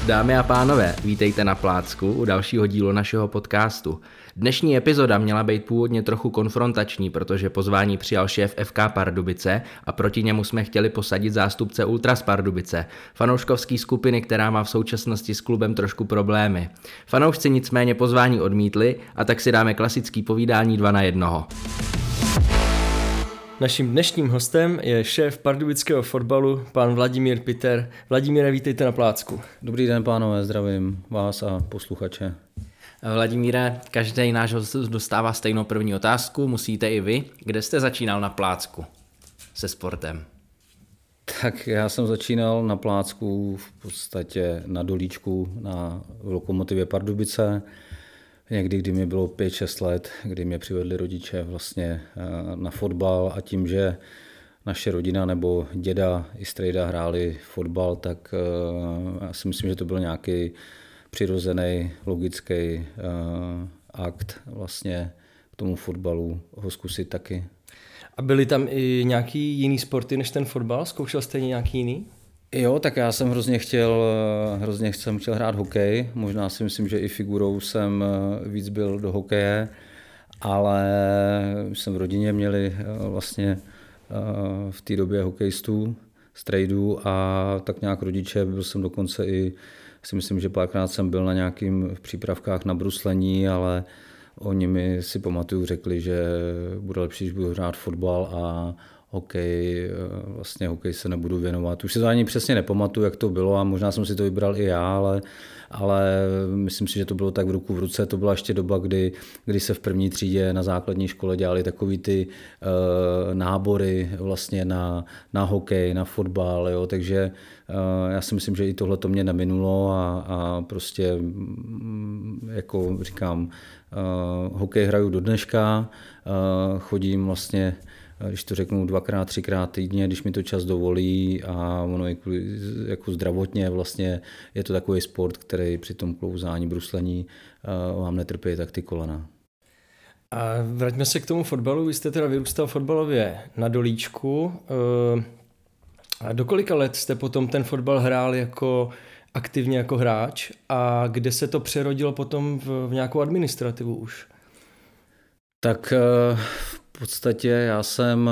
Dámy a pánové, vítejte na Plácku u dalšího dílu našeho podcastu. Dnešní epizoda měla být původně trochu konfrontační, protože pozvání přijal šéf FK Pardubice a proti němu jsme chtěli posadit zástupce Ultras Pardubice, fanouškovské skupiny, která má v současnosti s klubem trošku problémy. Fanoušci nicméně pozvání odmítli a tak si dáme klasický povídání 2 na 1. Naším dnešním hostem je šéf pardubického fotbalu, pan Vladimír Piter. Vladimíre, vítejte na Plácku. Dobrý den, pánové, zdravím vás a posluchače. Vladimíre, každý náš host dostává stejnou první otázku, musíte i vy. Kde jste začínal na Plácku se sportem? Tak já jsem začínal na Plácku v podstatě na Dolíčku na Lokomotivě Pardubice. Někdy, kdy mi bylo 5-6 let, kdy mě přivedli rodiče vlastně na fotbal a tím, že naše rodina nebo děda i strejda hráli fotbal, tak já si myslím, že to byl nějaký přirozený, logický akt vlastně k tomu fotbalu ho zkusit taky. A byly tam i nějaký jiný sporty než ten fotbal? Zkoušel jste nějaký jiný? Jo, tak já jsem hrozně jsem chtěl hrát hokej, možná si myslím, že i figurou jsem víc byl do hokeje, ale jsem v rodině měli vlastně v té době hokejistů, strejdů a tak nějak rodiče, byl jsem dokonce i, si myslím, že párkrát jsem byl na nějakým přípravkách na bruslení, ale oni mi si pamatuju řekli, že bude lepší, když budu hrát fotbal a hokej se nebudu věnovat. Už se to ani přesně nepamatuju, jak to bylo a možná jsem si to vybral i já, ale myslím si, že to bylo tak v ruku v ruce. To byla ještě doba, kdy se v první třídě na základní škole dělali takový ty nábory vlastně na hokej, na fotbal, jo, takže já si myslím, že i tohle to mě neminulo a prostě jako říkám, hokej hraju do dneška, chodím vlastně, když to řeknu 2x, 3x týdně, když mi to čas dovolí a ono jako zdravotně vlastně je to takový sport, který při tom klouzání, bruslení vám netrpí tak ty kolena. A vraťme se k tomu fotbalu. Vy jste teda vyrůstal fotbalově na Dolíčku. A do kolika let jste potom ten fotbal hrál jako aktivně jako hráč a kde se to přerodilo potom v nějakou administrativu už? Tak v podstatě já jsem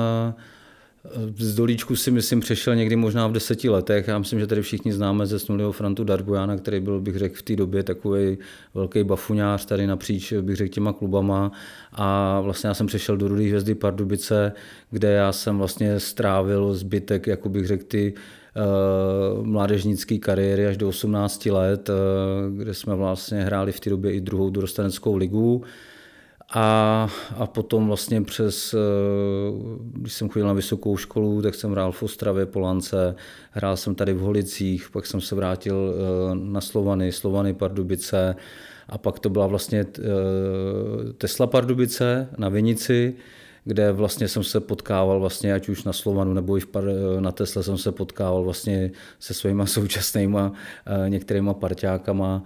z Dolíčku si myslím přešel někdy možná v 10 letech. Já myslím, že tady všichni známe zesnulého Frantu Darbojana, který byl, bych řekl, v té době takový velký bafuňář tady napříč, bych řekl, těma klubama. A vlastně já jsem přešel do Rudé hvězdy Pardubice, kde já jsem vlastně strávil zbytek, jako bych řekl, ty mládežnické kariéry až do 18 let, kde jsme vlastně hráli v té době i druhou dorosteneckou ligu. A potom vlastně když jsem chodil na vysokou školu, tak jsem hrál v Ostravě, Polance, hrál jsem tady v Holicích, pak jsem se vrátil na Slovany Pardubice a pak to byla vlastně Tesla Pardubice na Vinici, kde vlastně jsem se potkával vlastně, ať už na Slovanu nebo i na Tesle jsem se potkával vlastně se svýma současnýma některýma parťákama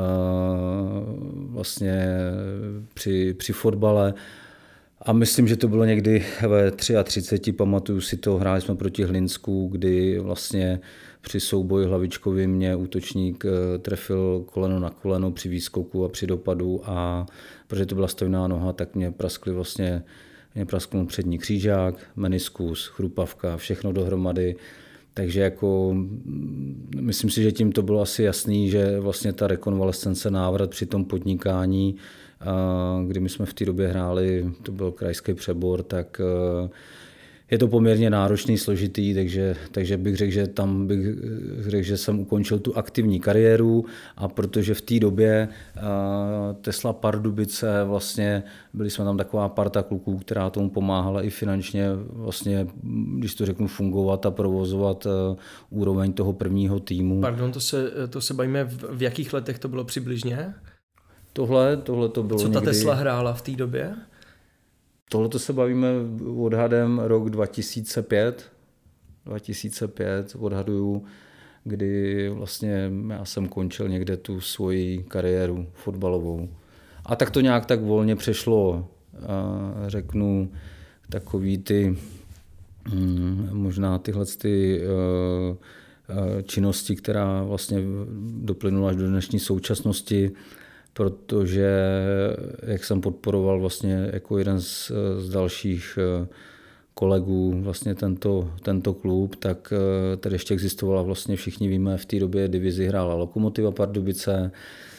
vlastně při fotbale. A myslím, že to bylo někdy ve 33, pamatuju si to, hráli jsme proti Hlinsku, kdy vlastně při souboji hlavičkovi mě útočník trefil koleno na koleno při výskoku a při dopadu a protože to byla stojná noha, tak mě prasknul přední křížák, meniskus, chrupavka, všechno dohromady. Takže jako myslím si, že tím to bylo asi jasný, že vlastně ta rekonvalescence, návrat při tom podnikání, kdy my jsme v té době hráli, to byl krajský přebor, tak je to poměrně náročný, složitý, takže bych řekl, že jsem ukončil tu aktivní kariéru a protože v té době Tesla Pardubice vlastně byli jsme tam taková parta kluků, která tomu pomáhala i finančně vlastně, když to řeknu, fungovat a provozovat úroveň toho prvního týmu. Pardon, to se bavíme, v jakých letech to bylo přibližně? Tohle to bylo. Co ta Tesla hrála v té době? Tohle se bavíme odhadem rok 2005 odhaduju, kdy vlastně já jsem končil někde tu svoji kariéru fotbalovou. A tak to nějak tak volně přešlo, řeknu, takový ty, možná tyhle ty činnosti, která vlastně doplynula až do dnešní současnosti, protože jak jsem podporoval vlastně jako jeden z dalších kolegů vlastně tento klub, tak tady ještě existovala vlastně, všichni víme, v té době divizi hrála Lokomotiva Pardubice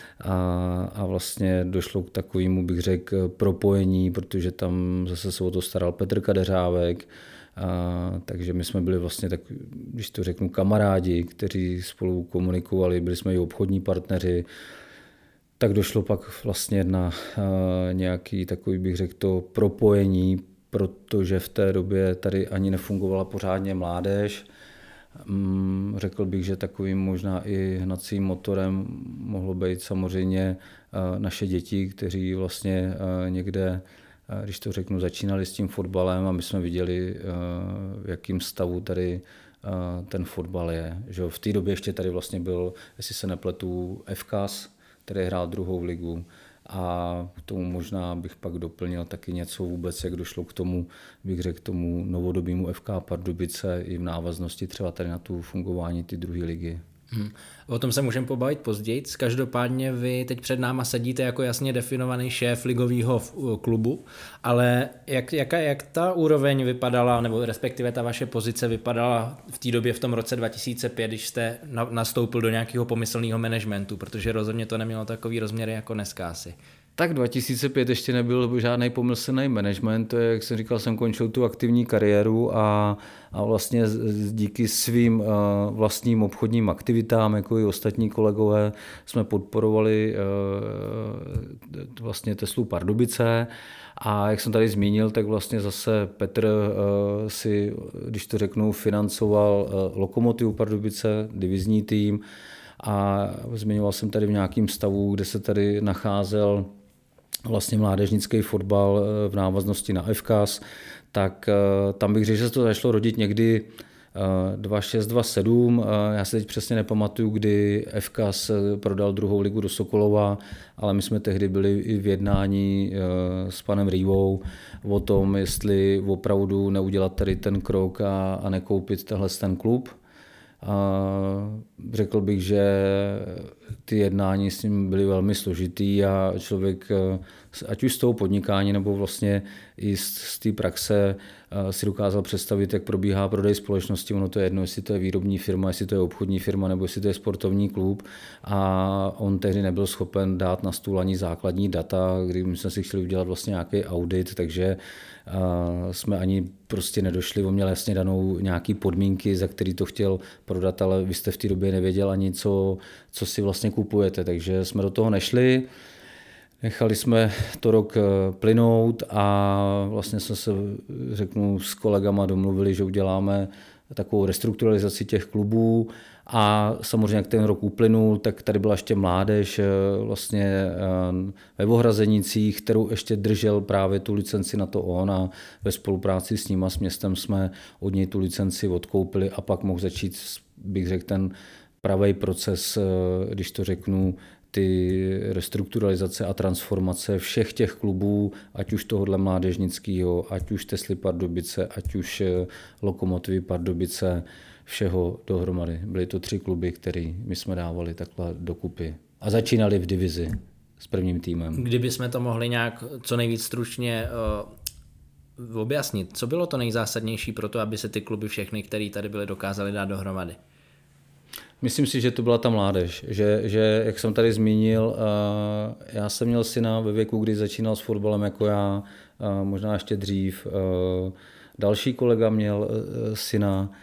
a vlastně došlo k takovému, bych řekl, propojení, protože tam zase se o to staral Petr Kadeřávek, takže my jsme byli vlastně tak, když to řeknu, kamarádi, kteří spolu komunikovali, byli jsme i obchodní partneři. Tak došlo pak vlastně na nějaký takový, bych řekl, to propojení, protože v té době tady ani nefungovala pořádně mládež. Řekl bych, že takovým možná i hnacím motorem mohlo být samozřejmě naše děti, kteří vlastně někde, když to řeknu, začínali s tím fotbalem a my jsme viděli, v jakém stavu tady ten fotbal je. Že v té době ještě tady vlastně byl, jestli se nepletu, FKAS, který hrál druhou ligu. A k tomu možná bych pak doplnil taky něco vůbec, jak došlo k tomu, bych řekl, tomu novodobému FK Pardubice i v návaznosti třeba tady na tu fungování ty druhé ligy. O tom se můžeme pobavit později. Každopádně vy teď před náma sedíte jako jasně definovaný šéf ligového klubu, ale jak ta úroveň vypadala, nebo respektive ta vaše pozice vypadala v té době v tom roce 2005, když jste nastoupil do nějakého pomyslného managementu, protože rozhodně to nemělo takový rozměry jako dneska asi. Tak 2005 ještě nebyl žádný pomyslný management, to je, jak jsem říkal, jsem končil tu aktivní kariéru a vlastně díky svým vlastním obchodním aktivitám, jako i ostatní kolegové, jsme podporovali vlastně Teslu Pardubice a jak jsem tady zmínil, tak vlastně zase Petr si, když to řeknu, financoval Lokomotivu Pardubice, divizní tým a zmiňoval jsem tady v nějakém stavu, kde se tady nacházel vlastně mládežnický fotbal v návaznosti na FKAS, tak tam bych řekl, že se to začalo rodit někdy 2006, 2007. Já se teď přesně nepamatuju, kdy FKAS prodal druhou ligu do Sokolova, ale my jsme tehdy byli i v jednání s panem Rývou o tom, jestli opravdu neudělat tady ten krok a nekoupit ten klub. Řekl bych, že ty jednání s ním byly velmi složitý a člověk, ať už z toho podnikání nebo vlastně i z té praxe, si dokázal představit, jak probíhá prodej společnosti. Ono to je jedno, jestli to je výrobní firma, jestli to je obchodní firma nebo jestli to je sportovní klub. A on tehdy nebyl schopen dát na stůl ani základní data, kdy my jsme si chtěli udělat vlastně nějaký audit, takže jsme ani prostě nedošli, on měl jasně danou nějaký podmínky, za který to chtěl prodat, ale vy jste v té době nevěděl ani, co si vlastně kupujete, takže jsme do toho nešli. Nechali jsme to rok plynout a vlastně jsme se, řeknu, s kolegama domluvili, že uděláme takovou restrukturalizaci těch klubů a samozřejmě, jak ten rok uplynul, tak tady byla ještě mládež vlastně ve Vohrazenicích, kterou ještě držel právě tu licenci na to on a ve spolupráci s ním a s městem jsme od něj tu licenci odkoupili a pak mohl začít, bych řekl, ten pravý proces, když to řeknu, ty restrukturalizace a transformace všech těch klubů, ať už tohohle mládežnického, ať už Tesly Pardubice, ať už Lokomotivy Pardubice, všeho dohromady. Byly to 3 kluby, které my jsme dávali takhle dokupy. A začínali v divizi s prvním týmem. Kdybychom to mohli nějak co nejvíc stručně objasnit, co bylo to nejzásadnější pro to, aby se ty kluby všechny, které tady byly, dokázaly dát dohromady? Myslím si, že to byla ta mládež, že jak jsem tady zmínil, já jsem měl syna ve věku, kdy začínal s fotbalem jako já, možná ještě dřív. Další kolega měl syna,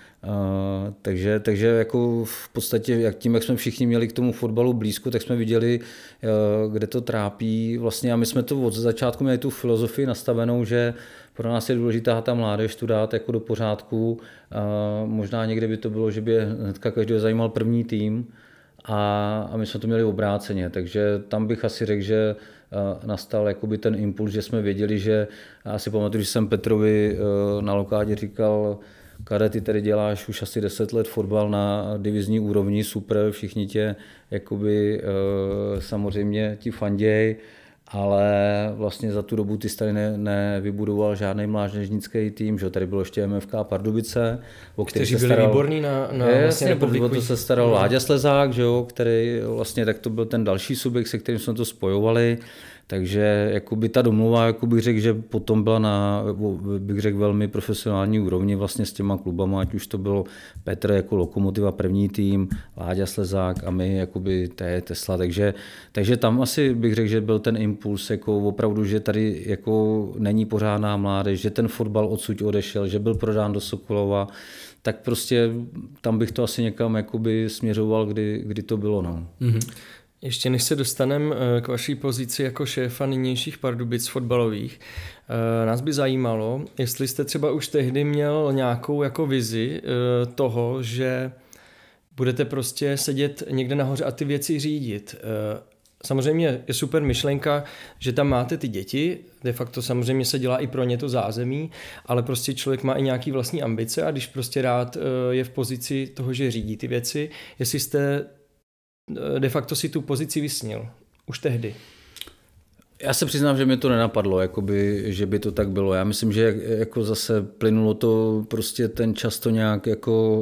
takže jako v podstatě jak jsme všichni měli k tomu fotbalu blízko, tak jsme viděli, kde to trápí. Vlastně a my jsme to od začátku měli tu filozofii nastavenou, že pro nás je důležitá ta mládež tu dát jako do pořádku. Možná někde by to bylo, že by hnedka každého zajímal první tým a my jsme to měli obráceně, takže tam bych asi řekl, že nastal jakoby ten impuls, že jsme věděli, že já si pamatuju, že jsem Petrovi na lokádě říkal, Kare, ty tady děláš už asi 10 let fotbal na divizní úrovni, super, všichni tě jakoby samozřejmě ti fanděj ale vlastně za tu dobu ty jsi tady nevybudoval žádný mládežnický tým, že tady bylo ještě MFK Pardubice, o který kteří se byli staral, výborní na vlastně republiku. O to se staral Láďa Slezák, že jo, který vlastně tak to byl ten další subjekt, se kterým jsme to spojovali. Takže jakoby ta domluva, jako bych řekl, že potom byla na, bych řekl, velmi profesionální úrovni vlastně s těma klubama, ať už to bylo Petr jako Lokomotiva první tým, Láďa Slezák a my jakoby Tesla, takže tam asi bych řekl, že byl ten impuls, jako opravdu, že tady jako není pořádná mládež, že ten fotbal odsud odešel, že byl prodán do Sokolova, tak prostě tam bych to asi někam jakoby směřoval, kdy to bylo. No. Mm-hmm. Ještě než se dostaneme k vaší pozici jako šéfa nynějších Pardubic fotbalových, nás by zajímalo, jestli jste třeba už tehdy měl nějakou jako vizi toho, že budete prostě sedět někde nahoře a ty věci řídit. Samozřejmě je super myšlenka, že tam máte ty děti, de facto samozřejmě se dělá i pro ně to zázemí, ale prostě člověk má i nějaký vlastní ambice a když prostě rád je v pozici toho, že řídí ty věci, jestli jste de facto si tu pozici vysnil už tehdy. Já se přiznám, že mě to nenapadlo, jakoby, že by to tak bylo. Já myslím, že jako zase plynulo to, prostě ten čas to nějak jako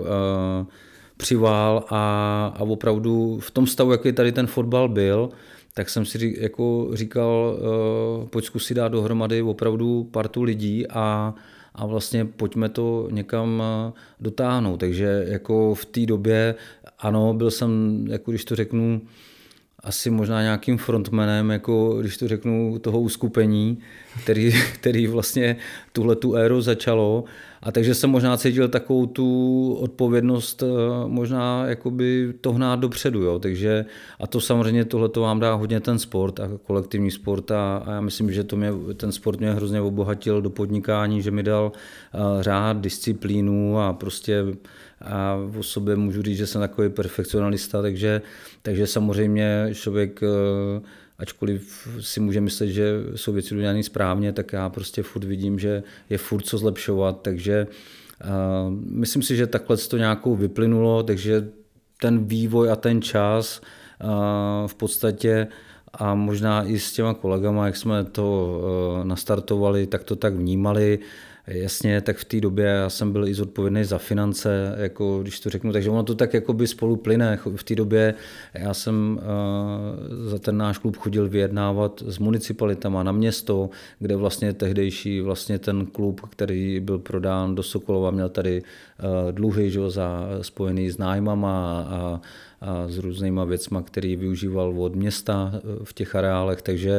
přivál a opravdu v tom stavu, jaký tady ten fotbal byl, tak jsem si jako říkal, pojď zkusit dát dohromady opravdu partu lidí a vlastně pojďme to někam dotáhnout. Takže jako v té době, ano, byl jsem, jako když to řeknu, asi možná nějakým frontmanem, jako když to řeknu, toho uskupení, který vlastně tuhletu éru začalo. A takže jsem možná cítil takovou tu odpovědnost možná jakoby to hnát dopředu. Jo. Takže, a to samozřejmě tohleto vám dá hodně ten sport a kolektivní sport a já myslím, že ten sport mě hrozně obohatil do podnikání, že mi dal řád, disciplínu a prostě a o sobě můžu říct, že jsem takový perfekcionalista, takže samozřejmě člověk, ačkoliv si může myslet, že jsou věci udělané správně, tak já prostě furt vidím, že je furt co zlepšovat, takže myslím si, že takhle to nějakou vyplynulo, takže ten vývoj a ten čas v podstatě a možná i s těma kolegama, jak jsme to nastartovali, tak to tak vnímali. Jasně, tak v té době já jsem byl i zodpovědný za finance, jako když to řeknu, takže ono to tak jakoby spolu plyne. V té době já jsem za ten náš klub chodil vyjednávat s municipalitama na město, kde vlastně tehdejší vlastně ten klub, který byl prodán do Sokolova, měl tady dluhy, že, spojený s nájmama a s různýma věcma, který využíval od města v těch areálech, takže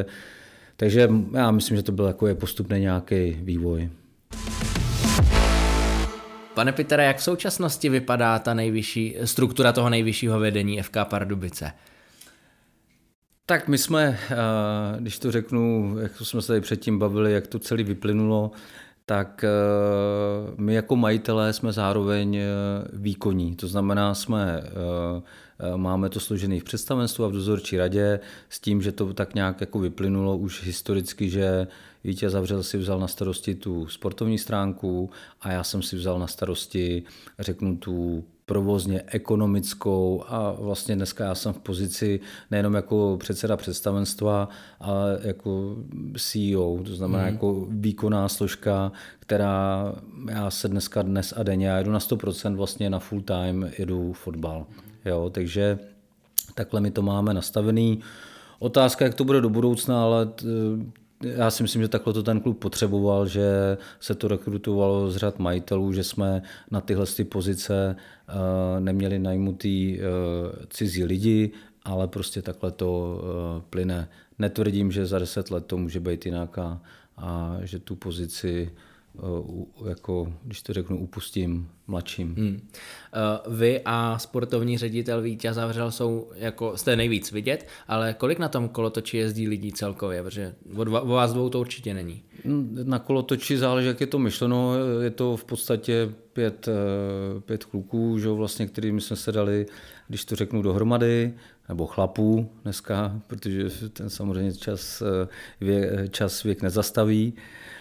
já myslím, že to byl takový postupný nějaký vývoj. Pane Pitere, jak v současnosti vypadá ta nejvyšší struktura toho nejvyššího vedení FK Pardubice? Tak my jsme, když to řeknu, jak jsme se tady předtím bavili, jak to celé vyplynulo, tak my jako majitelé jsme zároveň výkonní. To znamená, máme to složené v představenstvu a v dozorčí radě s tím, že to tak nějak jako vyplynulo už historicky, že Vítěz Zavřel si vzal na starosti tu sportovní stránku a já jsem si vzal na starosti, řeknu, tu provozně ekonomickou a vlastně dneska já jsem v pozici nejenom jako předseda představenstva, ale jako CEO, to znamená jako výkonná složka, která já se dnes a denně, já jedu na 100% vlastně na full time, jedu fotbal. Jo, takže takhle my to máme nastavený. Otázka, jak to bude do budoucna, ale já si myslím, že takhle to ten klub potřeboval, že se to rekrutovalo z řad majitelů, že jsme na tyhle pozice neměli najmutý cizí lidi, ale prostě takhle to plyne. Netvrdím, že za 10 let to může být jinak a že tu pozici, jako, když to řeknu, upustím mladším. Vy a sportovní ředitel Vítěz Zavřel jste nejvíc vidět, ale kolik na tom kolotoči jezdí lidí celkově, protože o vás dvou to určitě není. Na kolotoči záleží, jak je to myšleno, je to v podstatě pět kluků, že vlastně, kterými jsme se dali, když to řeknu, dohromady, nebo chlapů dneska, protože ten samozřejmě čas věk nezastaví.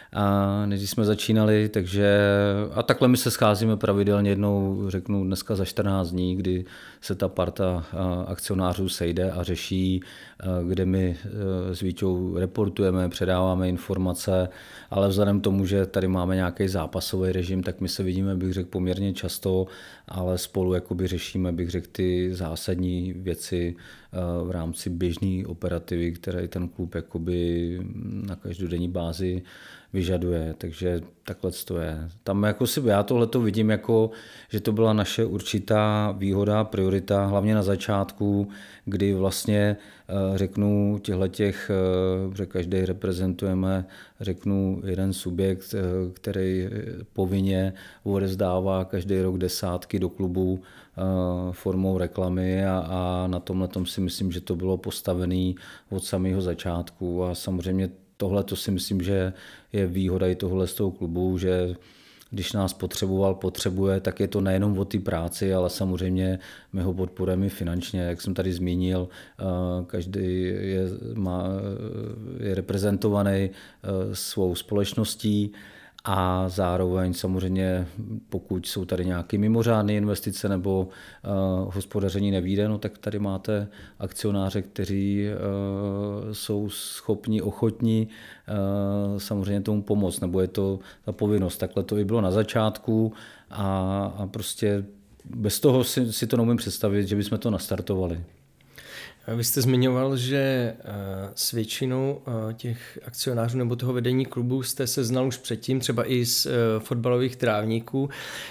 a než jsme začínali, takže a takhle my se scházíme pravidelně jednou, řeknu dneska za 14 dní, kdy se ta parta akcionářů sejde a řeší, kde my s Víťou reportujeme, předáváme informace, ale vzhledem k tomu, že tady máme nějaký zápasový režim, tak my se vidíme, bych řekl, poměrně často, ale spolu jakoby řešíme, bych řekl, ty zásadní věci v rámci běžné operativy, které ten klub jakoby na každodenní bázi vyžaduje, takže takhle to je. Tam jako já tohleto vidím jako, že to byla naše určitá výhoda, priorita, hlavně na začátku, kdy vlastně řeknu těchhletěch, že každý reprezentujeme, řeknu jeden subjekt, který povinně odevzdává každý rok desátky do klubu formou reklamy a na tomhletom si myslím, že to bylo postavené od samého začátku a samozřejmě tohle to si myslím, že je výhoda i tohle z toho klubu, že když nás potřebuje, tak je to nejenom o té práci, ale samozřejmě my ho podporujeme finančně, jak jsem tady zmínil, každý je reprezentovaný svou společností a zároveň samozřejmě, pokud jsou tady nějaké mimořádné investice nebo hospodaření nevyjde, no tak tady máte akcionáře, kteří jsou schopni, ochotní samozřejmě tomu pomoct, nebo je to ta povinnost. Takhle to i bylo na začátku a prostě bez toho si to neumím představit, že bychom to nastartovali. Vy jste zmiňoval, že s většinou těch akcionářů nebo toho vedení klubu jste se znal už předtím, třeba i z fotbalových trávníků.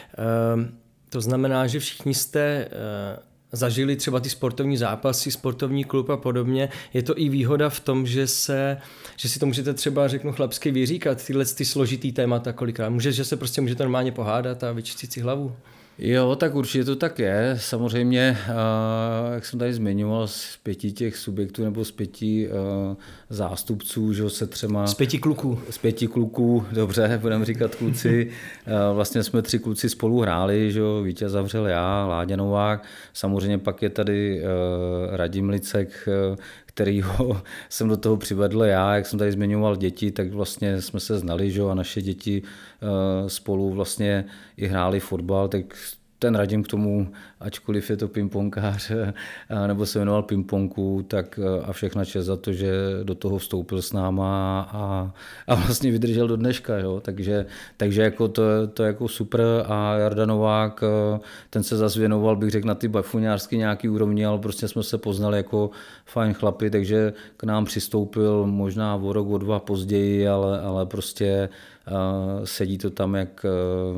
To znamená, že všichni jste zažili třeba ty sportovní zápasy, sportovní klub a podobně. Je to i výhoda v tom, že si to můžete třeba, řeknu, chlapsky vyříkat, tyhle ty složitý témata kolikrát. Že se prostě můžete normálně pohádat a vyčistit si hlavu. Jo, tak určitě to tak je. Samozřejmě, jak jsem tady zmiňoval, z 5 těch subjektů nebo z 5 zástupců, že se třema... Z 5 kluků. Z 5 kluků, dobře, budeme říkat kluci. Vlastně jsme 3 kluci spolu hráli, že Víťa Zavřel, já, Láďa Novák. Samozřejmě pak je tady Radim Licek, kterýho jsem do toho přivedl já, jak jsem tady zmiňoval děti, tak vlastně jsme se znali, že? A naše děti spolu vlastně i hráli fotbal, tak ten Radim k tomu, ačkoliv je to pingponkář, nebo se věnoval pingpongu, tak a všechna čest za to, že do toho vstoupil s náma a vlastně vydržel do dneška. Jo? Takže jako to je jako super a Jarda Novák, ten se zase věnoval, bych řekl, na ty bafuňářský nějaký úrovni, ale prostě jsme se poznali jako fajn chlapi, takže k nám přistoupil možná o rok, o 2 později, ale prostě sedí to tam jak...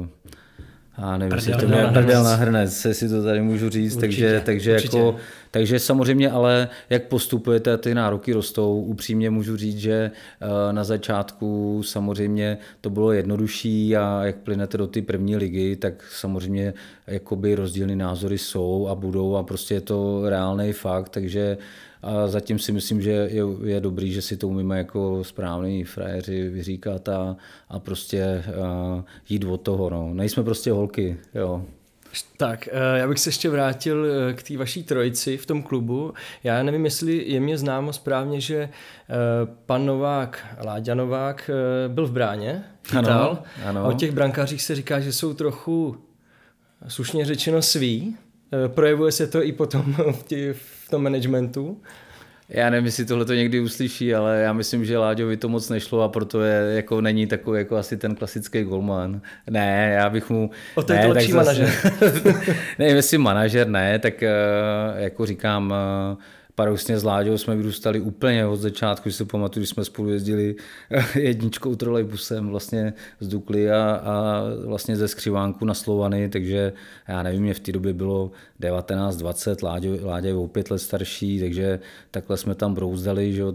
A nevím, jestli to je prdel na hrnec, jestli to tady můžu říct, takže samozřejmě, ale jak postupujete, ty nároky rostou, upřímně můžu říct, že na začátku samozřejmě to bylo jednodušší a jak plynete do ty první ligy, tak samozřejmě jakoby rozdílné názory jsou a budou a prostě je to reálný fakt, takže a zatím si myslím, že je dobrý, že si to umíme jako správný frajeři vyříkat a prostě jít od toho. No. Nejsme prostě holky. Jo. Tak, já bych se ještě vrátil k té vaší trojici v tom klubu. Já nevím, jestli je mě známo správně, že pan Novák, Láďa Novák byl v bráně, chytal. Ano. A o těch brankářích se říká, že jsou trochu, slušně řečeno, sví. Projevuje se to i potom v tom managementu? Já nevím, jestli tohle to někdy uslyší, ale já myslím, že Láďovi to moc nešlo a proto jako není takový jako asi ten klasický golman. Ne, já bych mu... O to je to lepší manažer. Ne, jestli manažer ne, tak jako říkám, paradoxně s Láďou jsme vyrůstali úplně od začátku, že si pamatuju, když jsme spolu jezdili jedničkou trolejbusem vlastně z Dukly a vlastně ze Skřivánku na Slovany, takže já nevím, mě v té době bylo 19-20, Láďa je o 5 let starší, takže takhle jsme tam brouzdali, že jo,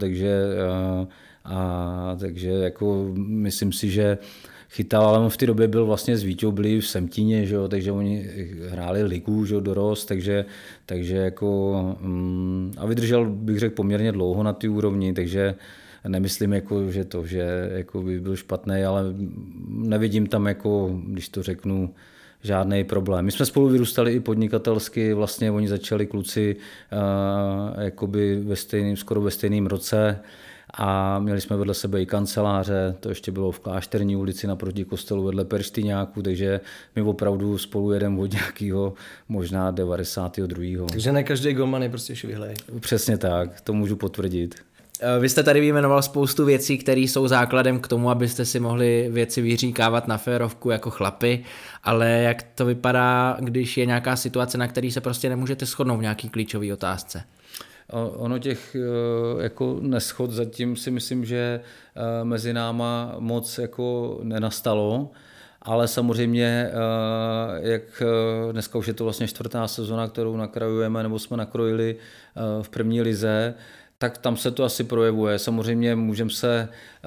takže jako myslím si, že chytal, ale on v té době byl vlastně s Víťou, byli v Semtíně, že jo, takže oni hráli ligu, že jo, dorost, takže jako a vydržel, bych řekl, poměrně dlouho na té úrovni, takže nemyslím, jako, že jako by byl špatný, ale nevidím tam, jako, když to řeknu, žádný problém. My jsme spolu vyrůstali i podnikatelsky, vlastně oni začali kluci jakoby skoro ve stejném roce a měli jsme vedle sebe i kanceláře, to ještě bylo v Klášterní ulici naproti kostelu vedle Perštýňáku, takže my opravdu spolu jedeme od nějakého možná 92. Takže ne každý golman je prostě švihlej. Přesně tak, to můžu potvrdit. Vy jste tady vyjmenoval spoustu věcí, které jsou základem k tomu, abyste si mohli věci vyříkávat na férovku jako chlapi, ale jak to vypadá, když je nějaká situace, na který se prostě nemůžete shodnout v nějaký klíčové otázce? Ono těch jako neschod zatím si myslím, že mezi náma moc jako nenastalo, ale samozřejmě, jak dneska už je to vlastně 4. sezona, kterou nakrajujeme, nebo jsme nakrojili v první lize, tak tam se to asi projevuje. Samozřejmě můžeme se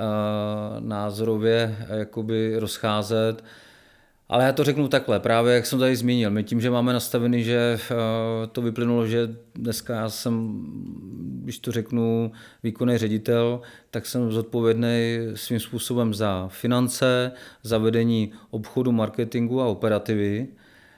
názorově jakoby rozcházet, ale já to řeknu takhle, právě jak jsem tady zmínil, my tím, že máme nastavený, že to vyplynulo, že dneska já jsem, když to řeknu, výkonný ředitel, tak jsem zodpovědný svým způsobem za finance, za vedení obchodu, marketingu a operativy.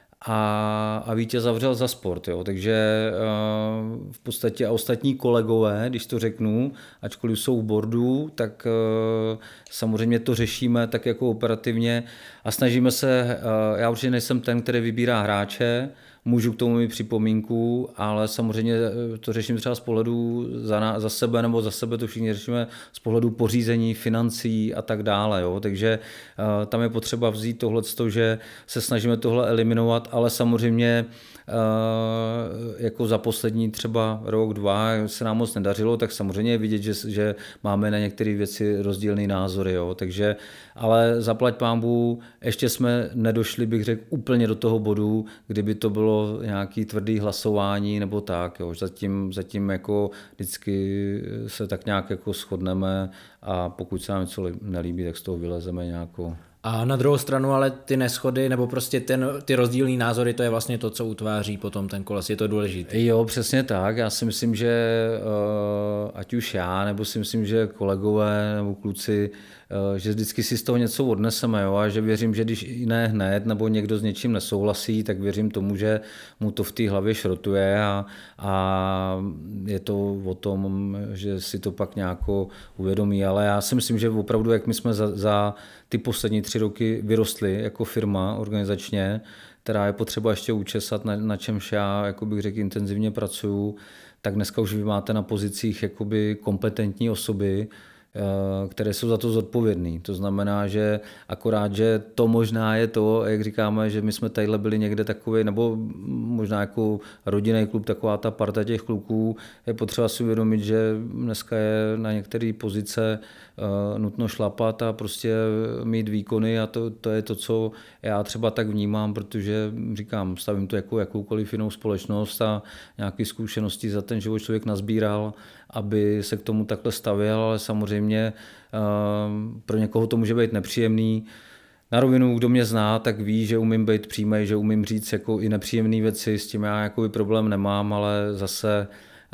A Vítě zavřel za sport, jo. Takže v podstatě a ostatní kolegové, když to řeknu, ačkoliv jsou v boardu, tak samozřejmě to řešíme tak jako operativně a snažíme se, já určitě nejsem ten, který vybírá hráče, můžu k tomu mít připomínku, ale samozřejmě to řeším třeba z pohledu za sebe, nebo za sebe to všichni řešíme z pohledu pořízení, financí a tak dále. Jo. Takže tam je potřeba vzít tohleto, že se snažíme tohle eliminovat, ale samozřejmě jako za poslední třeba rok, 2 se nám moc nedařilo, tak samozřejmě je vidět, že máme na některé věci rozdílné názory. Jo. Takže, ale zaplať pánbůh, ještě jsme nedošli, bych řekl, úplně do toho bodu, kdyby to bylo nějaký tvrdý hlasování nebo tak. Jo. Zatím jako vždycky se tak nějak jako shodneme a pokud se nám něco nelíbí, tak z toho vylezeme nějakou. A na druhou stranu ale ty neschody nebo prostě ty rozdílný názory, to je vlastně to, co utváří potom ten koles, je to důležité. Jo, přesně tak. Já si myslím, že ať už já, nebo si myslím, že kolegové nebo kluci, že vždycky si z toho něco odneseme, jo? A že věřím, že když ne hned, nebo někdo s něčím nesouhlasí, tak věřím tomu, že mu to v té hlavě šrotuje a je to o tom, že si to pak nějako uvědomí. Ale já si myslím, že opravdu, jak my jsme za ty poslední 3 roky vyrostli jako firma organizačně, která je potřeba ještě učesat, na čemž já, jako bych řekl, intenzivně pracuju, tak dneska už vy máte na pozicích jakoby kompetentní osoby, které jsou za to zodpovědný. To znamená, že akorát, že to možná je to, jak říkáme, že my jsme tadyhle byli někde takový, nebo možná jako rodinný klub, taková ta parta těch kluků, je potřeba si uvědomit, že dneska je na některé pozice nutno šlapat a prostě mít výkony a to je to, co já třeba tak vnímám, protože říkám, stavím to jako jakoukoliv jinou společnost a nějaké zkušenosti za ten život člověk nazbíral, aby se k tomu takhle stavěl, ale samozřejmě pro někoho to může být nepříjemný. Na rovinu, kdo mě zná, tak ví, že umím být přímej, že umím říct jako i nepříjemné věci, s tím já jakoby problém nemám, ale zase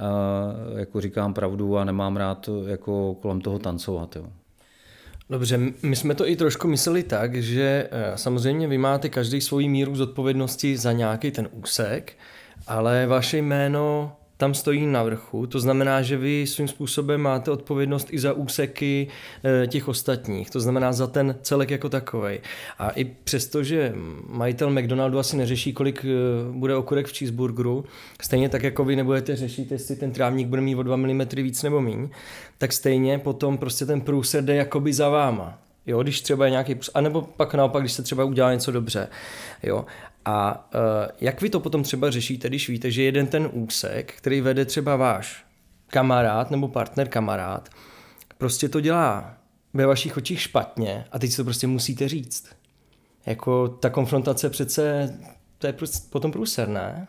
jako říkám pravdu a nemám rád jako kolem toho tancovat. Jo. Dobře, my jsme to i trošku mysleli tak, že samozřejmě vy máte každý svoji míru zodpovědnosti za nějaký ten úsek, ale vaše jméno tam stojí na vrchu, to znamená, že vy svým způsobem máte odpovědnost i za úseky těch ostatních, to znamená za ten celek jako takovej. A i přesto, že majitel McDonaldu asi neřeší, kolik bude okurek v cheeseburgeru, stejně tak jako vy nebudete řešit, jestli ten trávník bude mít o 2 mm víc nebo míň, tak stejně potom prostě ten průser jde jakoby za váma. Jo, když třeba je nějaký, anebo pak naopak, když se třeba udělá něco dobře. Jo. A jak vy to potom třeba řešíte, když víte, že jeden ten úsek, který vede třeba váš kamarád nebo partner kamarád, prostě to dělá ve vašich očích špatně a teď si to prostě musíte říct. Jako ta konfrontace přece, to je potom průser, ne?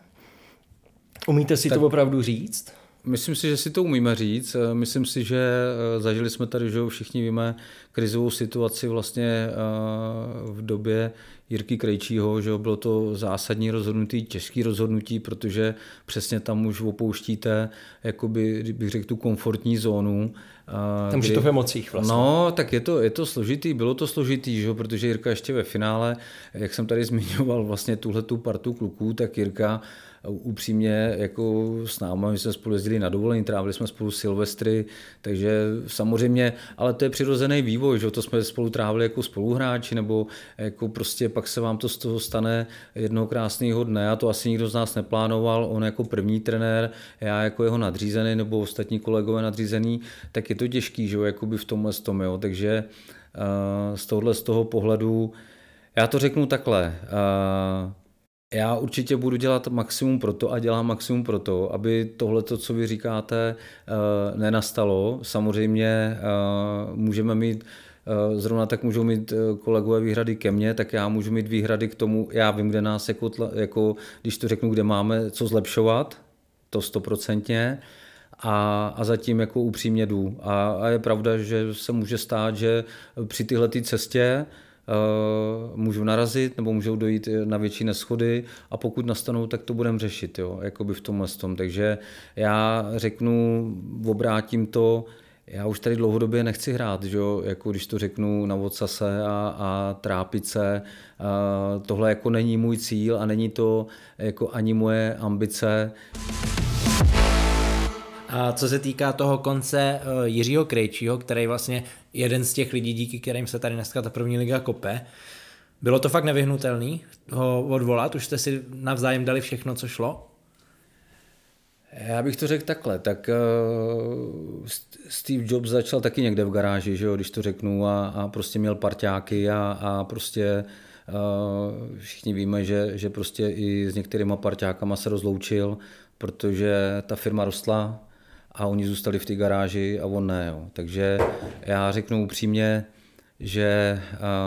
Umíte si tak to opravdu říct? Myslím si, že si to umíme říct. Myslím si, že zažili jsme tady, že všichni víme, krizovou situaci vlastně v době Jirky Krejčího, že bylo to zásadní rozhodnutí, těžký rozhodnutí, protože přesně tam už opouštíte, jakoby, bych řekl, tu komfortní zónu. Tam už je to v emocích vlastně. No, tak je to složitý, bylo to složitý, že? Protože Jirka ještě ve finále, jak jsem tady zmiňoval vlastně tuhletu partu kluků, tak Jirka upřímně jako s náma, my jsme spolu jezdili na dovolení, trávili jsme spolu Silvestry, takže samozřejmě, ale to je přirozený vývoj, že to jsme spolu trávili jako spoluhráči, nebo jako prostě pak se vám to z toho stane jednoho krásného dne a to asi nikdo z nás neplánoval, on jako první trenér, já jako jeho nadřízený nebo ostatní kolegové nadřízený, tak je to těžký, že jakoby v tomhle tom, jo, takže z toho pohledu, já to řeknu takhle, já určitě budu dělat maximum pro to a dělám maximum pro to, aby tohleto, co vy říkáte, nenastalo. Samozřejmě můžeme mít, zrovna tak můžou mít kolegové výhrady ke mně, tak já můžu mít výhrady k tomu, já vím, kde nás, jako když to řeknu, kde máme co zlepšovat, to 100%. A zatím jako upřímně jdu. A je pravda, že se může stát, že při téhleté cestě můžu narazit nebo můžou dojít na větší neshody a pokud nastanou, tak to budeme řešit, jo, jakoby v tomhle tom. Takže já řeknu, obrátím to, já už tady dlouhodobě nechci hrát, že jo, jako když to řeknu na odsase a trápit se. Tohle jako není můj cíl a není to jako ani moje ambice. A co se týká toho konce Jiřího Krejčího, který vlastně jeden z těch lidí, díky kterým se tady dneska ta první liga kope, bylo to fakt nevyhnutelný ho odvolat? Už jste si navzájem dali všechno, co šlo? Já bych to řekl takhle, tak Steve Jobs začal taky někde v garáži, že jo, když to řeknu, a prostě měl parťáky a prostě všichni víme, že prostě i s některýma parťákama se rozloučil, protože ta firma rostla a oni zůstali v té garáži a on ne. Jo. Takže já řeknu upřímně, že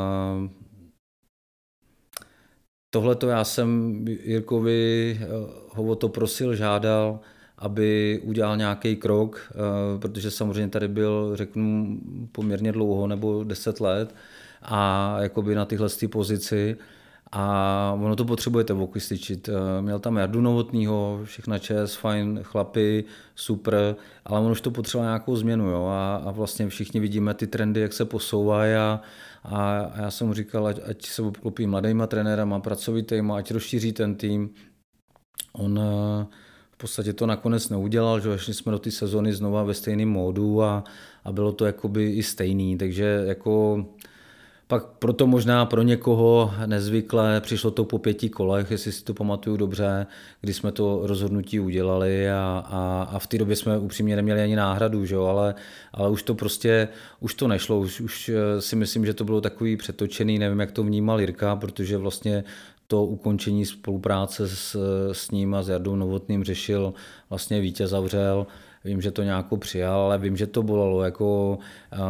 tohleto já jsem Jirkovi ho o to prosil, žádal, aby udělal nějaký krok, protože samozřejmě tady byl, řeknu, poměrně dlouho, nebo 10 let a jakoby na tyhle pozici. A ono to potřebujete okysličit. Měl tam Jardu Novotnýho, všechna čest, fajn chlapi, super, ale ono už to potřeboval nějakou změnu. Jo? A vlastně všichni vidíme ty trendy, jak se posouvají a já jsem mu říkal, ať se obklopí mladýma trenérama, pracovitýma, ať rozšíří ten tým. On v podstatě to nakonec neudělal, že šli jsme do té sezony znova ve stejném módu a bylo to jakoby i stejný, takže jako pak proto možná pro někoho nezvykle přišlo to po 5 kolech, jestli si to pamatuju dobře, kdy jsme to rozhodnutí udělali a v té době jsme upřímně neměli ani náhradu, že jo? Ale už to prostě, už to nešlo, už si myslím, že to bylo takový přetočený, nevím, jak to vnímal Jirka, protože vlastně to ukončení spolupráce s ním a s Jardou Novotným řešil vlastně Vítě Zavřel, vím, že to nějakou přijal, ale vím, že to bolelo, jako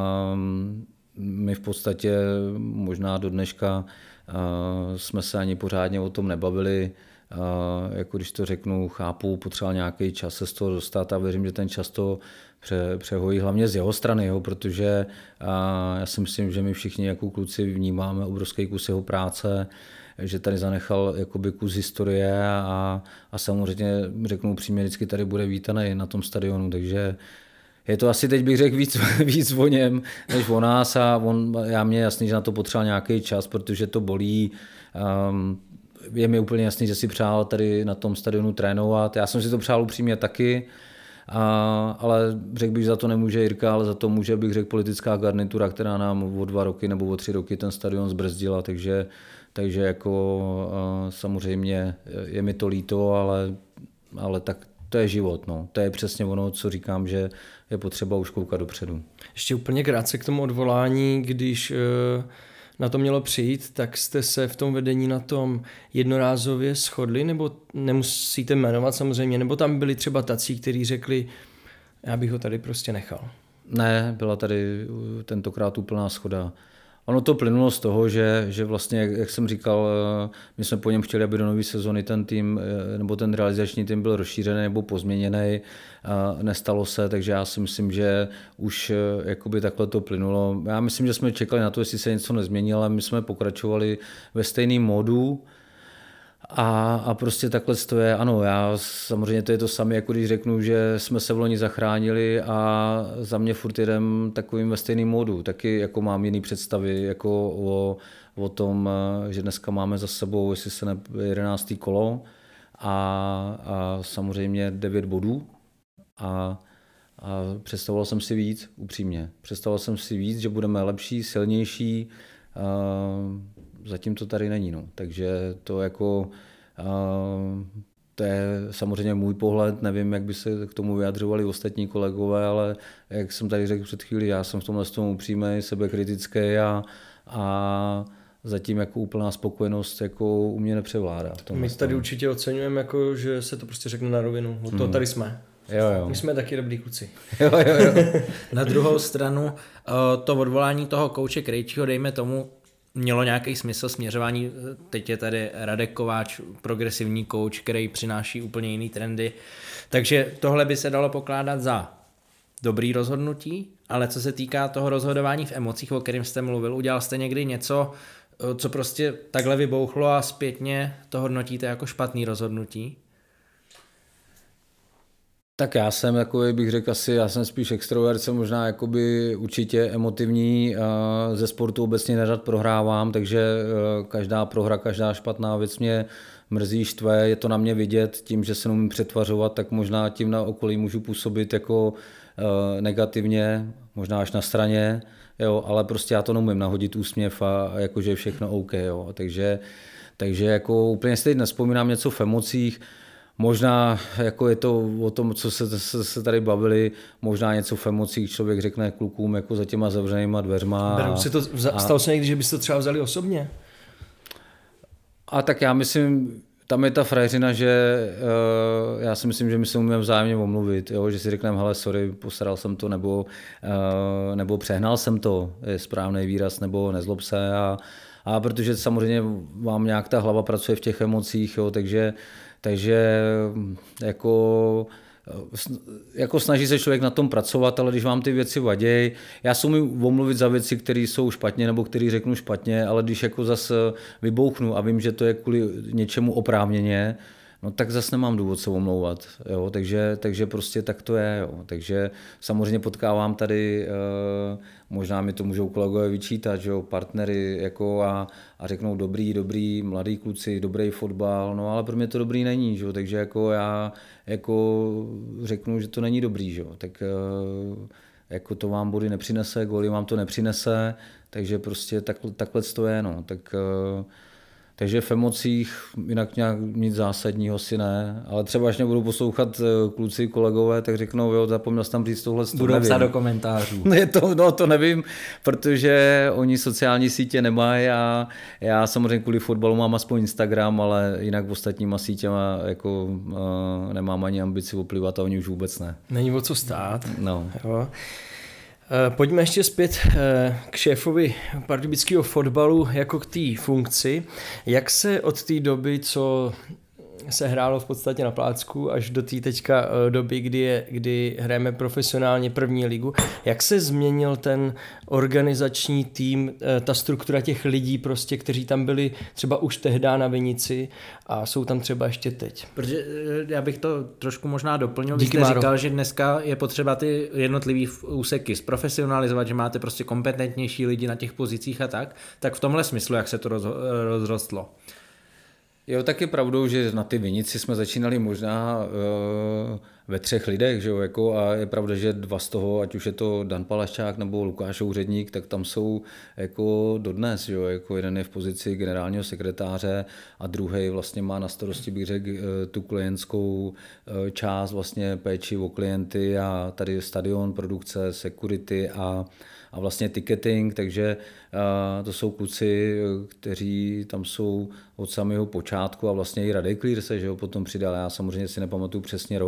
my v podstatě možná do dneška jsme se ani pořádně o tom nebavili, jako když to řeknu, chápu, potřeboval nějaký čas se z toho dostat a věřím, že ten čas to přehojí hlavně z jeho strany, jo, protože já si myslím, že my všichni jako kluci vnímáme obrovský kus jeho práce, že tady zanechal jakoby kus historie a samozřejmě řeknu upřímně, vždycky tady bude vítaný na tom stadionu, takže je to asi teď bych řekl víc o něm, než o nás a já mě jasný, že na to potřeboval nějaký čas, protože to bolí. Je mi úplně jasný, že si přál tady na tom stadionu trénovat. Já jsem si to přál upřímně taky, ale řekl bych, že za to nemůže Jirka, ale za to může, bych řekl, politická garnitura, která nám o 2 roky nebo o 3 roky ten stadion zbrzdila, takže jako samozřejmě je mi to líto, ale tak to je život, no. To je přesně ono, co říkám, že je potřeba už koukat dopředu. Ještě úplně krátce k tomu odvolání, když na to mělo přijít, tak jste se v tom vedení na tom jednorázově shodli, nebo nemusíte jmenovat samozřejmě, nebo tam byli třeba tací, kteří řekli, já bych ho tady prostě nechal? Ne, byla tady tentokrát úplná shoda. Ono to plynulo z toho, že vlastně, jak jsem říkal, my jsme po něm chtěli, aby do nové sezony ten tým, nebo ten realizační tým byl rozšířený nebo pozměněný. Nestalo se, takže já si myslím, že už jakoby takhle to plynulo. Já myslím, že jsme čekali na to, jestli se něco nezmění, ale my jsme pokračovali ve stejném módu. A prostě takhle to je, ano, já samozřejmě to je to samé, jako když řeknu, že jsme se v loni zachránili a za mě furt jedem takovým ve stejným módu, taky jako mám jiný představy jako o tom, že dneska máme za sebou, jestli se 11. kolo a samozřejmě 9 bodů a představoval jsem si víc, upřímně. Představoval jsem si víc, že budeme lepší, silnější, zatím to tady není, no. Takže to jako, to je samozřejmě můj pohled, nevím, jak by se k tomu vyjadřovali ostatní kolegové, ale jak jsem tady řekl před chvílí, já jsem v tomhle tomu upřímnej, sebekritický a zatím jako úplná spokojenost jako u mě nepřevládá. My tady určitě oceňujeme, jako, že se to prostě řekne na rovinu, od toho tady jsme. Jo. My jsme taky dobrý kluci. Jo. Na druhou stranu to odvolání toho kouče Krejčího, dejme tomu, mělo nějaký smysl směřování. Teď je tady Radek Kováč, progresivní kouč, který přináší úplně jiný trendy. Takže tohle by se dalo pokládat za dobrý rozhodnutí, ale co se týká toho rozhodování v emocích, o kterém jste mluvil, udělal jste někdy něco, co prostě takhle vybouchlo a zpětně to hodnotíte jako špatný rozhodnutí? Tak já jsem takový, bych řekl asi, já jsem spíš extrovert, jsem možná jakoby určitě emotivní, ze sportu obecně nerad prohrávám, takže každá prohra, každá špatná věc mě mrzí, štve, je to na mě vidět, tím, že se neumím přetvařovat, tak možná tím na okolí můžu působit jako negativně, možná až na straně, jo, ale prostě já to neumím nahodit úsměv a jakože je všechno OK, jo, takže jako úplně si teď nevzpomínám něco v emocích. Možná jako je to o tom, co se tady bavili, možná něco v emocích člověk řekne klukům jako za těma zavřenýma dveřma. Stalo se někdy, že byste to třeba vzali osobně? A tak já myslím, tam je ta frajeřina, že já si myslím, že my se umíme vzájemně omluvit, jo? Že si řekneme, hele, sorry, postaral jsem to, nebo přehnal jsem to, je správný výraz, nebo nezlob se. A protože samozřejmě vám nějak ta hlava pracuje v těch emocích, jo? Takže jako snaží se člověk na tom pracovat, ale když vám ty věci vadějí, já se umím omluvit za věci, které jsou špatně nebo které řeknu špatně, ale když jako zase vybouchnu a vím, že to je kvůli něčemu oprávněně, no tak zase nemám důvod se omlouvat, jo? Takže prostě tak to je. Jo? Takže samozřejmě potkávám tady, možná mi to můžou kolegové vyčítat, že jo? Partnery jako a řeknou dobrý, mladý kluci, dobrý fotbal, no ale pro mě to dobrý není, že jo? Takže jako já jako řeknu, že to není dobrý, že jo? Tak jako to vám body nepřinese, góly vám to nepřinese, takže prostě takhle to je, no. Takže v emocích jinak nějak nic zásadního si ne, ale třeba až mě budou poslouchat kluci, kolegové, tak řeknou, jo, zapomněl jsem tam říct tohle. Budou psát do komentářů. To nevím, protože oni sociální sítě nemají a já samozřejmě kvůli fotbalu mám aspoň Instagram, ale jinak ostatníma sítěma jako nemám ani ambici oplivat a oni už vůbec ne. Není o co stát. No. Jo. Pojďme ještě zpět k šéfovi pardubického fotbalu jako k té funkci. Jak se od té doby, co se hrálo v podstatě na plácku, až do té teďka doby, kdy hrajeme profesionálně první ligu, jak se změnil ten organizační tým, ta struktura těch lidí, prostě, kteří tam byli třeba už tehdy na Vinici a jsou tam třeba ještě teď? Protože já bych to trošku možná doplnil. Vy jste říkal, že dneska je potřeba ty jednotlivý úseky zprofesionalizovat, že máte prostě kompetentnější lidi na těch pozicích a tak v tomhle smyslu, jak se to rozrostlo. Jo, tak je pravdou, že na ty Vinici jsme začínali možná ve 3 lidech, že jo, jako, a je pravda, že 2 z toho, ať už je to Dan Palaščák nebo Lukáš Úředník, tak tam jsou jako dodnes, že jo, jako jeden je v pozici generálního sekretáře a druhý vlastně má na starosti, bych řekl, tu klientskou část, vlastně péči o klienty a tady stadion, produkce, security a vlastně ticketing, takže to jsou kluci, kteří tam jsou od samého počátku a vlastně i Radek Klír se, že ho potom přidal. Já samozřejmě si nepamatuju přesně rok, ale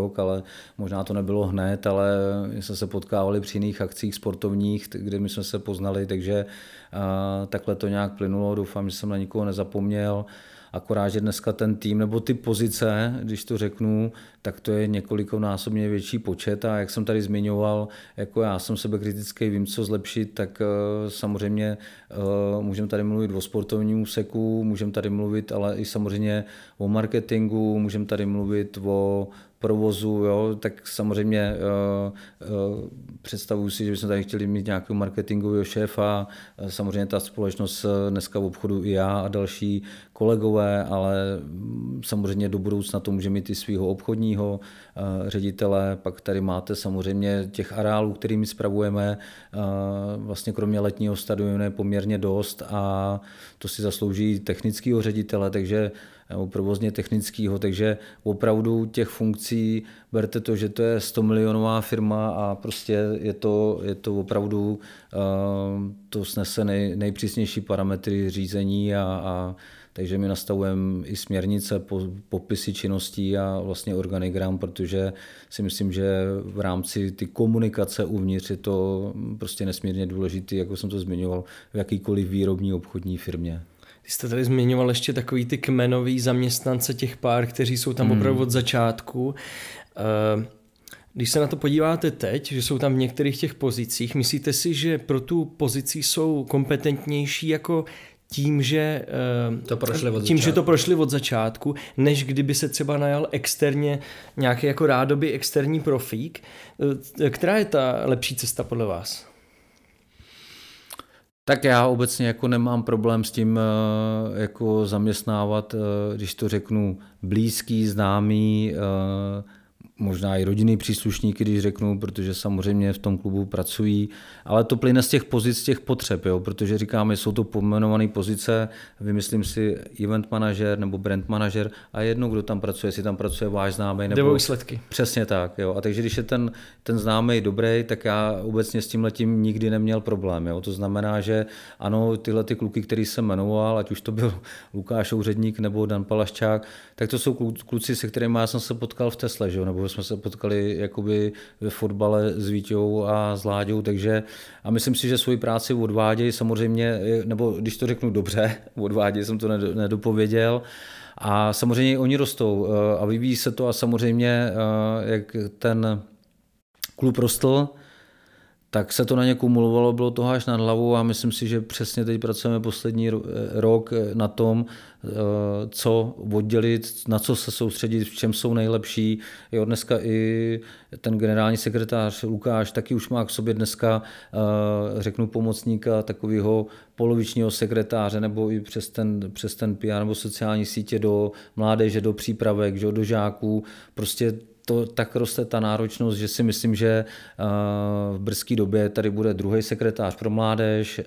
možná to nebylo hned, ale jsme se potkávali při jiných akcích sportovních, kde my jsme se poznali, takže takhle to nějak plynulo, doufám, že jsem na nikoho nezapomněl. Akorát, že dneska ten tým nebo ty pozice, když to řeknu, tak to je několikonásobně větší počet a jak jsem tady zmiňoval, jako já jsem sebekritický, vím, co zlepšit, tak samozřejmě můžeme tady mluvit o sportovním úseku, můžeme tady mluvit ale i samozřejmě o marketingu, můžeme tady mluvit o provozu, jo, tak samozřejmě představuji si, že bychom tady chtěli mít nějakého marketingového šéfa, samozřejmě ta společnost dneska v obchodu i já a další kolegové, ale samozřejmě do budoucna to může mít i svého obchodního ředitele, pak tady máte samozřejmě těch areálů, kterými spravujeme, vlastně kromě letního stadionu je poměrně dost a to si zaslouží technického ředitele, takže provozně technického, takže opravdu těch funkcí, berte to, že to je 100 milionová firma a prostě je to opravdu, to snese nejpřísnější parametry řízení a takže my nastavujeme i směrnice, popisy činností a vlastně organigram, protože si myslím, že v rámci ty komunikace uvnitř je to prostě nesmírně důležitý, jako jsem to zmiňoval, v jakýkoliv výrobní obchodní firmě. Ty jste tady zmiňoval ještě takový ty kmenový zaměstnance těch pár, kteří jsou tam opravdu od začátku. Když se na to podíváte teď, že jsou tam v některých těch pozicích, myslíte si, že pro tu pozici jsou kompetentnější jako tím, že to prošli od začátku, než kdyby se třeba najal externě nějaký jako rádoby externí profík? Která je ta lepší cesta podle vás? Tak já obecně jako nemám problém s tím jako zaměstnávat, když to řeknu, blízký, známý, možná i rodinný příslušníky, když řeknu, protože samozřejmě v tom klubu pracují, ale to plyne z těch pozic, z těch potřeb, jo, protože říkáme, jsou to pojmenované pozice, vymyslím si event manažer nebo brand manažer a jedno, kdo tam pracuje, jestli tam pracuje váš známý nebo výsledky. Přesně tak, jo. A takže když je ten známý dobrý, tak já obecně s tímhletím nikdy neměl problém, jo. To znamená, že ano, tyhle ty kluky, který jsem jmenoval, ať už to byl Lukáš Ouředník nebo Dan Palaščák, tak to jsou kluci, se kterými já jsem se potkal v Tesle, že jo, nebo jsme se potkali jakoby ve fotbale s Víťou a s Láďou, takže a myslím si, že svoji práci odvádějí samozřejmě, nebo když to řeknu dobře, odvádějí, jsem to nedopověděl, a samozřejmě oni rostou a vyvíjí se to a samozřejmě, jak ten klub rostl, tak se to na ně kumulovalo, bylo toho až nad hlavu a myslím si, že přesně teď pracujeme poslední rok na tom, co oddělit, na co se soustředit, v čem jsou nejlepší. Jo, dneska i ten generální sekretář Lukáš taky už má k sobě dneska, řeknu, pomocníka, takového polovičního sekretáře nebo i přes ten PR nebo sociální sítě do mládeže, do přípravek, do žáků, prostě to tak roste ta náročnost, že si myslím, že v brzké době tady bude druhý sekretář pro mládež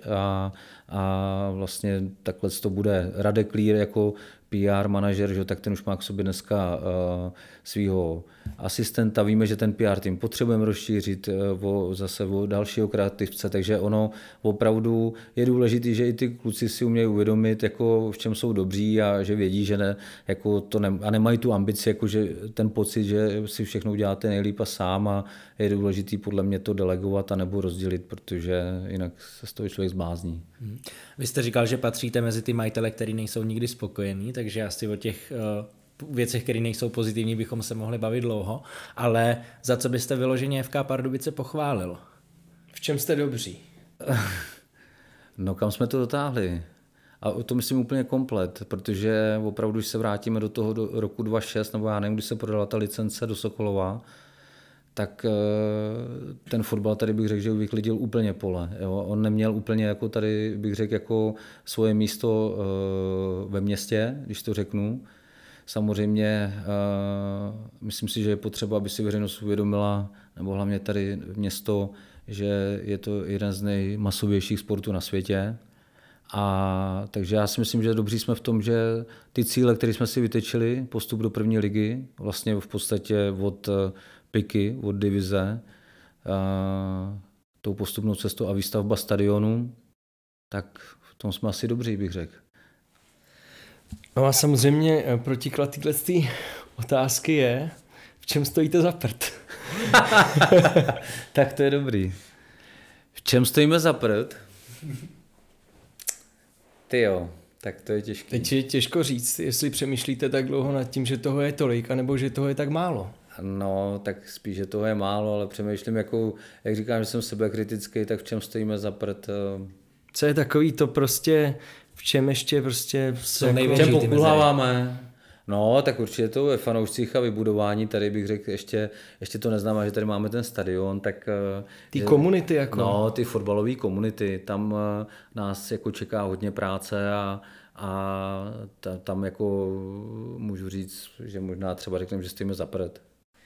a vlastně takhle to bude Radek Klír jako PR manažer, že, tak ten už má k sobě dneska svého asistenta. Víme, že ten PR tým potřebujeme rozšířit zase o dalšího kreativce, takže ono opravdu je důležité, že i ty kluci si umějí uvědomit, jako v čem jsou dobří a že vědí, že ne, jako to a nemají tu ambici, jako že ten pocit, že si všechno uděláte nejlíp a sám a je důležité podle mě to delegovat a nebo rozdělit, protože jinak se z toho člověk zblázní. Vy jste říkal, že patříte mezi ty majitele, kteří nejsou nikdy spokojení, takže asi o těch věcech, které nejsou pozitivní, bychom se mohli bavit dlouho, ale za co byste vyloženě FK Pardubice pochválil? V čem jste dobří? No kam jsme to dotáhli? A to myslím úplně komplet, protože opravdu, když se vrátíme do toho roku 2006, nebo já nevím, když se prodala ta licence do Sokolova, tak ten fotbal tady bych řekl, že vyklidil úplně pole. Jo. On neměl úplně, jako tady bych řekl, jako svoje místo ve městě, když to řeknu. Samozřejmě myslím si, že je potřeba, aby si veřejnost uvědomila, nebo hlavně tady město, že je to jeden z nejmasovějších sportů na světě. A takže já si myslím, že dobří jsme v tom, že ty cíle, které jsme si vytečili, postup do první ligy, vlastně v podstatě od piky, od divize, tou postupnou cestou a výstavba stadionu, tak v tom jsme asi dobří, bych řekl. No a samozřejmě protiklad této otázky je, v čem stojíte za prd? Tak to je dobrý. V čem stojíme za prd? Tyjo, tak to je těžké. Teď je těžko říct, jestli přemýšlíte tak dlouho nad tím, že toho je tolik, anebo že toho je tak málo. No, tak spíš, že toho je málo, ale přemýšlím, jak říkám, že jsem sebekritický, tak v čem stojíme za prd? Co je takový to prostě, v čem ještě prostě... V čem pokulháváme? No, tak určitě to ve fanoušcích a vybudování, tady bych řekl, ještě to neznamená, že tady máme ten stadion, tak... Ty komunity jako... No, ty fotbalové komunity, tam nás jako čeká hodně práce a tam jako můžu říct, že možná třeba řekneme, že stojíme za prd.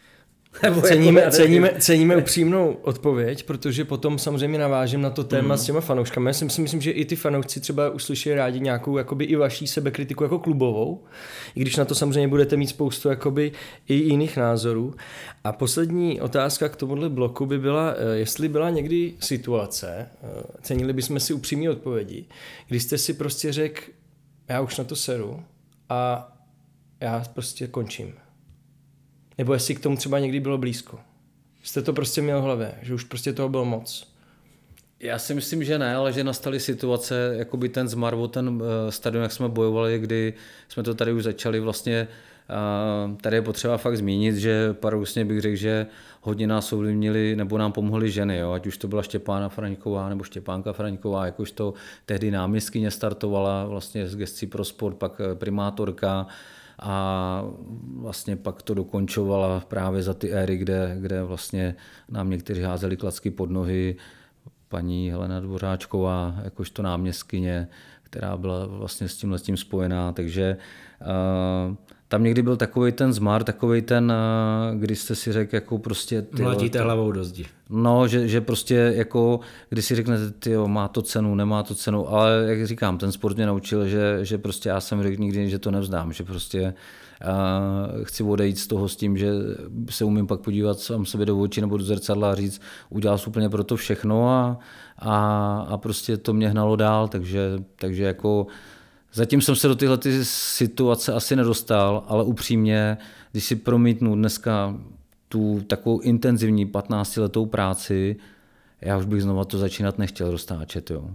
Ceníme upřímnou odpověď, protože potom samozřejmě navážím na to téma s těma fanouškami. Já si myslím, že i ty fanoušci třeba uslyší rádi nějakou jakoby i vaší sebekritiku jako klubovou, i když na to samozřejmě budete mít spoustu jakoby i jiných názorů. A poslední otázka k tomuhle bloku by byla, jestli byla někdy situace, cenili bychom si upřímné odpovědi, kdy jste si prostě řekl, já už na to seru a já prostě končím. Nebo jestli k tomu třeba někdy bylo blízko. Jste to prostě měl v hlavě, že už prostě toho bylo moc. Já si myslím, že ne, ale že nastaly situace, jakoby ten zmar o ten stadion, jak jsme bojovali, kdy jsme to tady už začali vlastně, tady je potřeba fakt zmínit, že paradoxně bych řekl, že hodně nás ovlivnili nebo nám pomohly ženy, jo? Ať už to byla Štěpána Fraňková nebo Štěpánka Fraňková, jakož to tehdy náměstkyně startovala vlastně z gescí pro sport, pak primátorka, a vlastně pak to dokončovala právě za ty éry, kde vlastně nám někteří házeli klacky pod nohy, paní Helena Dvořáčková, jakožto náměstkyně, která byla vlastně s tímhletím spojená, takže tam někdy byl takovej ten zmar, takovej ten, kdy jste si řekl, jako prostě... Mladíte hlavou do zdi. No, že prostě jako, když si řeknete, tyjo, má to cenu, nemá to cenu, ale jak říkám, ten sport mě naučil, že prostě já jsem řekl nikdy, že to nevzdám, že prostě chci odejít z toho s tím, že se umím pak podívat sám sebe do očí nebo do zrcadla a říct, udělal jsi úplně pro to všechno a prostě to mě hnalo dál, takže jako zatím jsem se do tyhle situace asi nedostal, ale upřímně, když si promítnu dneska tu takovou intenzivní 15letou práci, já už bych znova to začínat nechtěl roztáčet. Jo.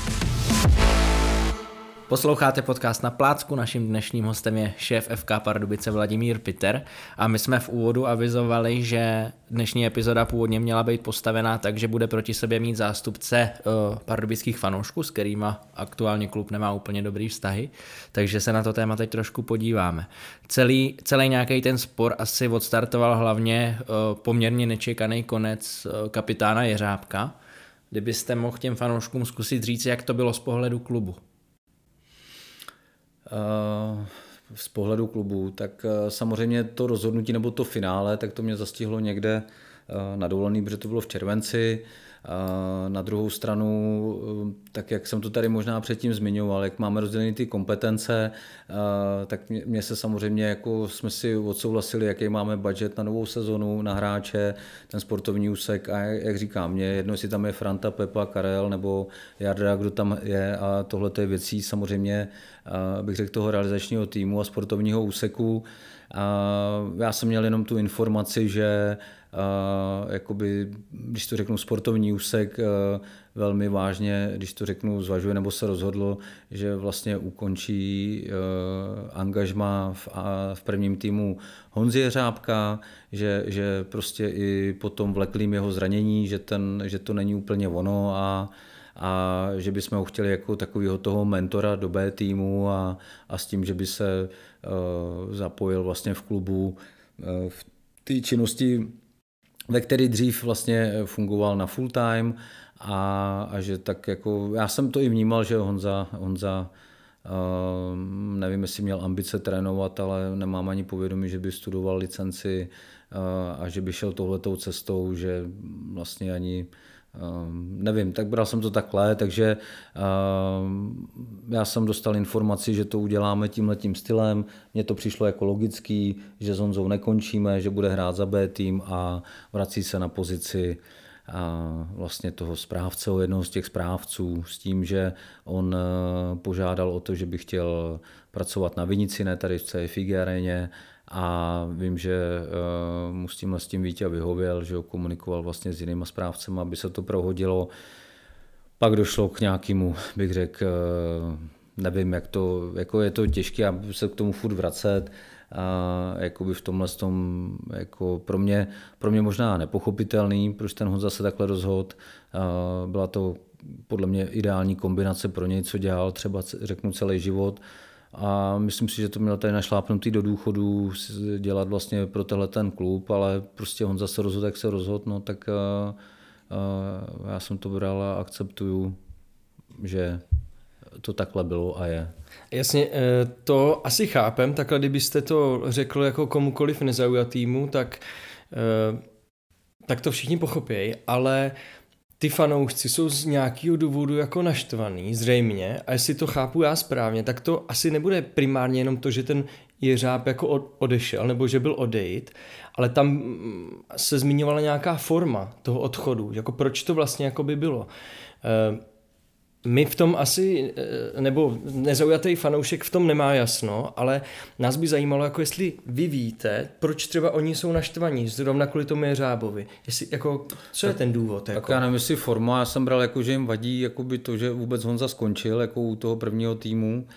Posloucháte podcast Na plácku, naším dnešním hostem je šéf FK Pardubice Vladimír Pitter a my jsme v úvodu avizovali, že dnešní epizoda původně měla být postavená tak, že bude proti sobě mít zástupce pardubických fanoušků, s kterýma aktuálně klub nemá úplně dobrý vztahy, takže se na to téma teď trošku podíváme. Celý nějaký ten spor asi odstartoval hlavně poměrně nečekaný konec kapitána Jeřábka. Kdybyste mohl těm fanouškům zkusit říct, jak to bylo z pohledu klubu. Z pohledu klubu, tak samozřejmě to rozhodnutí nebo to finále, tak to mě zastihlo někde na dovolený, protože to bylo v červenci. Na druhou stranu, tak jak jsem to tady možná předtím zmiňoval, jak máme rozdělené ty kompetence, tak mě se samozřejmě, jako jsme si odsouhlasili, jaký máme budget na novou sezonu, na hráče, ten sportovní úsek a jak říkám, mě jedno, jestli tam je Franta, Pepa, Karel nebo Jarda, kdo tam je a tohle je věcí samozřejmě, bych řekl, toho realizačního týmu a sportovního úseku. Já jsem měl jenom tu informaci, že jakoby, když to řeknu sportovní úsek, velmi vážně, když to řeknu, zvažuje nebo se rozhodlo, že vlastně ukončí angažmá v prvním týmu Honzy Jeřábka, že prostě i potom vleklým jeho zranění, že to není úplně ono a že bychom ho chtěli jako takového toho mentora do B týmu a s tím, že by se zapojil vlastně v klubu v té činnosti, ve který dřív vlastně fungoval na full time a že tak jako, já jsem to i vnímal, že Honza nevím, jestli měl ambice trénovat, ale nemám ani povědomí, že by studoval licenci a že by šel touhletou cestou, že vlastně ani nevím, tak bral jsem to takhle, takže já jsem dostal informaci, že to uděláme tímhletím stylem, mně to přišlo jako logický, že s Honzou nekončíme, že bude hrát za B tým a vrací se na pozici vlastně toho správce, jednoho z těch správců, s tím, že on požádal o to, že by chtěl pracovat na Vinici, ne tady v CFIG aréně a vím, že mu s tím Víťa vyhověl, že ho komunikoval vlastně s jinýma správcemi, aby se to prohodilo. Pak došlo k nějakému, bych řekl, nevím, jak to, jako je to těžké se k tomu furt vracet, a jakoby v tomhle tom, jako pro mě možná nepochopitelný, proč ten Honza se takhle rozhodl. Byla to podle mě ideální kombinace pro něj, co dělal třeba řeknu celý život. A myslím si, že to měl tady našlápnutý do důchodu dělat vlastně pro tenhle ten klub, ale prostě Honza se rozhodl, jak se rozhodl, no tak já jsem to bral a akceptuju, že to takhle bylo a je. Jasně, to asi chápem, takhle kdybyste to řekl jako komukoliv nezaujatýmu, tak to všichni pochopějí, ale ty fanoušci jsou z nějakého důvodu jako naštvaný, zřejmě, a jestli to chápu já správně, tak to asi nebude primárně jenom to, že ten Jeřáb jako odešel, nebo že byl odejít, ale tam se zmiňovala nějaká forma toho odchodu, jako proč to vlastně jako by bylo. My v tom asi, nebo nezaujatý fanoušek v tom nemá jasno, ale nás by zajímalo, jako jestli vy víte, proč třeba oni jsou naštvaní, zrovna kvůli tomu Jeřábovi. Jestli, jako, co je ten důvod? Tak jako? já nevím, jestli forma, já jsem bral, jako, že jim vadí jakoby to, že vůbec Honza skončil jako u toho prvního týmu.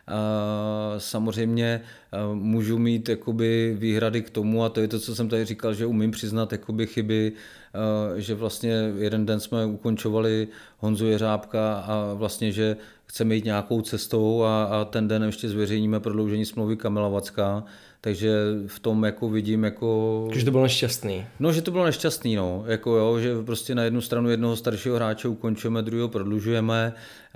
Samozřejmě můžu mít jakoby výhrady k tomu, a to je to, co jsem tady říkal, že umím přiznat jakoby chyby, že vlastně jeden den jsme ukončovali Honzu Jeřábka a vlastně, že chceme jít nějakou cestou a ten den ještě zveřejníme prodloužení smlouvy Kamila Vacka, takže v tom jako vidím jako... Že to bylo nešťastný. No, že to bylo nešťastný, no, jako jo, že prostě na jednu stranu jednoho staršího hráče ukončujeme, druhého prodlužujeme,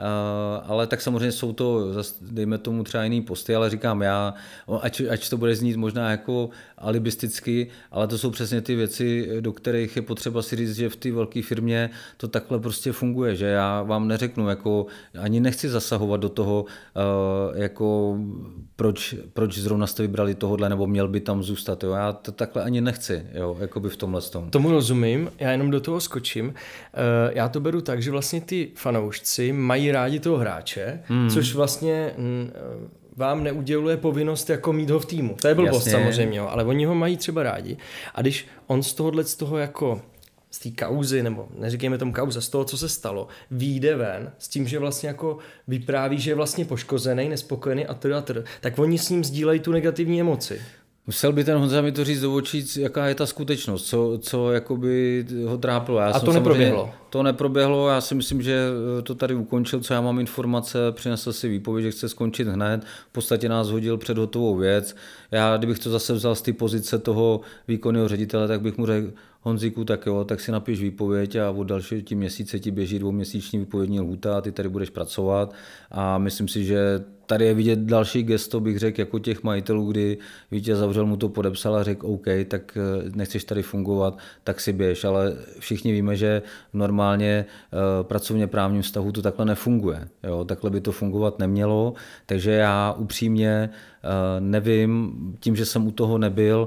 ale tak samozřejmě jsou to, dejme tomu třeba jiný posty, ale říkám já, ať to bude znít možná jako alibisticky, ale to jsou přesně ty věci, do kterých je potřeba si říct, že v té velké firmě to takhle prostě funguje, že já vám neřeknu, jako ani nechci zasahovat do toho, jako proč zrovna jste vybrali tohodle, nebo měl by tam zůstat, jo, já to takhle ani nechci, jo, jako by v tomhle tom. Tomu rozumím, já jenom do toho skočím. Já to beru tak, že vlastně ty fanoušci mají rádi toho hráče, což vlastně vám neuděluje povinnost jako mít ho v týmu. To je blbost samozřejmě, jo, ale oni ho mají třeba rádi. A když on z toho jako z té kauzy, nebo neříkejme tomu kauza, z toho, co se stalo, vyjde ven s tím, že vlastně jako vypráví, že je vlastně poškozený, nespokojený a tak oni s ním sdílejí tu negativní emoci. Musel by ten Honza mi to říct do očí, jaká je ta skutečnost, co jakoby ho trápilo. A to neproběhlo? To neproběhlo, já si myslím, že to tady ukončil, co já mám informace, přinesl si výpověď, že chce skončit hned, v podstatě nás hodil před hotovou věc. Já, kdybych to zase vzal z té pozice toho výkonného ředitele, tak bych mu řekl, Honzíku, tak jo, tak si napiš výpověď a od dalšího měsíce ti běží 2měsíční výpovědní lhůta a ty tady budeš pracovat. A myslím si, že tady je vidět další gesto, bych řekl, jako těch majitelů, kdy Vítě Zavřel mu to podepsal a řekl OK, tak nechceš tady fungovat, tak si běž, ale všichni víme, že normálně pracovně právním vztahu to takhle nefunguje. Jo? Takhle by to fungovat nemělo, takže já upřímně nevím, tím, že jsem u toho nebyl,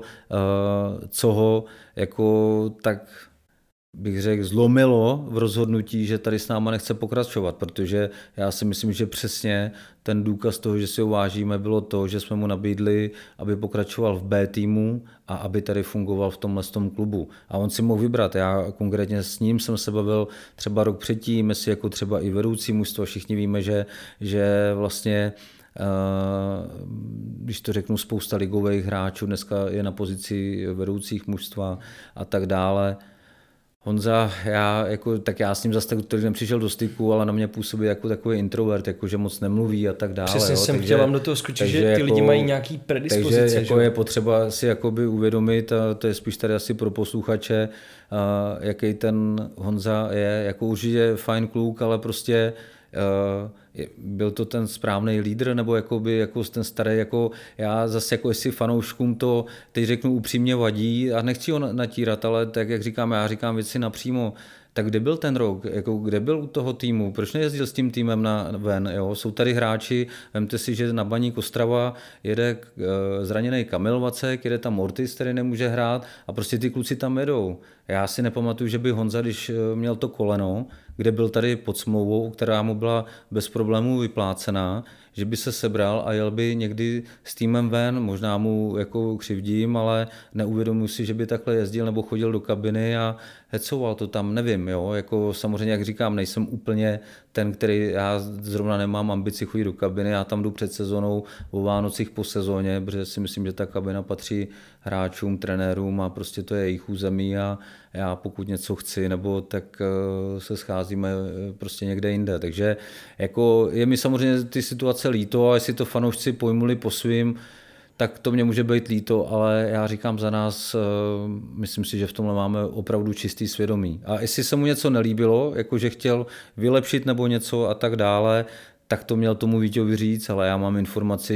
co ho jako tak bych řekl, zlomilo v rozhodnutí, že tady s náma nechce pokračovat, protože já si myslím, že přesně ten důkaz toho, že si ho vážíme, bylo to, že jsme mu nabídli, aby pokračoval v B týmu a aby tady fungoval v tomhle klubu. A on si mohl vybrat. Já konkrétně s ním jsem se bavil třeba rok předtím, jestli jako třeba i vedoucí mužstva. Všichni víme, že vlastně když to řeknu, spousta ligových hráčů dneska je na pozici vedoucích mužstva a tak dále. Honza, já s ním zase tak nepřišel do styku, ale na mě působí jako takový introvert, jako že moc nemluví a tak dále. Přesně jsem chtěl vám do toho skočit, že ty lidi mají nějaký predispozice. Takže jako je potřeba si jakoby uvědomit, a to je spíš tady asi pro posluchače, jaký ten Honza je, jako určitě fajn kluk, ale prostě byl to ten správný lídr, nebo jako ten starý, jako já zase jako jestli fanouškům to teď řeknu upřímně vadí a nechci ho natírat, ale tak jak říkám, já říkám věci napřímo. Tak kde byl ten rok? Jako kde byl u toho týmu? Proč nejezdil s tím týmem ven? Jo? Jsou tady hráči, vemte si, že na Baník Ostrava jede zraněný Kamil Vacek, jede tam Ortiz, který nemůže hrát a prostě ty kluci tam jedou. Já si nepamatuju, že by Honza, když měl to koleno, kde byl tady pod smlouvou, která mu byla bez problémů vyplácená, že by se sebral a jel by někdy s týmem ven, možná mu jako křivdím, ale neuvědomuji si, že by takhle jezdil nebo chodil do kabiny a hecoval to tam, nevím, jo, jako samozřejmě, jak říkám, nejsem úplně ten, který, já zrovna nemám ambici chodit do kabiny, já tam jdu před sezónou o Vánocích po sezóně, protože si myslím, že ta kabina patří hráčům, trenérům a prostě to je jejich území a já pokud něco chci, nebo tak se scházíme prostě někde jinde, takže jako je mi samozřejmě ty situace líto a jestli to fanoušci pojmuli po svým, tak to mě může být líto, ale já říkám za nás, myslím si, že v tomhle máme opravdu čistý svědomí. A jestli se mu něco nelíbilo, jakože chtěl vylepšit nebo něco a tak dále, tak to měl tomu Víťovi říct, ale já mám informaci,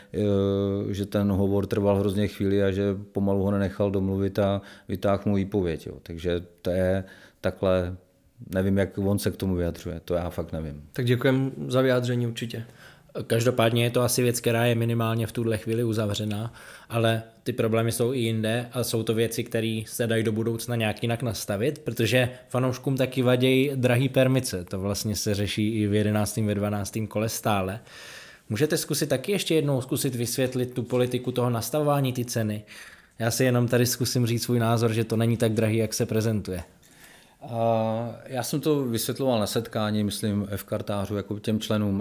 že ten hovor trval hrozně chvíli a že pomalu ho nenechal domluvit a vytáhl mu výpověď. Jo. Takže to je takhle, nevím, jak on se k tomu vyjadřuje, to já fakt nevím. Tak děkujem za vyjádření určitě. Každopádně je to asi věc, která je minimálně v tuhle chvíli uzavřená, ale ty problémy jsou i jinde a jsou to věci, které se dají do budoucna nějak jinak nastavit, protože fanouškům taky vadějí drahý permice. To vlastně se řeší i v 11. ve 12. kole stále. Můžete zkusit taky ještě jednou vysvětlit tu politiku toho nastavování ty ceny? Já si jenom tady zkusím říct svůj názor, že to není tak drahý, jak se prezentuje. Já jsem to vysvětloval na setkání, myslím, F-kartářů, jako těm členům.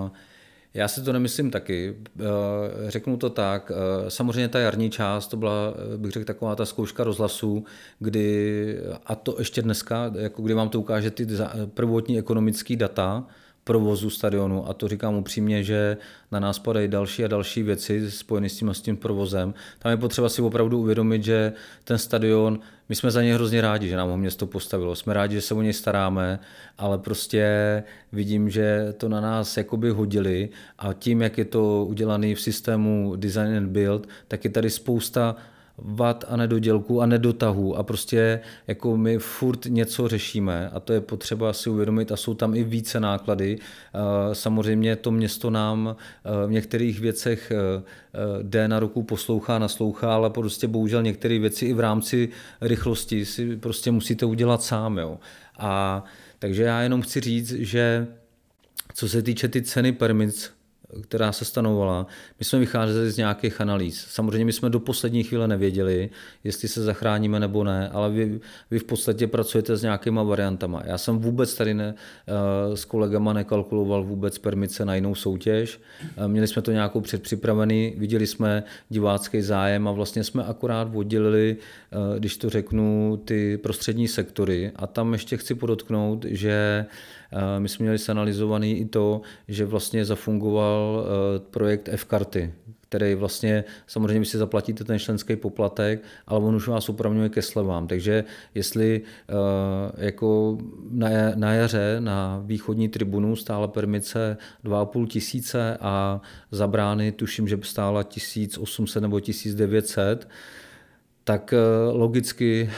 Já si to nemyslím taky, řeknu to tak, samozřejmě ta jarní část, to byla, bych řekl, taková ta zkouška rozhlasu, kdy, a to ještě dneska, jako kdy vám to ukáže ty prvotní ekonomické data provozu stadionu, a to říkám upřímně, že na nás padají další a další věci spojené s tím provozem. Tam je potřeba si opravdu uvědomit, že ten stadion, my jsme za něj hrozně rádi, že nám ho město postavilo, jsme rádi, že se o něj staráme, ale prostě vidím, že to na nás jakoby hodili a tím, jak je to udělané v systému Design and Build, tak je tady spousta vad a nedodělků a nedotahů a prostě jako my furt něco řešíme a to je potřeba si uvědomit a jsou tam i více náklady. Samozřejmě to město nám v některých věcech jde na ruku, poslouchá, naslouchá, ale prostě bohužel některé věci i v rámci rychlosti si prostě musíte udělat sám. Jo. A takže já jenom chci říct, že co se týče ty ceny permits, která se stanovala, my jsme vycházeli z nějakých analýz. Samozřejmě my jsme do poslední chvíle nevěděli, jestli se zachráníme nebo ne, ale vy v podstatě pracujete s nějakýma variantama. Já jsem vůbec tady s kolegama nekalkuloval vůbec permice na jinou soutěž. Měli jsme to nějakou předpřipravený, viděli jsme divácký zájem a vlastně jsme akorát oddělili, když to řeknu, ty prostřední sektory. A tam ještě chci podotknout, že my jsme měli zanalyzovaný i to, že vlastně zafungoval projekt F-karty, který vlastně, samozřejmě vy si zaplatíte ten členský poplatek, ale on už vás opravňuje ke slevám. Takže jestli jako na jaře na východní tribunu stála permice 2,5 tisíce a za brány tuším, že stála 1800 nebo 1900, tak logicky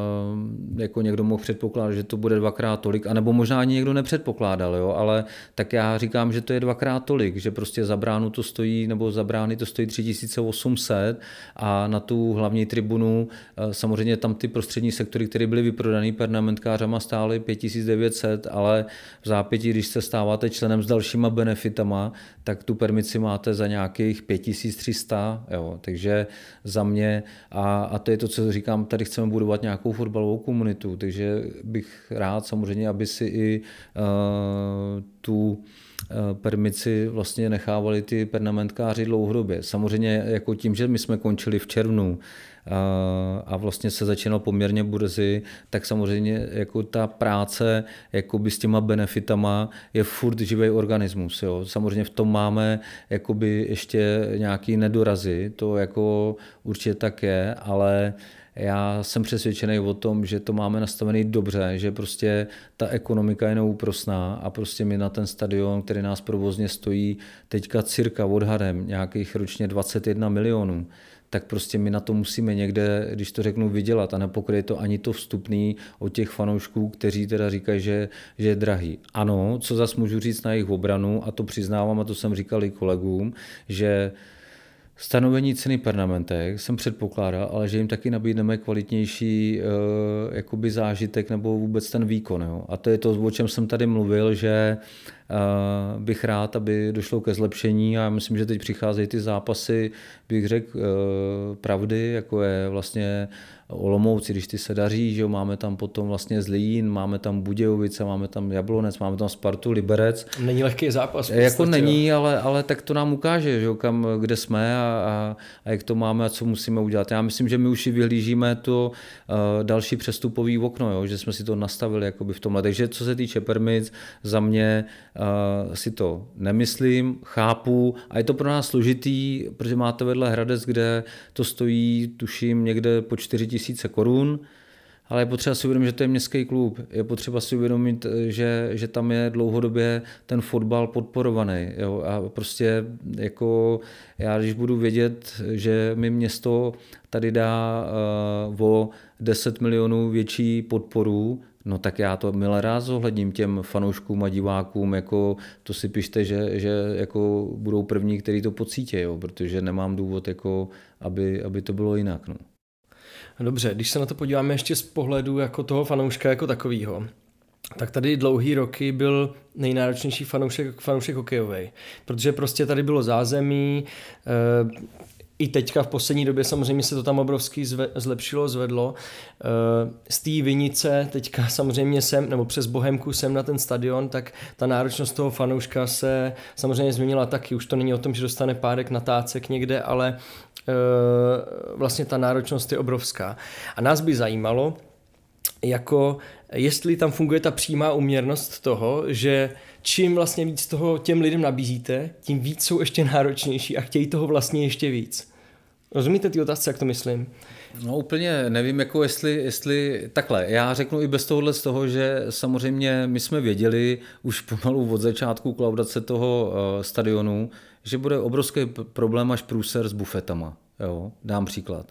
jako někdo mohl předpokládat, že to bude dvakrát tolik, anebo možná ani někdo nepředpokládal, jo? Ale tak já říkám, že to je dvakrát tolik, že prostě za bránu to stojí, nebo za brány to stojí 3800 a na tu hlavní tribunu samozřejmě tam ty prostřední sektory, které byly vyprodaný pernamentkářama, stály 5900, ale v zápětí, když se stáváte členem s dalšíma benefitama, tak tu permici máte za nějakých 5300, jo? Takže za mě a to je to, co říkám, tady chceme budovat nějakou fotbalovou komunitu, takže bych rád samozřejmě, aby si i tu permici vlastně nechávali ty pernamentkáři dlouhodobě. Samozřejmě jako tím, že my jsme končili v červnu a vlastně se začínalo poměrně brzy, tak samozřejmě jako ta práce jakoby s těma benefitama je furt živý organismus. Jo. Samozřejmě v tom máme jakoby ještě nějaký nedorazy, to jako určitě tak je, ale já jsem přesvědčený o tom, že to máme nastavený dobře, že prostě ta ekonomika je neúprosná a prostě my na ten stadion, který nás provozně stojí teďka cirka odhadem nějakých ročně 21 milionů, tak prostě my na to musíme někde, když to řeknu, vydělat a nepokryje to ani to vstupný od těch fanoušků, kteří teda říkají, že je drahý. Ano, co zas můžu říct na jejich obranu, a to přiznávám, a to jsem říkal i kolegům, že stanovení ceny pernamentek jsem předpokládal, ale že jim taky nabídneme kvalitnější jakoby zážitek nebo vůbec ten výkon. Jo. A to je to, o čem jsem tady mluvil, že bych rád, aby došlo ke zlepšení a já myslím, že teď přicházejí ty zápasy, bych řekl, pravdy, jako je vlastně Olomouci, když ty se daří, že jo, máme tam potom vlastně Zlín, máme tam Budějovice, máme tam Jablonec, máme tam Spartu, Liberec. Není lehký zápas. Jako není, ale tak to nám ukáže, že jo, kde jsme a jak to máme a co musíme udělat. Já myslím, že my už si vyhlížíme to další přestupový okno, jo, že jsme si to nastavili jakoby v tomhle. Takže co se týče Permic, za mě si to nemyslím, chápu a je to pro nás složitý, protože máte vedle Hradec, kde to stojí, tuším, někde po 4 000 korun, ale je potřeba si uvědomit, že to je městský klub. Je potřeba si uvědomit, že tam je dlouhodobě ten fotbal podporovaný. Jo? A prostě jako já, když budu vědět, že mi město tady dá o 10 milionů větší podporu, no tak já to milé rád zohledním těm fanouškům a divákům, jako to si pište, že jako budou první, kteří to pocítí, jo? Protože nemám důvod, jako, aby to bylo jinak. No. Dobře, když se na to podíváme ještě z pohledu jako toho fanouška jako takového, tak tady dlouhý roky byl nejnáročnější fanoušek hokejový, protože prostě tady bylo zázemí, i teďka v poslední době samozřejmě se to tam obrovsky zlepšilo, zvedlo. Z té Vinice teďka samozřejmě nebo přes Bohemku sem na ten stadion, tak ta náročnost toho fanouška se samozřejmě změnila taky. Už to není o tom, že dostane párek natácek někde, ale vlastně ta náročnost je obrovská. A nás by zajímalo, jako jestli tam funguje ta přímá úměrnost toho, že čím vlastně víc toho těm lidem nabízíte, tím víc jsou ještě náročnější a chtějí toho vlastně ještě víc. Rozumíte ty otázce, jak to myslím? No úplně nevím, jako jestli takhle. Já řeknu i bez tohohle z toho, že samozřejmě my jsme věděli už pomalu od začátku kolaudace toho stadionu, že bude obrovský problém až průser s bufetama. Jo, dám příklad.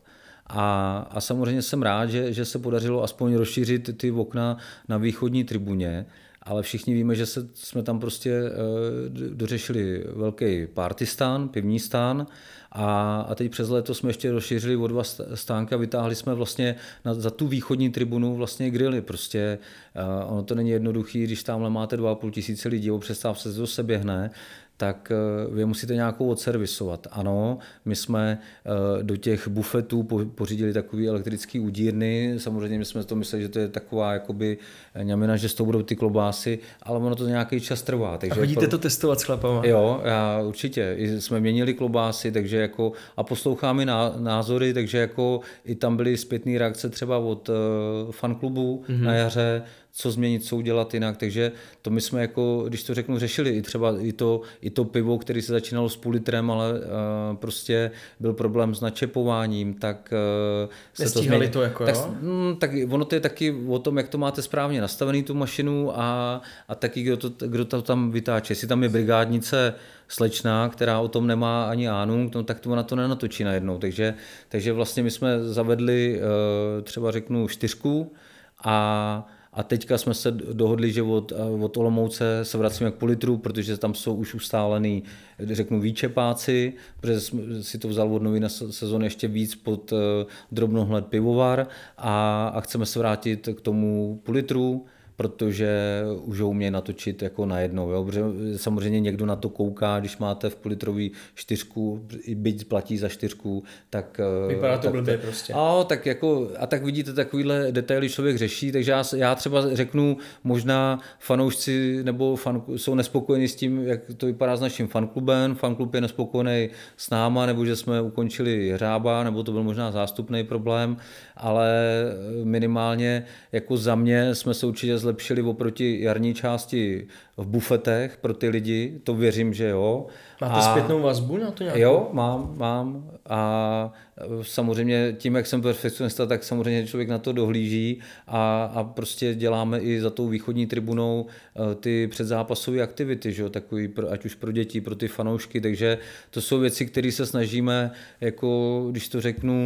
A samozřejmě jsem rád, že se podařilo aspoň rozšířit ty okna na východní tribuně, ale všichni víme, že jsme tam prostě dořešili velký partystán, pivní stán a teď přes léto jsme ještě rozšířili o 2 stánky a vytáhli jsme vlastně za tu východní tribunu vlastně grily. Prostě ono to není jednoduchý, když tamhle máte 2 500 lidí, o přestávce se to seběhne, tak vy musíte nějakou odservisovat. Ano, my jsme do těch bufetů pořídili takový elektrický udírny, samozřejmě my jsme to mysleli, že to je taková jakoby ňamina, že z toho budou ty klobásy, ale ono to nějaký čas trvá. Takže a chodíte to testovat s chlapama? Jo, já určitě. I jsme měnili klobásy, takže jako a posloucháme názory, takže jako i tam byly zpětné reakce třeba od fanklubu na jaře, co změnit, co udělat jinak, takže to my jsme jako, když to řeknu, řešili i třeba i to pivo, který se začínalo s půl litrem, ale prostě byl problém s načepováním, tak se to změnilo. To jako, tak ono to je taky o tom, jak to máte správně nastavený tu mašinu a taky kdo to tam vytáče. Jestli tam je brigádnice slečná, která o tom nemá ani ánu, no, tak to ona to nenatočí najednou. Takže vlastně my jsme zavedli třeba řeknu 4 a teďka jsme se dohodli, že od Olomouce se vracíme k půl litru, protože tam jsou už ustálený, řeknu, výčepáci, protože si to vzal od nový na sezónu ještě víc pod drobnohled pivovar a chceme se vrátit k tomu půl litru, protože už ho umějí natočit jako najednou. Jo? Protože samozřejmě někdo na to kouká, když máte v půllitrový 4, byť platí za 4, tak... Vypadá to blbě prostě. Tak vidíte, takovýhle detaily člověk řeší, takže já třeba řeknu, možná fanoušci nebo jsou nespokojení s tím, jak to vypadá s naším fanklubem, fanklub je nespokojený s náma, nebo že jsme ukončili hřába, nebo to byl možná zástupný problém, ale minimálně jako za mě jsme se určitě zlepšili oproti jarní části v bufetech pro ty lidi, to věřím, že jo. Máte zpětnou vazbu na to nějakou? Jo, mám a samozřejmě tím, jak jsem perfekcionista, tak samozřejmě člověk na to dohlíží a prostě děláme i za tou východní tribunou ty předzápasové aktivity, že jo, takový, ať už pro děti, pro ty fanoušky, takže to jsou věci, které se snažíme, jako když to řeknu,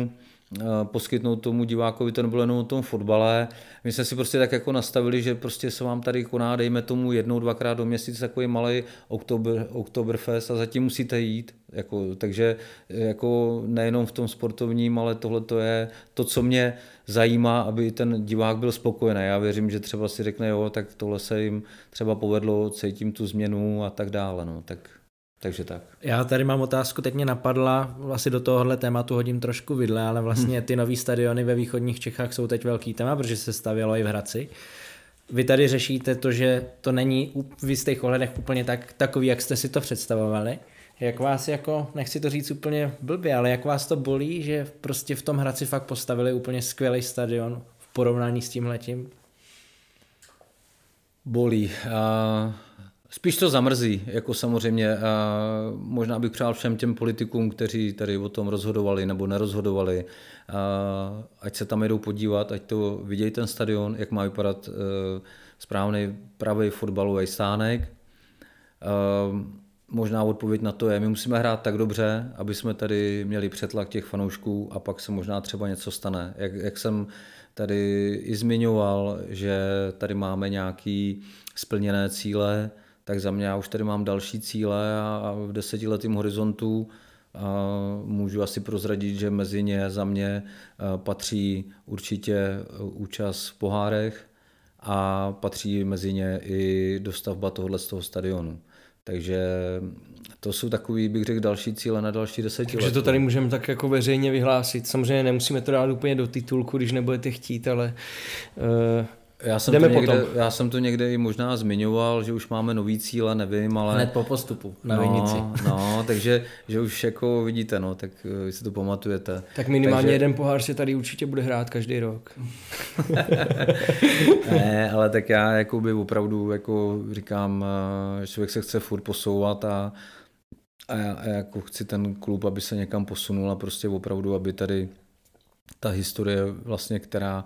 poskytnout tomu divákovi, to nebylo jenom o tom fotbale. My jsme si prostě tak jako nastavili, že prostě se vám tady koná, dejme tomu 1-2krát do měsíce takový malý Oktoberfest a zatím musíte jít. Takže jako nejenom v tom sportovním, ale tohle to je to, co mě zajímá, aby ten divák byl spokojený. Já věřím, že třeba si řekne, jo, tak tohle se jim třeba povedlo, cítím tu změnu a tak dále. No. Takže tak. Já tady mám otázku, teď mě napadla, vlastně do tohohle tématu hodím trošku vidle, ale vlastně ty nový stadiony ve východních Čechách jsou teď velký téma, protože se stavělo i v Hradci. Vy tady řešíte to, že to není v jistých ohledech úplně takový, jak jste si to představovali. Jak vás jako, nechci to říct úplně blbě, ale jak vás to bolí, že prostě v tom Hradci fakt postavili úplně skvělý stadion v porovnání s tímhletím? Bolí. Spíš to zamrzí, jako samozřejmě. Možná bych přál všem těm politikům, kteří tady o tom rozhodovali nebo nerozhodovali, ať se tam jdou podívat, ať to vidějí ten stadion, jak má vypadat správný pravý fotbalový stánek. Možná odpověď na to je, my musíme hrát tak dobře, aby jsme tady měli přetlak těch fanoušků a pak se možná třeba něco stane. Jak jsem tady i zmiňoval, že tady máme nějaký splněné cíle, tak za mě já už tady mám další cíle a v 10letém horizontu můžu asi prozradit, že mezi ně za mě patří určitě účast v pohárech a patří mezi ně i dostavba tohohle z toho stadionu. Takže to jsou takový, bych řekl, další cíle na další 10 let. Takže to tady můžeme tak jako veřejně vyhlásit. Samozřejmě nemusíme to dát úplně do titulku, když nebudete chtít, ale já jsem to někde i možná zmiňoval, že už máme nový cíle, nevím, ale... Hned po postupu na Vinici. No, takže že už jako vidíte, no, tak vy si to pamatujete. Tak minimálně jeden pohár se tady určitě bude hrát každý rok. Ne, ale tak já jakoby opravdu jako říkám, člověk se chce furt posouvat a já jako chci ten klub, aby se někam posunul a prostě opravdu, aby tady ta historie vlastně, která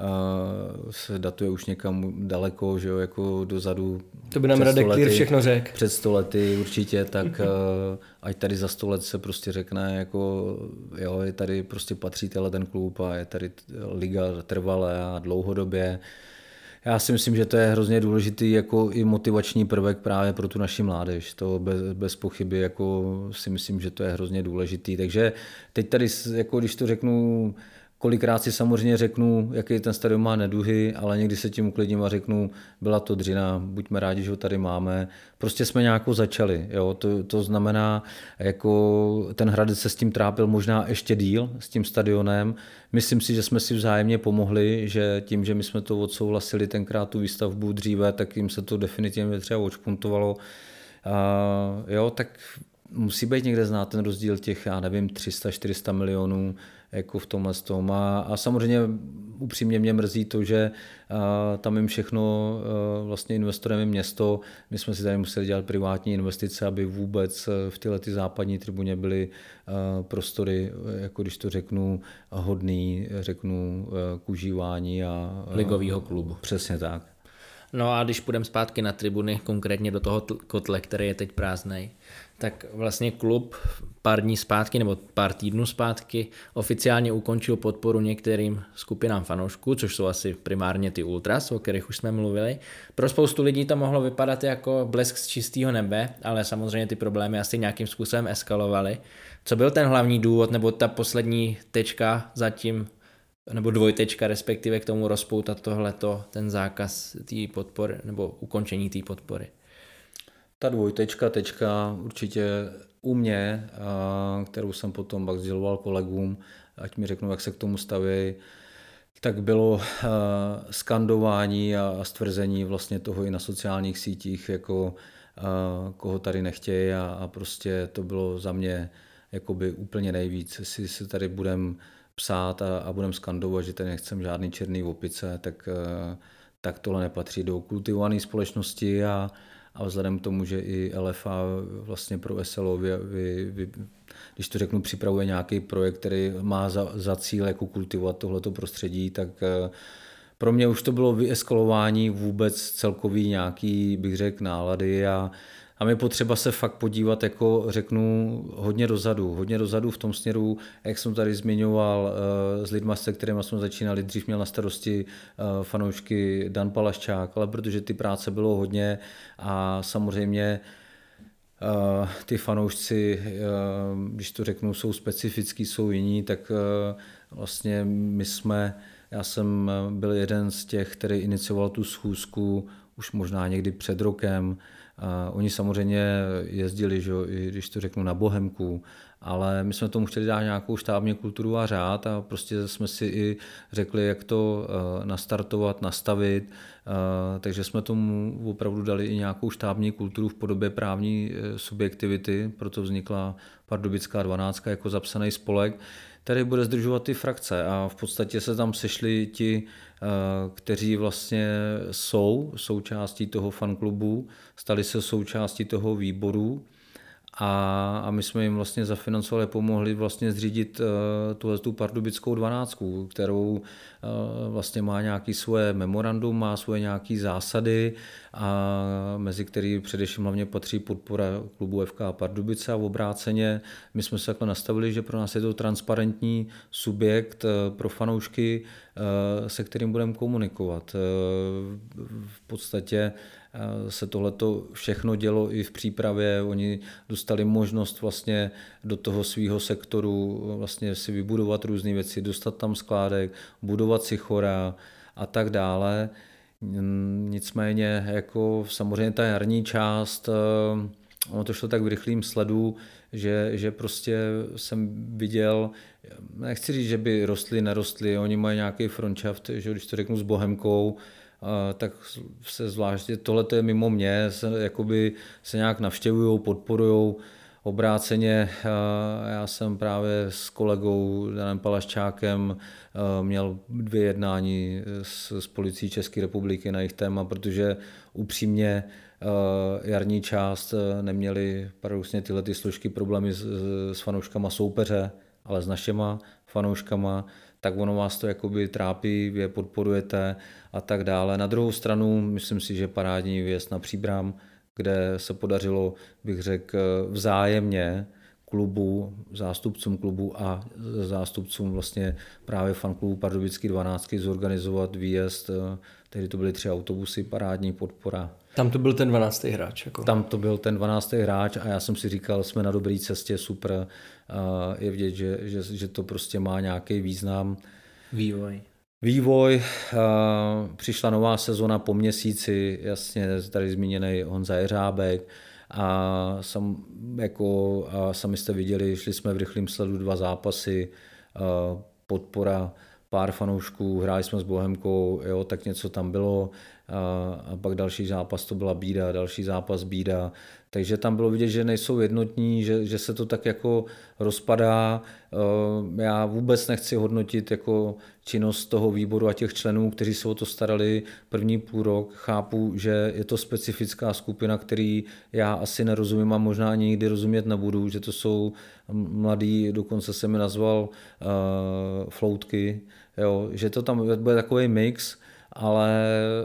se datuje už někam daleko, že jo, jako dozadu. To by nám Radek Klír všechno řekl. Před 100 lety určitě, tak ať tady za 100 let se prostě řekne, jako jo, je tady prostě patří ten klub a je tady liga trvalé a dlouhodobě. Já si myslím, že to je hrozně důležitý jako i motivační prvek právě pro tu naši mládež. To bez pochyby jako si myslím, že to je hrozně důležitý. Takže teď tady, jako když to řeknu, kolikrát si samozřejmě řeknu, jaký ten stadion má neduhy, ale někdy se tím uklidním a řeknu, byla to dřina, buďme rádi, že ho tady máme. Prostě jsme nějakou začali. Jo? To znamená, jako ten Hradec se s tím trápil možná ještě díl, s tím stadionem. Myslím si, že jsme si vzájemně pomohli, že tím, že my jsme to odsouhlasili tenkrát tu výstavbu dříve, tak jim se to definitivně třeba odšpuntovalo. Jo, tak musí být někde znát ten rozdíl těch, já nevím, 300-400 milionů jako v tomhle tom. A samozřejmě upřímně mě mrzí to, že tam jim všechno vlastně investorem je město. My jsme si tady museli dělat privátní investice, aby vůbec v tyhle západní tribuně byly prostory, jako když to řeknu, hodný, řeknu, k užívání a ligového klubu. Přesně tak. No a když půjdeme zpátky na tribuny, konkrétně do toho kotle, který je teď prázdnej, tak vlastně klub pár dní zpátky nebo pár týdnů zpátky oficiálně ukončil podporu některým skupinám fanoušků, což jsou asi primárně ty ultras, o kterých už jsme mluvili. Pro spoustu lidí to mohlo vypadat jako blesk z čistého nebe, ale samozřejmě ty problémy asi nějakým způsobem eskalovaly. Co byl ten hlavní důvod nebo ta poslední tečka zatím, nebo dvojtečka respektive k tomu rozpoutat tohleto, ten zákaz té podpory nebo ukončení té podpory? Ta tečka určitě u mě, kterou jsem potom pak sděloval kolegům, ať mi řeknou, jak se k tomu staví, tak bylo skandování a stvrzení vlastně toho i na sociálních sítích, jako koho tady nechtějí a prostě to bylo za mě jakoby úplně nejvíc. Jestli se tady budeme psát a budeme skandovat, že tady nechcem žádný černý opice, tak tohle nepatří do kultivované společnosti a vzhledem k tomu, že i LFA vlastně pro SLO, když to řeknu, připravuje nějaký projekt, který má za cíl jako kultivovat tohleto prostředí, tak pro mě už to bylo vyeskalování vůbec celkový nějaký, bych řekl, nálady a A je potřeba se fakt podívat, jako řeknu, hodně dozadu v tom směru, jak jsem tady zmiňoval, s lidma, se kterými jsme začínali, dřív měl na starosti fanoušky Dan Palaščák, ale protože ty práce bylo hodně a samozřejmě ty fanoušci, když to řeknu, jsou specifický, jsou jiní, tak vlastně já jsem byl jeden z těch, který inicioval tu schůzku už možná někdy před rokem. Oni samozřejmě jezdili, že, i když to řeknu, na Bohemku, ale my jsme tomu chtěli dát nějakou štábní kulturu a řád a prostě jsme si i řekli, jak to nastartovat, nastavit, takže jsme tomu opravdu dali i nějakou štábní kulturu v podobě právní subjektivity, proto vznikla Pardubická 12 jako zapsaný spolek, který bude sdružovat ty frakce a v podstatě se tam sešli ti, kteří vlastně jsou součástí toho fanklubu, stali se součástí toho výboru a my jsme jim vlastně zafinancovali, pomohli vlastně zřídit tu Pardubickou 12, kterou vlastně má nějaké svoje memorandum, má svoje nějaké zásady a mezi který především hlavně patří podpora klubu FK Pardubice a obráceně. My jsme se takhle nastavili, že pro nás je to transparentní subjekt pro fanoušky, se kterým budeme komunikovat. V podstatě se tohleto všechno dělo i v přípravě. Oni dostali možnost vlastně do toho svého sektoru vlastně si vybudovat různé věci, dostat tam skládek, budovat si chora a tak dále. Nicméně jako samozřejmě ta jarní část, ono to šlo tak v rychlým sledu, že prostě jsem viděl, nechci říct, že by rostli, nerostli, oni mají nějaký frontschaft, že když to řeknu s Bohemkou, tak se zvláště, tohle je mimo mě, se nějak navštěvujou, podporujou. Obráceně já jsem právě s kolegou Danem Palaščákem měl 2 jednání s policií České republiky na jejich téma, protože upřímně jarní část neměli paradoxně tyhle ty složky problémy s fanouškama soupeře, ale s našima fanouškama, tak ono vás to jakoby trápí, vy je podporujete a tak dále. Na druhou stranu myslím si, že parádní výjezd na Příbram, kde se podařilo, bych řekl, vzájemně klubu, zástupcům klubu a zástupcům vlastně právě fanklubu Pardubický 12 zorganizovat výjezd, tehdy to byly 3 autobusy, parádní podpora. Tam to byl ten 12. hráč. Jako. Tam to byl ten 12. hráč a já jsem si říkal, jsme na dobré cestě, super, je vidět, že to prostě má nějaký význam. Vývoj, přišla nová sezona po měsíci, jasně tady zmíněný Honza Jeřábek a sami jste viděli, šli jsme v rychlém sledu 2 zápasy, podpora pár fanoušků, hráli jsme s Bohemkou, jo, tak něco tam bylo a pak další zápas to byla bída, další zápas bída, takže tam bylo vidět, že nejsou jednotní, že se to tak jako rozpadá. Já vůbec nechci hodnotit jako činnost toho výboru a těch členů, kteří se o to starali první půl rok. Chápu, že je to specifická skupina, který já asi nerozumím a možná ani nikdy rozumět nebudu, že to jsou mladí, dokonce se mi nazval floutky, jo, že to tam bude takový mix, ale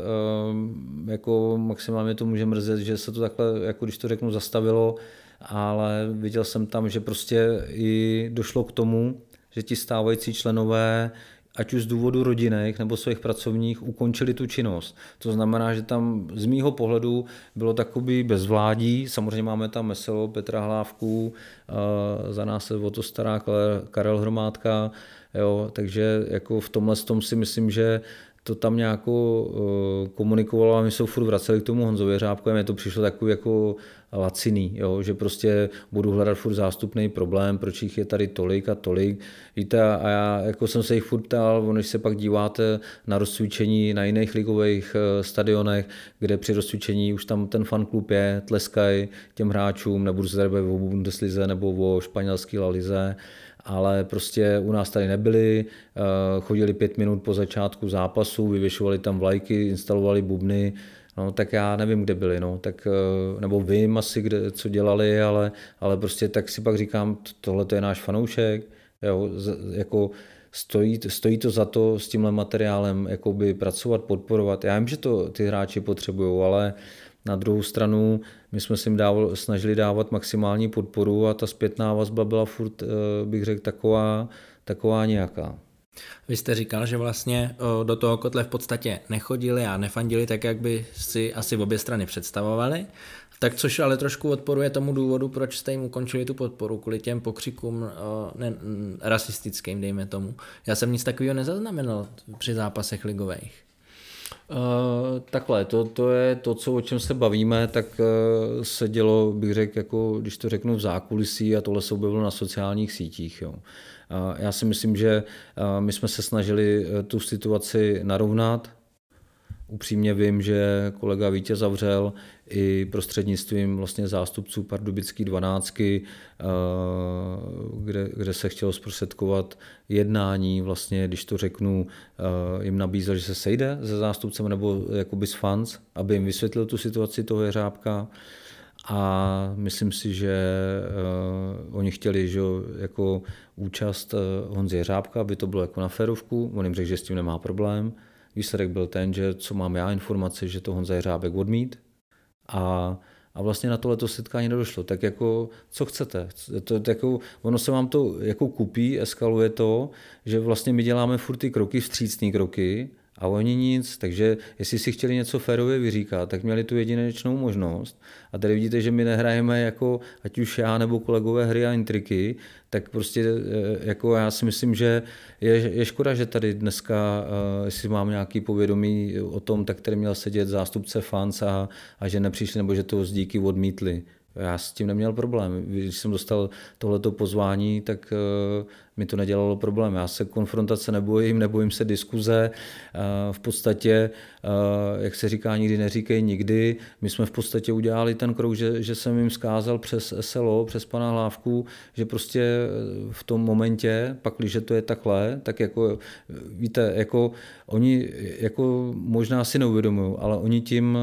jako maximálně to může mrzet, že se to takhle, jako když to řeknu, zastavilo, ale viděl jsem tam, že prostě i došlo k tomu, že ti stávající členové, ať už z důvodu rodinných nebo svých pracovních, ukončili tu činnost. To znamená, že tam z mýho pohledu bylo takový bezvládí, samozřejmě máme tam Meselo, Petra Hlávku, za nás se o to stará Karel Hromádka, jo, takže jako v tomhle tom si myslím, že to tam nějak komunikovalo a my se furt vraceli k tomu Honzovi Jeřábkovi, mně to přišlo takový jako laciný, jo, že prostě budu hledat furt zástupný problém, proč jich je tady tolik a tolik. Víte, a já jako jsem se jich furt ptal, když se pak díváte na rozcvičení na jiných ligových stadionech, kde při rozcvičení už tam ten fanklub je, tleskají těm hráčům, nebudu se tady bavit o Bundeslize nebo o španělské La Lize, ale prostě u nás tady nebyli, chodili 5 minut po začátku zápasu, vyvěšovali tam vlajky, instalovali bubny, no tak já nevím, kde byli, no, tak, nebo vím asi, co dělali, ale prostě tak si pak říkám, tohle to je náš fanoušek, jo, jako stojí to za to s tímhle materiálem jakoby pracovat, podporovat. Já vím, že to ty hráči potřebují, ale Na druhou stranu my jsme si jim snažili dávat maximální podporu a ta zpětná vazba byla furt, bych řekl, taková nějaká. Vy jste říkal, že vlastně do toho kotle v podstatě nechodili a nefandili tak, jak by si asi obě strany představovali. Tak což ale trošku odporuje tomu důvodu, proč jste jim ukončili tu podporu, kvůli těm pokřikům rasistickým, dejme tomu. Já jsem nic takového nezaznamenal při zápasech ligových. Takhle, to je to, o čem se bavíme, tak se dělo, bych řekl, jako, když to řeknu v zákulisí a tohle se objevilo na sociálních sítích. Jo. Já si myslím, že my jsme se snažili tu situaci narovnat. Upřímně vím, že kolega Vítěz Zavřel i prostřednictvím vlastně zástupců Pardubické 12, kde se chtělo zprostředkovat jednání, vlastně, když to řeknu, jim nabízel, že se sejde se zástupcem nebo jakoby s fans, aby jim vysvětlil tu situaci toho Jeřábka. A myslím si, že oni chtěli, že jako účast Honzy Jeřábka, aby to bylo jako na férovku. On jim řekl, že s tím nemá problém. Výsledek byl ten, že co mám já informace, že to Honza Jeřábek odmít a vlastně na tohleto setkání nedošlo. Tak jako, co chcete? Jako, ono se vám to jako kupí, eskaluje to, že vlastně my děláme furt ty kroky, vstřícný kroky a oni nic, takže jestli si chtěli něco férově vyříkat, tak měli tu jedinečnou možnost. A tady vidíte, že my nehrajeme jako, ať už já nebo kolegové hry a intriky, tak prostě jako já si myslím, že je škoda, že tady dneska, jestli mám nějaký povědomí o tom, tak tady měl sedět zástupce fans a že nepřišli, nebo že to z díky odmítli. Já s tím neměl problém. Když jsem dostal tohleto pozvání, tak mi to nedělalo problém. Já se konfrontace nebojím se diskuze. V podstatě, jak se říká, nikdy neříkej nikdy. My jsme v podstatě udělali ten krok, že jsem jim vzkázal přes SLO, přes pana Hlávku, že prostě v tom momentě, pak když to je takhle, tak jako víte, jako oni jako možná si neuvědomují, ale oni tím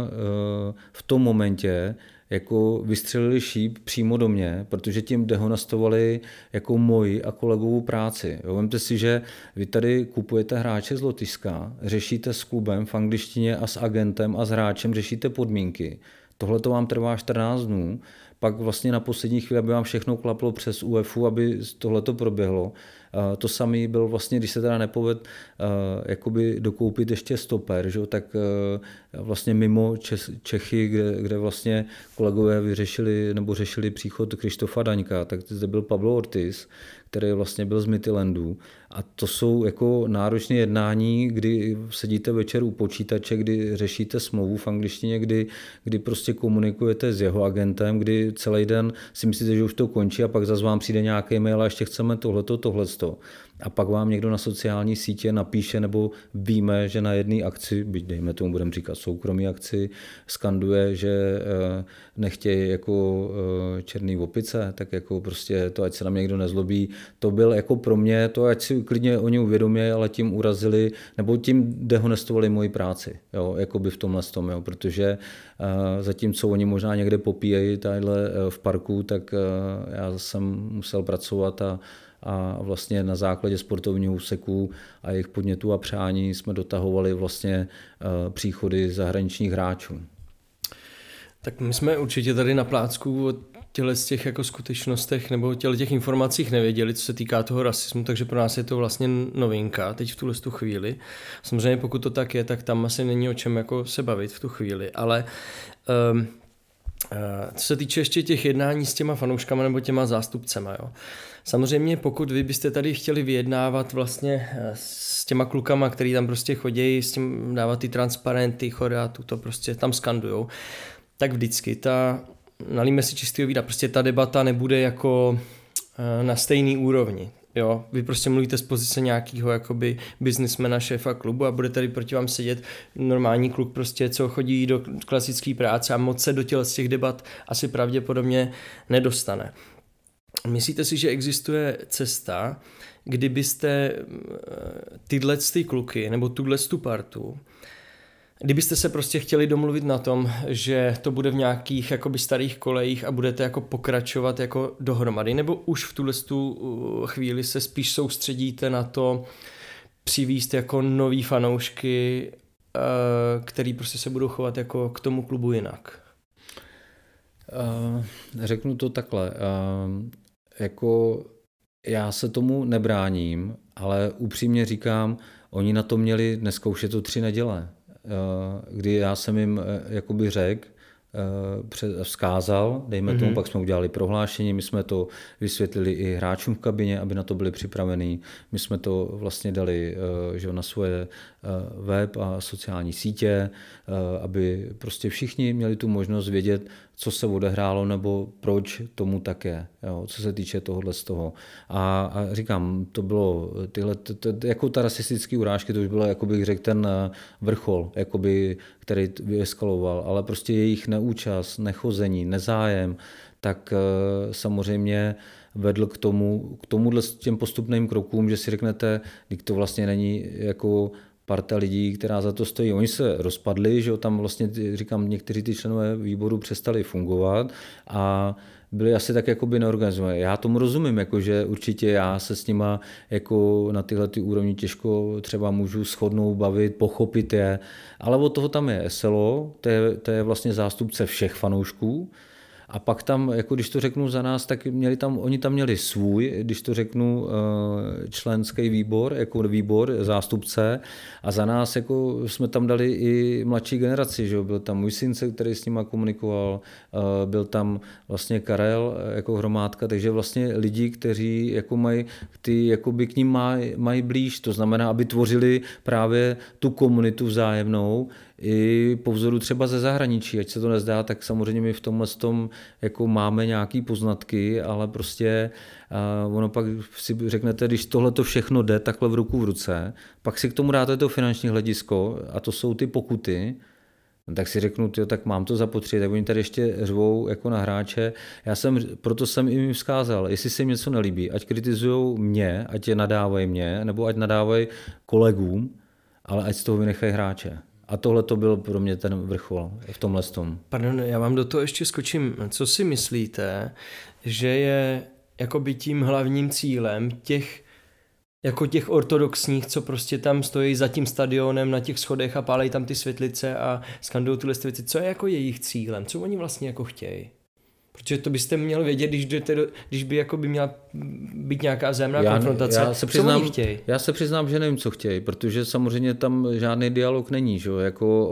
v tom momentě jako vystřelili šíp přímo do mě, protože tím dehonestovali jako moji a kolegovou práci. Vemte si, že vy tady kupujete hráče z Lotyšska, řešíte s klubem v angličtině a s agentem a s hráčem řešíte podmínky. Tohle to vám trvá 14 dnů, pak vlastně na poslední chvíli, aby vám všechno klaplo přes UEFu, aby tohle to proběhlo. To samé byl vlastně, když se teda nepovedl jakoby dokoupit ještě stoper, že? Tak vlastně mimo Čechy, kde vlastně kolegové vyřešili nebo řešili příchod Krištofa Daňka, tak zde byl Pablo Ortiz, který vlastně byl z Midtjyllandu. A to jsou jako náročné jednání, kdy sedíte večer u počítače, kdy řešíte smlouvu v angličtině, kdy prostě komunikujete s jeho agentem, kdy celý den si myslíte, že už to končí a pak zase vám přijde nějaký mail a ještě chceme tohleto. A pak vám někdo na sociální sítě napíše, nebo víme, že na jedné akci, byť dejme tomu, budeme říkat soukromý akci, skanduje, že nechtějí jako černý opice, tak jako prostě to, ať se na mě někdo nezlobí. To byl jako pro mě, to ať si klidně oni uvědomí, ale tím urazili, nebo tím dehonestovali moji práci, jo, jako by v tomhle tom, jo, protože zatímco oni možná někde popíjejí tadyhle v parku, tak já jsem musel pracovat a vlastně na základě sportovního úseku a jejich podnětů a přání jsme dotahovali vlastně příchody zahraničních hráčů. Tak my jsme určitě tady na Plácku o těch jako skutečnostech nebo těch informacích nevěděli, co se týká toho rasismu, takže pro nás je to vlastně novinka teď v tuhle chvíli. Samozřejmě pokud to tak je, tak tam asi není o čem jako se bavit v tu chvíli, ale co se týče ještě těch jednání s těma fanouškama nebo těma zástupcema, jo. Samozřejmě pokud vy byste tady chtěli vyjednávat vlastně s těma klukama, který tam prostě chodí, s tím dávat ty transparenty, choreátu, to prostě tam skandujou, tak vždycky nalíme si čistého vína, prostě ta debata nebude jako na stejný úrovni. Jo, vy prostě mluvíte z pozice nějakého jakoby businessmana, šéfa klubu a bude tady proti vám sedět normální kluk prostě, co chodí do klasické práce a moc se do těch debat asi pravděpodobně nedostane. Myslíte si, že existuje cesta, kdybyste tyhle kluky nebo tuhle partu, kdybyste se prostě chtěli domluvit na tom, že to bude v nějakých jakoby starých kolejích a budete jako pokračovat jako dohromady, nebo už v tuhle chvíli se spíš soustředíte na to přivízt jako nový fanoušky, který prostě se budou chovat jako k tomu klubu jinak? Řeknu to takhle. Jako já se tomu nebráním, ale upřímně říkám, oni na to měli, dneska už je to 3 neděle, kdy já jsem jim jakoby řekl, vzkázal, dejme tomu, pak jsme udělali prohlášení, my jsme to vysvětlili i hráčům v kabině, aby na to byli připravení, my jsme to vlastně dali že na svoje web a sociální sítě, aby prostě všichni měli tu možnost vědět, co se odehrálo nebo proč tomu tak je, jo, co se týče tohohle z toho. A říkám, to bylo jako ta rasistické urážky, to už bylo, jako bych řekl, ten vrchol, jakoby, který vyeskaloval, ale prostě jejich neúčast, nechození, nezájem, tak samozřejmě vedl k tomuhle těm postupným krokům, že si řeknete, když to vlastně není jako parta lidí, která za to stojí. Oni se rozpadli, že tam vlastně, říkám, někteří ty členové výboru přestali fungovat a byli asi tak jakoby neorganizovaní. Já tomu rozumím, jakože určitě já se s nima jako na tyhle ty úrovni těžko třeba můžu shodnout, bavit, pochopit je, ale od toho tam je SLO, to je vlastně zástupce všech fanoušků. A pak tam, jako když to řeknu za nás, tak oni tam měli svůj, když to řeknu, členský výbor, jako výbor, zástupce, a za nás jako jsme tam dali i mladší generaci, že? Byl tam můj syn, který s nima komunikoval, byl tam vlastně Karel jako hromádka, takže vlastně lidi, kteří jako mají, jakoby k ním mají blíž, to znamená, aby tvořili právě tu komunitu vzájemnou, i po vzoru třeba ze zahraničí, ať se to nezdá, tak samozřejmě my v tomhle tom jako máme nějaké poznatky, ale prostě ono pak si řeknete, když tohle to všechno jde takhle v ruku v ruce, pak si k tomu dáte to finanční hledisko a to jsou ty pokuty, tak si řeknu, tak mám to zapotřebí, tak oni tady ještě řvou jako na hráče. Proto jsem jim vzkázal, jestli se jim něco nelíbí, ať kritizujou mě, ať je nadávají mě, nebo ať nadávají kolegům, ale ať z toho vynechají hráče. A tohle to byl pro mě ten vrchol v tomhle tom. Pardon, já vám do toho ještě skočím. Co si myslíte, že je jakoby tím hlavním cílem těch ortodoxních, co prostě tam stojí za tím stadionem na těch schodech a pálejí tam ty světlice a skandují tyhle věci, co je jako jejich cílem, co oni vlastně jako chtějí? Protože to byste měl vědět, když by jako by měla být nějaká vzájemná konfrontace. Já se přiznám, že nevím, co chtějí, protože samozřejmě tam žádný dialog není. Že? Jako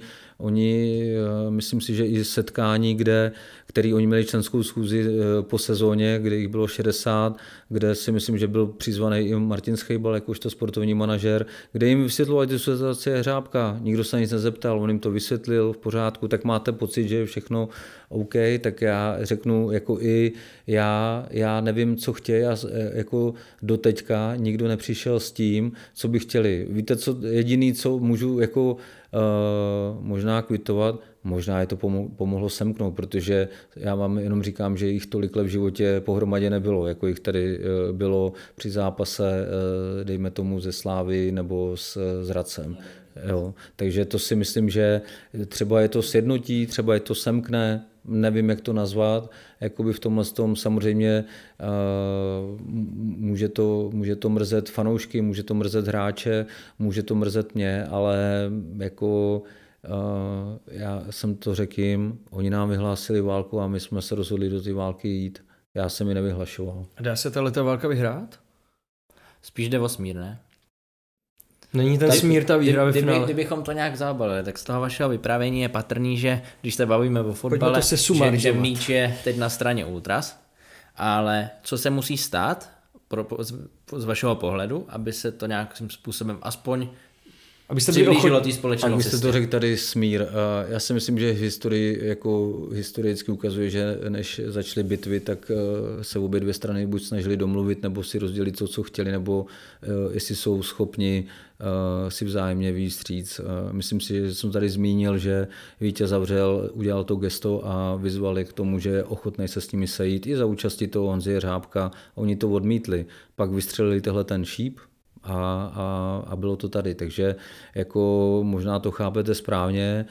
oni, myslím si, že i setkání, který oni měli členskou schůzi po sezóně, kde jich bylo 60, kde si myslím, že byl přizvaný i Martin Schejbal, jakožto sportovní manažer, kde jim vysvětloval, že situace je hřábka. Nikdo se nic nezeptal, on jim to vysvětlil v pořádku, tak máte pocit, že je všechno OK, tak já řeknu, jako i já nevím, co chtějí, jako doteďka nikdo nepřišel s tím, co by chtěli. Víte, jediný, co můžu jako možná kvitovat, možná je to pomohlo semknout, protože já vám jenom říkám, že jich tolik let v životě pohromadě nebylo, jako jich tady bylo při zápase, dejme tomu ze Slávy nebo s Hradcem. Jo. Takže to si myslím, že třeba je to sjednotí, třeba je to semkne, nevím, jak to nazvat, jakoby v tomhle tom samozřejmě může to mrzet fanoušky, může to mrzet hráče, může to mrzet mě, ale jako já jsem to řekl jim, oni nám vyhlásili válku a my jsme se rozhodli do té války jít. Já jsem ji nevyhlašoval. A dá se tato válka vyhrát? Spíš jde o smír, ne? Není ten smír ta výhra ve finále. Kdybychom to nějak zabalili, tak z toho vašeho vyprávění je patrný, že když se bavíme o fotbale, že míč je teď na straně ultras, ale co se musí stát z vašeho pohledu, aby se to nějakým způsobem aspoň přiblížilo té společnosti. Vy jste to řekl tady smír. Já si myslím, že historicky ukazuje, že než začaly bitvy, tak se obě dvě strany buď snažili domluvit, nebo si rozdělit to, co chtěli, nebo jestli jsou schopni si vzájemně vyjít vstříc. Myslím si, že jsem tady zmínil, že Vítěz Zavřel udělal to gesto a vyzval je k tomu, že je ochotný se s nimi sejít i za účasti toho Honzy Řábka. Oni to odmítli. Pak vystřelili tehle ten šíp a bylo to tady. Takže jako možná to chápete správně,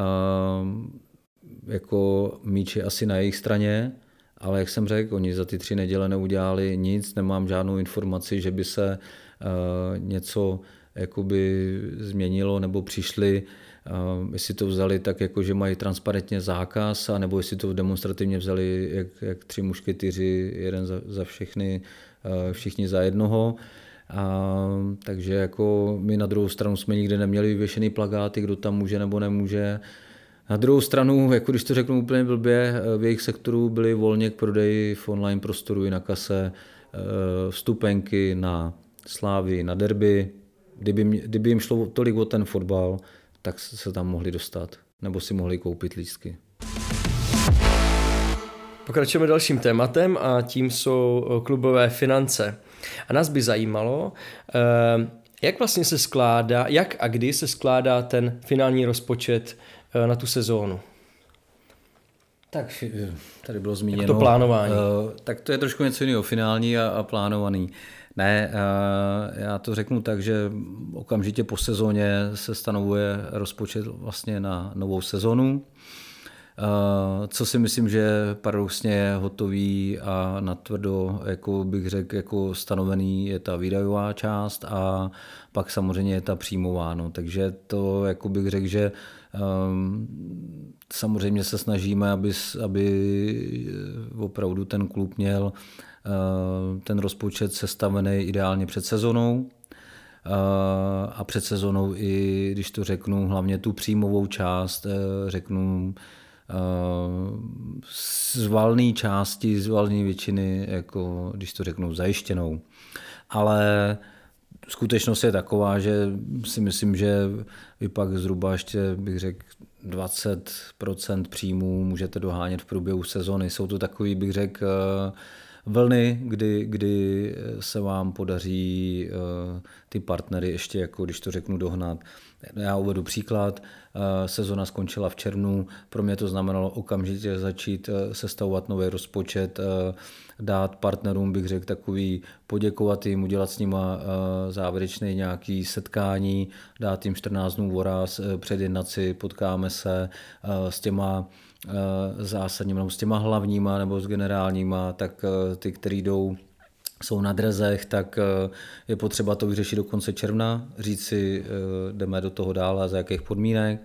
jako míč je asi na jejich straně, ale jak jsem řekl, oni za ty 3 neděle neudělali nic, nemám žádnou informaci, že by se něco jakoby změnilo nebo přišli jestli to vzali tak, jako že mají transparentně zákaz, anebo jestli to demonstrativně vzali jak 3 mušketýři, jeden za všechny, všichni za jednoho. Takže jako my na druhou stranu jsme nikdy neměli vyvěšený plakáty, kdo tam může nebo nemůže. Na druhou stranu, jako když to řeknu úplně blbě, v jejich sektoru byly volně k prodeji v online prostoru i na vstupenky na Slávy, na derby. Kdyby jim šlo tolik o ten fotbal, tak se tam mohli dostat, nebo si mohli koupit lístky. Pokračujeme dalším tématem a tím jsou klubové finance. A nás by zajímalo, jak vlastně se skládá, jak a kdy se skládá ten finální rozpočet na tu sezónu. Tak tady bylo zmíněno. Jak to plánování? Tak to je trošku něco jiného, finální a plánovaný. Ne, já to řeknu tak, že okamžitě po sezóně se stanovuje rozpočet vlastně na novou sezonu. Co si myslím, že paradoxně je hotový a natvrdo, jako bych řekl, jako stanovený je ta výdajová část a pak samozřejmě je ta příjmová. No. Takže to jako bych řekl, že samozřejmě se snažíme, aby opravdu ten klub měl ten rozpočet sestavený ideálně před sezónou. A před sezónou i, když to řeknu, hlavně tu příjmovou část, řeknu, z valné části, z valné většiny, jako když to řeknu, zajištěnou. Ale skutečnost je taková, že si myslím, že vy pak zhruba ještě, bych řekl, 20% příjmů můžete dohánět v průběhu sezony. Jsou to takový, bych řekl, vlny, kdy se vám podaří ty partnery ještě, jako když to řeknu, dohnat. Já uvedu příklad, sezona skončila v červnu, pro mě to znamenalo okamžitě začít sestavovat nový rozpočet, dát partnerům, bych řekl, takový poděkovat jim, udělat s nima závěrečné nějaké setkání, dát jim 14 dnů voraz, předjednat si, potkáme se s těma zásadníma, nebo s těma hlavníma, nebo s generálníma, tak ty, který jsou na drezech, tak je potřeba to vyřešit do konce června, říct si, jdeme do toho dál a za jakých podmínek.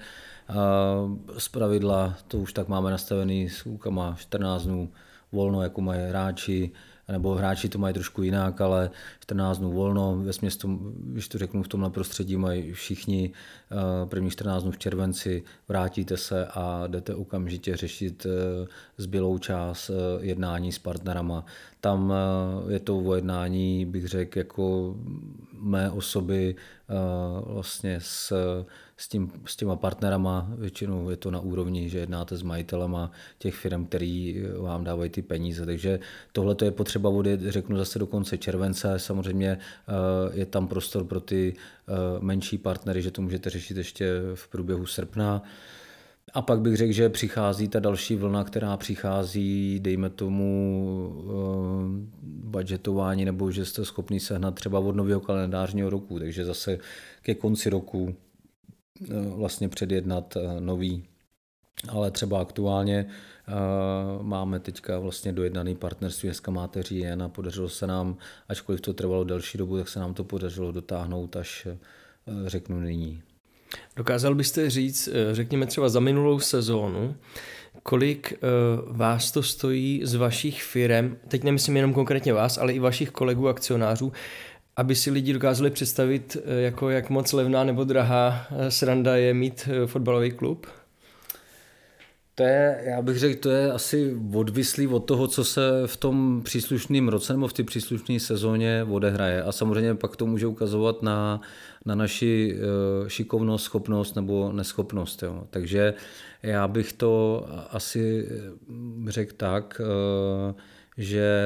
Zpravidla to už tak máme nastavený s klukama 14 dnů volno, jako mají hráči, nebo hráči to mají trošku jinak, ale 14 dnů volno, vesměs když to řeknu, v tomhle prostředí mají všichni první 14 dnů v červenci, vrátíte se a jdete okamžitě řešit zbylou část jednání s partnerama. Tam je to o jednání, bych řekl, jako mé osoby vlastně s těma partnerama, většinou je to na úrovni, že jednáte s majitelema těch firm, který vám dávají ty peníze, takže tohle je potřeba odjet, řeknu zase do konce července, samozřejmě je tam prostor pro ty menší partnery, že to můžete řešit ještě v průběhu srpna. A pak bych řekl, že přichází ta další vlna, která přichází, dejme tomu budgetování, nebo že jste schopni sehnat třeba od nového kalendářního roku, takže zase ke konci roku vlastně předjednat nový. Ale třeba aktuálně máme teďka vlastně dojednaný partnerství s Kamáteří jen a podařilo se nám, ačkoliv to trvalo delší dobu, tak se nám to podařilo dotáhnout až řeknu nyní. Dokázal byste říct, řekněme třeba za minulou sezónu, kolik vás to stojí z vašich firem, teď nemyslím jenom konkrétně vás, ale i vašich kolegů akcionářů, aby si lidi dokázali představit, jako jak moc levná nebo drahá sranda je mít fotbalový klub? To je, já bych řekl, to je asi odvislý od toho, co se v tom příslušném roce nebo v té příslušné sezóně odehraje. A samozřejmě pak to může ukazovat na naši šikovnost, schopnost nebo neschopnost. Jo. Takže já bych to asi řekl tak, že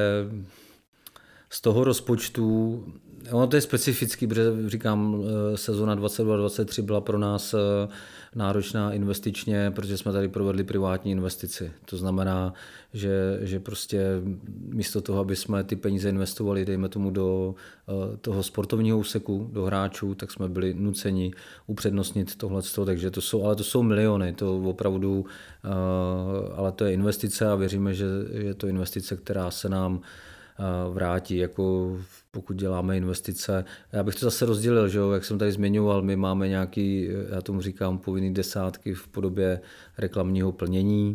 z toho rozpočtu, ono to je specifický, protože říkám, sezona 22-23 byla pro nás náročná investičně, protože jsme tady provedli privátní investici. To znamená, že prostě místo toho, aby jsme ty peníze investovali, dejme tomu do toho sportovního úseku, do hráčů, tak jsme byli nuceni upřednostnit tohleto, takže to jsou miliony, to opravdu, ale to je investice a věříme, že je to investice, která se nám vrátí, jako pokud děláme investice. Já bych to zase rozdělil, že jo, jak jsem tady zmiňoval, my máme nějaký, já tomu říkám, povinný desátky v podobě reklamního plnění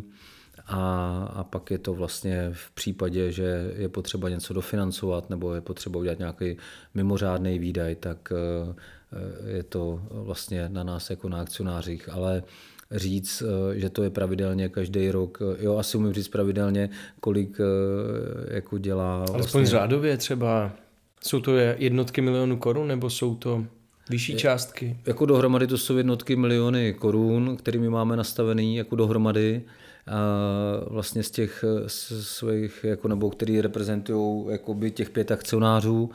a pak je to vlastně v případě, že je potřeba něco dofinancovat nebo je potřeba udělat nějaký mimořádný výdaj, tak je to vlastně na nás jako na akcionářích, ale říct, že to je pravidelně každý rok, jo, asi umím říct pravidelně, kolik jako dělá. Alespoň vlastně řádově třeba, jsou to jednotky milionů korun, nebo jsou to vyšší částky? Jako dohromady to jsou jednotky miliony korun, kterými máme nastavený jako dohromady, vlastně z těch svých, jako, nebo který reprezentují jakoby těch 5 akcionářů.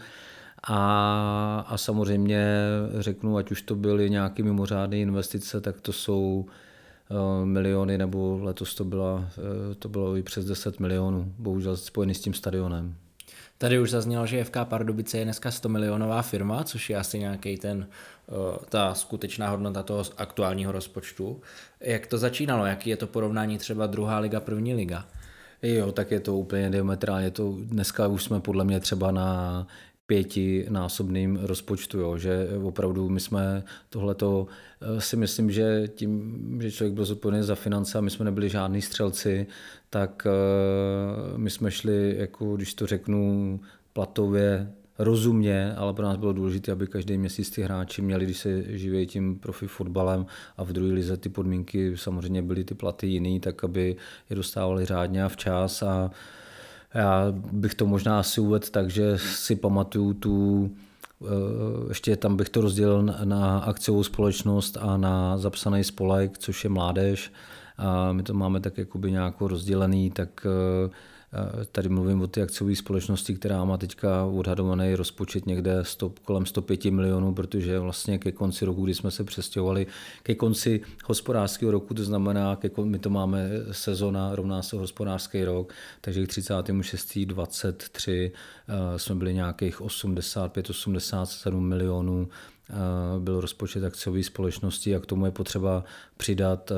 A samozřejmě řeknu, ať už to byly nějaké mimořádné investice, tak to jsou miliony, nebo letos to bylo i přes 10 milionů, bohužel spojený s tím stadionem. Tady už zaznělo, že FK Pardubice je dneska 100 milionová firma, což je asi nějaký ta skutečná hodnota toho aktuálního rozpočtu. Jak to začínalo? Jaký je to porovnání třeba 2. liga, 1. liga? Jo, tak je to úplně diametrálně. Dneska už jsme podle mě třeba na 5násobným rozpočtu, jo, že opravdu my jsme tohleto, si myslím, že tím, že člověk byl zodpovědný za finance a my jsme nebyli žádní střelci, tak my jsme šli, jako když to řeknu platově, rozumně, ale pro nás bylo důležité, aby každý měsíc ty hráči měli, když se živí tím profi fotbalem a v druhé lize ty podmínky samozřejmě byly ty platy jiný, tak aby je dostávali řádně a včas a já bych to možná asi uvedl tak, že si pamatuju ještě tam bych to rozdělil na akciovou společnost a na zapsaný spolek, což je mládež. A my to máme tak jakoby nějak rozdělený, tak tady mluvím o té akciové společnosti, která má teďka odhadovaný rozpočet někde kolem 105 milionů, protože vlastně ke konci roku, kdy jsme se přestěhovali, ke konci hospodářského roku, to znamená, my to máme sezona, rovná se hospodářský rok, takže k 36.23 jsme byli nějakých 85-87 milionů, byl rozpočet akciové společnosti a k tomu je potřeba přidat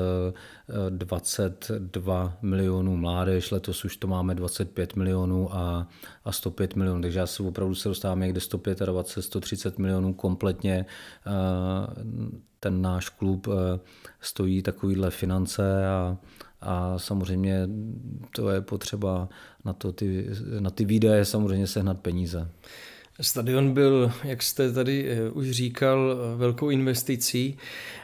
22 milionů mládež, letos už to máme 25 milionů a 105 milionů, takže já se opravdu dostávám někde 125-130 milionů kompletně. Ten náš klub stojí takovýhle finance a samozřejmě to je potřeba na ty výdaje samozřejmě sehnat peníze. Stadion byl, jak jste tady už říkal, velkou investicí.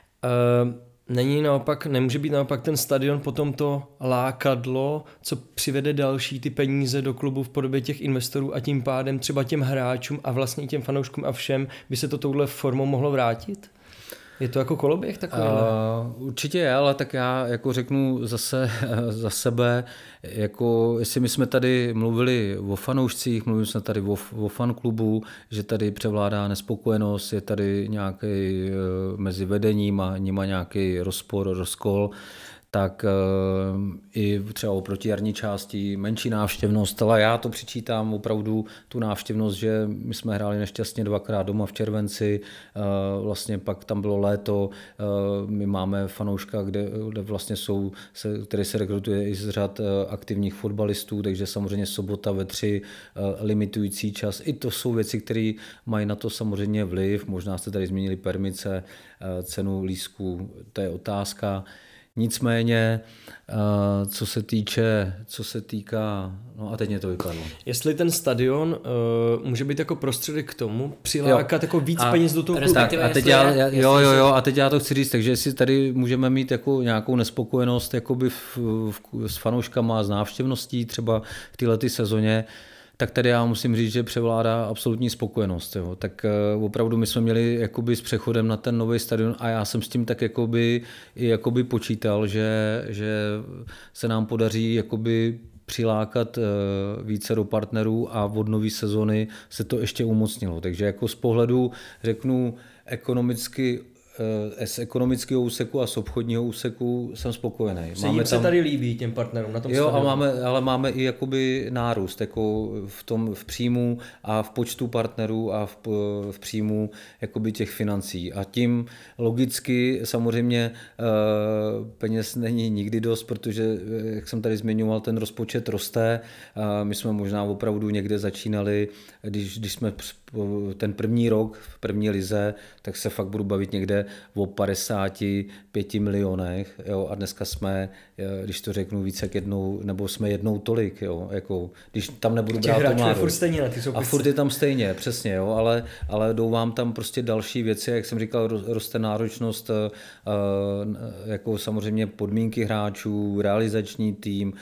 Nemůže být naopak ten stadion potom to lákadlo, co přivede další ty peníze do klubu v podobě těch investorů a tím pádem třeba těm hráčům a vlastně těm fanouškům a všem by se to touhle formou mohlo vrátit? Je to jako koloběh takovýhle? Určitě je, ale tak já jako řeknu zase za sebe, jako jestli my jsme tady mluvili o fanoušcích, mluvili jsme tady o fanklubu, že tady převládá nespokojenost, je tady nějaký mezi vedením a nima nějaký rozkol, tak i třeba oproti jarní části menší návštěvnost, ale já to přičítám opravdu tu návštěvnost, že my jsme hráli nešťastně 2krát doma v červenci, vlastně pak tam bylo léto, my máme fanouška, kde vlastně který se rekrutuje i z řad aktivních fotbalistů, takže samozřejmě sobota ve 3, limitující čas, i to jsou věci, které mají na to samozřejmě vliv, možná jste tady zmínili permice, cenu lístků, to je otázka. Nicméně, co se týká, no a teď mě to vypadlo. Jestli ten stadion může být jako prostředek k tomu, přilákat jako víc peněz do toho klubu. A teď já to chci říct, takže jestli tady můžeme mít jako nějakou nespokojenost jakoby s fanouškama, s návštěvností třeba v této sezóně, tak tady já musím říct, že převládá absolutní spokojenost. Jo. Tak opravdu my jsme měli jakoby s přechodem na ten nový stadion a já jsem s tím tak jakoby počítal, že se nám podaří jakoby přilákat více do partnerů a od nové sezony se to ještě umocnilo. Takže jako z pohledu, řeknu, ekonomicky z ekonomického úseku a z obchodního úseku jsem spokojený. Jim se tady líbí těm partnerům na tom stadionu. Ale máme i jakoby nárůst jako v příjmu a v počtu partnerů a v příjmu jakoby těch financí. A tím logicky samozřejmě peněz není nikdy dost, protože, jak jsem tady zmiňoval, ten rozpočet roste. My jsme možná opravdu někde začínali, když jsme ten první rok v první lize, tak se fakt budu bavit někde o 55 milionech, jo, a dneska jsme, když to řeknu víc jak jednou, nebo jsme jednou tolik, jo, jako, když tam nebudu brát to mládu. A furt je tam stejně, přesně, jo, ale jdou vám tam prostě další věci, jak jsem říkal, roste náročnost, jako samozřejmě podmínky hráčů, realizační tým,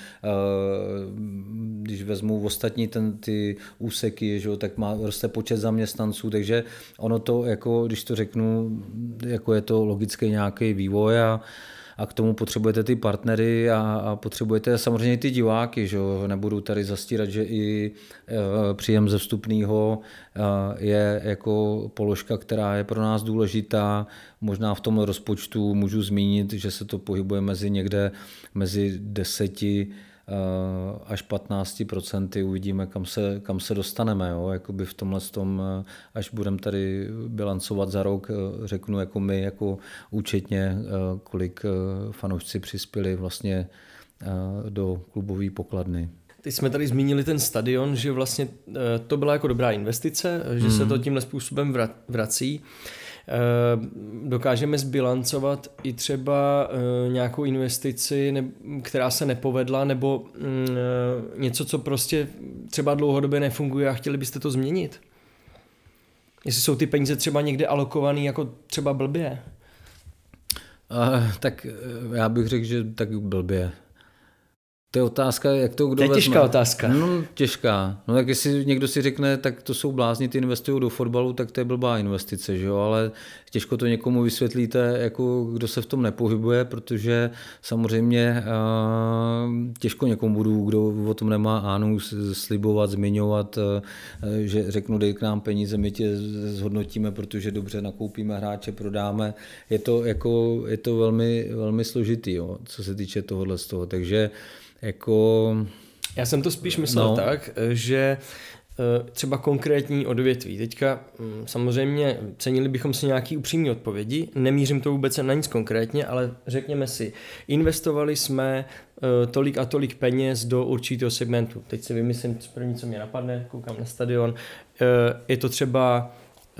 když vezmu ostatní ty úseky, že, tak roste počet zaměstnanců, takže ono to, jako, když to řeknu, jako je to logický nějaký vývoj a k tomu potřebujete ty partnery a potřebujete samozřejmě ty diváky, že? Nebudu tady zastírat, že i příjem ze vstupného je jako položka, která je pro nás důležitá. Možná v tom rozpočtu můžu zmínit, že se to pohybuje mezi 10 až 15%, uvidíme, kam se dostaneme. Jo? Jakoby v tomhle tom, až budeme tady bilancovat za rok, řeknu jako my, jako účetně, kolik fanoušci přispěli vlastně do klubové pokladny. Teď jsme tady zmínili ten stadion, že vlastně to byla jako dobrá investice, že se to tímhle způsobem vrací. Dokážeme zbilancovat i třeba nějakou investici, která se nepovedla, nebo něco, co prostě třeba dlouhodobě nefunguje a chtěli byste to změnit? Jestli jsou ty peníze třeba někde alokované jako třeba blbě? Tak já bych řekl, že tak blbě. To je otázka, jak to kdo vezme. To je těžká otázka. No, těžká. No tak jestli někdo si řekne, tak to jsou blázni, ty investují do fotbalu, tak to je blbá investice, že jo, ale těžko to někomu vysvětlíte, jako kdo se v tom nepohybuje, protože samozřejmě těžko někomu kdo o tom nemá ánu, slibovat, zmiňovat, že řeknu, dej k nám peníze, my tě zhodnotíme, protože dobře nakoupíme hráče, prodáme. Je to velmi, velmi složitý, jo, co se týče tohohle z toho, takže jako... Já jsem to spíš myslel tak, že třeba konkrétní odvětví. Teďka samozřejmě cenili bychom si nějaký upřímný odpovědi, nemířím to vůbec na nic konkrétně, ale řekněme si, investovali jsme tolik a tolik peněz do určitého segmentu. Teď si vymyslím první, co mě napadne, koukám na stadion. Je to třeba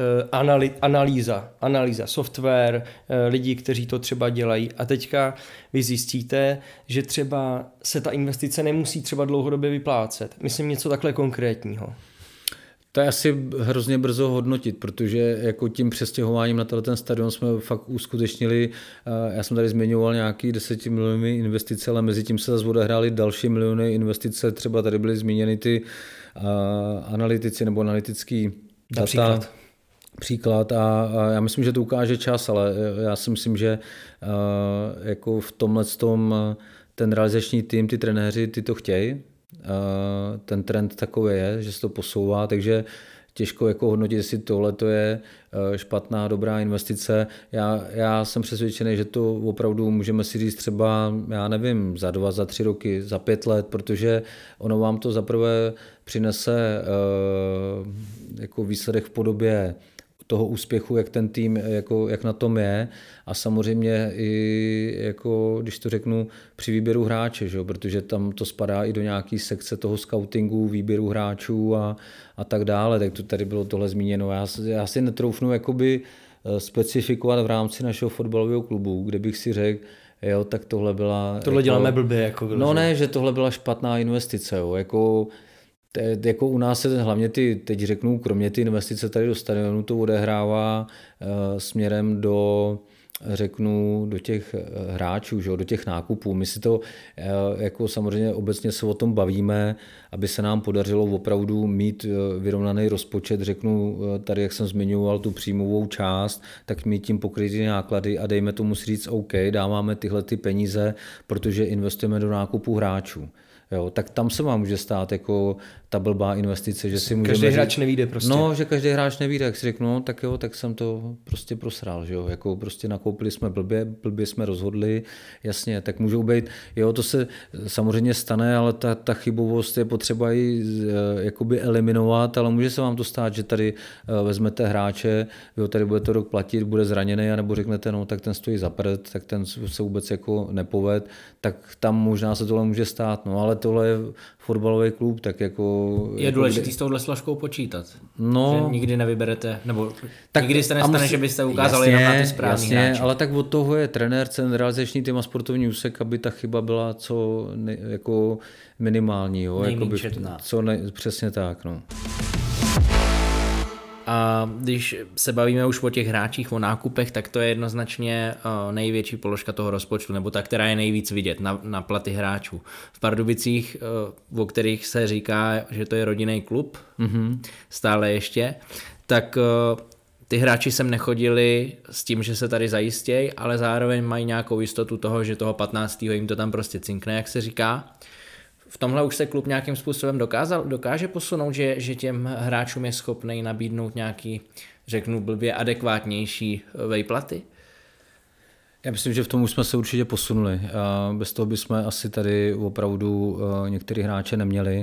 analýza, software, lidi, kteří to třeba dělají a teďka vy zjistíte, že třeba se ta investice nemusí třeba dlouhodobě vyplácet. Myslím něco takhle konkrétního. To je asi hrozně brzo hodnotit, protože jako tím přestěhováním na ten stadion jsme fakt uskutečnili, já jsem tady zmiňoval nějaký 10 miliony investice, ale mezi tím se zase odehrály další miliony investice, třeba tady byly zmíněny ty analytici nebo analytický data. Příklad a já myslím, že to ukáže čas, ale já si myslím, že jako v tomhle ten realizační tým, ty trenéři, ty to chtějí. Ten trend takový je, že se to posouvá, takže těžko jako hodnotit, jestli tohle to je špatná, dobrá investice. Já jsem přesvědčený, že to opravdu můžeme si říct třeba, já nevím, za 2, za 3 roky, za 5 let, protože ono vám to zaprvé přinese jako výsledek v podobě toho úspěchu, jak ten tým, jak na tom je a samozřejmě i, jako, když to řeknu, při výběru hráče, že? Protože tam to spadá i do nějaký sekce toho scoutingu, výběru hráčů a tak dále, tak to tady bylo tohle zmíněno. Já si netroufnu jakoby specifikovat v rámci našeho fotbalového klubu, kde bych si řekl, jo, tak tohle byla... Tohle děláme blbě. Jako no ne, že tohle byla špatná investice, jo, jako u nás se hlavně teď řeknu, kromě ty investice tady do stadionu, to odehrává směrem do těch hráčů, že, do těch nákupů. My si to jako samozřejmě obecně se o tom bavíme, aby se nám podařilo opravdu mít vyrovnaný rozpočet, řeknu tady, jak jsem zmiňoval tu příjmovou část, tak mít tím pokrytý náklady a dejme tomu si říct OK, dáváme tyhle ty peníze, protože investujeme do nákupu hráčů. Jo, tak tam se vám může stát jako ta blbá investice, že si můžeme Každý hráč nevíde prostě. No, že každý hráč nevíde, jak si řeknu, no, tak jo, tak jsem to prostě prosrál, že jo, jako prostě nakoupili jsme blbě jsme rozhodli, jasně, tak můžou být, jo, to se samozřejmě stane, ale ta chybovost je potřeba ji jakoby eliminovat, ale může se vám to stát, že tady vezmete hráče, jo, tady budete rok platit, bude zraněný, anebo řeknete, no, tak ten stojí za prd, tak ten se vůbec jako nepoved, tak tam možná se tohle může stát, no, ale tohle je fotbalový klub, tak jako... Je důležité s touhle složkou počítat, no, že nikdy nevyberete, nebo tak, nikdy se nestane, že byste ukázali jenom na ty správný hráče. Ale tak od toho je trenér, realizační tým a sportovní úsek, aby ta chyba byla co jako minimální, jo, přesně tak, no. A když se bavíme už o těch hráčích, o nákupech, tak to je jednoznačně největší položka toho rozpočtu, nebo ta, která je nejvíc vidět na platy hráčů. V Pardubicích, o kterých se říká, že to je rodinný klub, stále ještě, tak ty hráči sem nechodili s tím, že se tady zajistějí, ale zároveň mají nějakou jistotu toho, že toho 15. jim to tam prostě cinkne, jak se říká. V tomhle už se klub nějakým způsobem dokáže posunout, že těm hráčům je schopný nabídnout nějaký, řeknu blbě, adekvátnější vejplaty? Já myslím, že v tom už jsme se určitě posunuli. Bez toho bychom asi tady opravdu některý hráče neměli.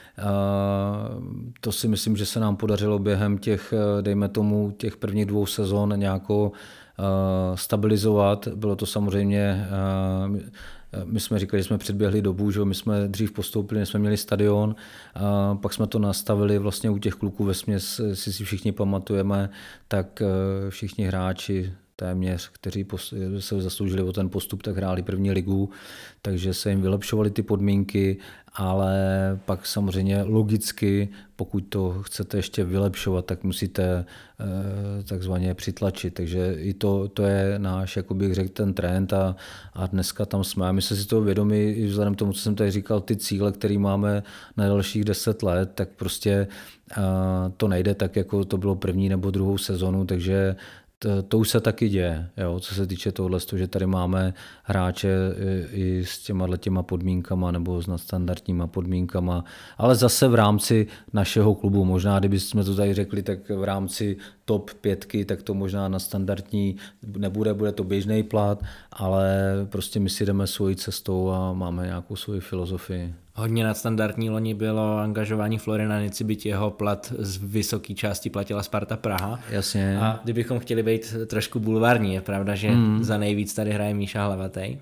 To si myslím, že se nám podařilo během těch, dejme tomu, těch prvních 2 sezon nějakou stabilizovat. Bylo to samozřejmě... My jsme říkali, že jsme předběhli dobu, že my jsme dřív postoupili, jsme měli stadion, pak jsme to nastavili vlastně u těch kluků vesměs, si všichni pamatujeme, tak všichni hráči téměř, kteří se zasloužili o ten postup, tak hráli první ligu, takže se jim vylepšovaly ty podmínky, ale pak samozřejmě logicky, pokud to chcete ještě vylepšovat, tak musíte takzvaně přitlačit, takže i to je náš, jako bych řekl, ten trend a dneska tam jsme. My jsme si toho vědomi, i vzhledem tomu, co jsem tady říkal, ty cíle, které máme na dalších 10 let, tak prostě to nejde tak, jako to bylo první nebo druhou sezonu, takže to už se taky děje, jo, co se týče tohle, že tady máme hráče i s těma podmínkama nebo s nadstandardníma podmínkama, ale zase v rámci našeho klubu, možná kdyby jsme to tady řekli, tak v rámci top 5, tak to možná na standardní nebude, bude to běžný plat, ale prostě my si jdeme svojí cestou a máme nějakou svoji filozofii. Hodně nadstandardní loni bylo angažování Floriana Nici, byť jeho plat z vysoké části platila Sparta Praha. Jasně. A kdybychom chtěli být trošku bulvární, je pravda, že za nejvíc tady hraje Míša Hlavatej?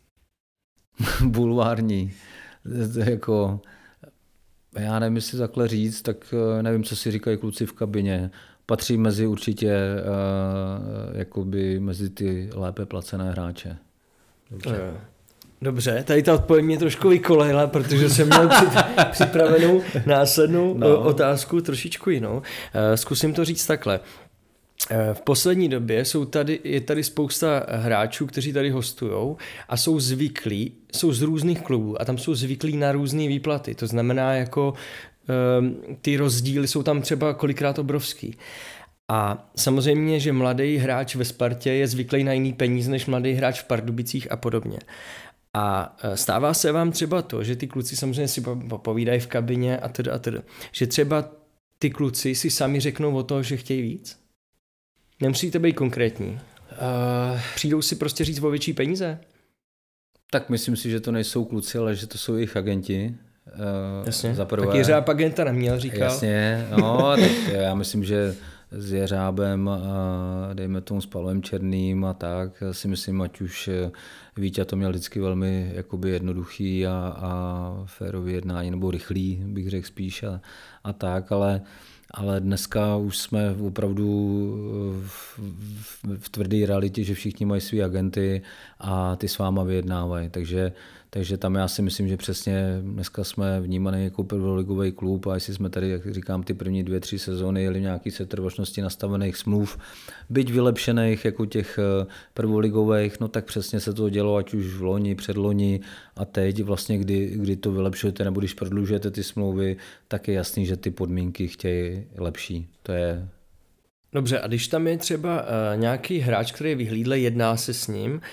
Bulvární. Jako, já nevím, jestli takhle říct, tak nevím, co si říkají kluci v kabině. Patří mezi určitě jakoby mezi ty lépe placené hráče. Dobře. Dobře, tady ta odpověď mě trošku vykolejila, protože jsem měl připravenou následnou otázku trošičku jinou. Zkusím to říct takhle. V poslední době je tady spousta hráčů, kteří tady hostujou a jsou zvyklí, jsou z různých klubů a tam jsou zvyklí na různé výplaty. To znamená, jako ty rozdíly jsou tam třeba kolikrát obrovský. A samozřejmě, že mladý hráč ve Spartě je zvyklý na jiný peníze než mladý hráč v Pardubicích a podobně. A stává se vám třeba to, že ty kluci samozřejmě si povídají v kabině a teda, že třeba ty kluci si sami řeknou o to, že chtějí víc? Nemusíte být konkrétní. Přijdou si prostě říct o větší peníze? Tak myslím si, že to nejsou kluci, ale že to jsou jejich agenti. Jasně, tak Jeřáb agenta neměl, říkal. Jasně, no, tak já myslím, že s Jeřábem, dejme tomu s Pavlem Černým a tak, si myslím, ať už Víťa to měl vždycky velmi jakoby jednoduchý a férový jednání, nebo rychlý, bych řekl spíš a tak, ale dneska už jsme opravdu v tvrdé realitě, že všichni mají svý agenty a ty s váma vyjednávají, takže tam já si myslím, že přesně dneska jsme vnímaný jako prvoligový klub a jestli jsme tady, jak říkám, ty první 2-3 sezóny jeli nějaký setrvačnosti nastavených smluv, byť vylepšených jako těch prvoligových, no tak přesně se to dělo, ať už v loni, předloni a teď vlastně, kdy to vylepšujete nebo když prodlužujete ty smlouvy, tak je jasný, že ty podmínky chtějí lepší. To je... Dobře, a když tam je třeba nějaký hráč, který je vyhlídlý, jedná se s ním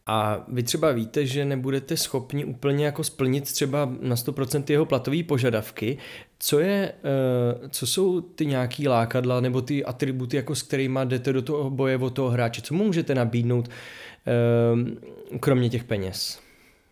a vy třeba víte, že nebudete schopni úplně jako splnit třeba na 100% jeho platové požadavky, co jsou ty nějaký lákadla nebo ty atributy, jako s kterými jdete do toho boje o toho hráče, co mu můžete nabídnout kromě těch peněz?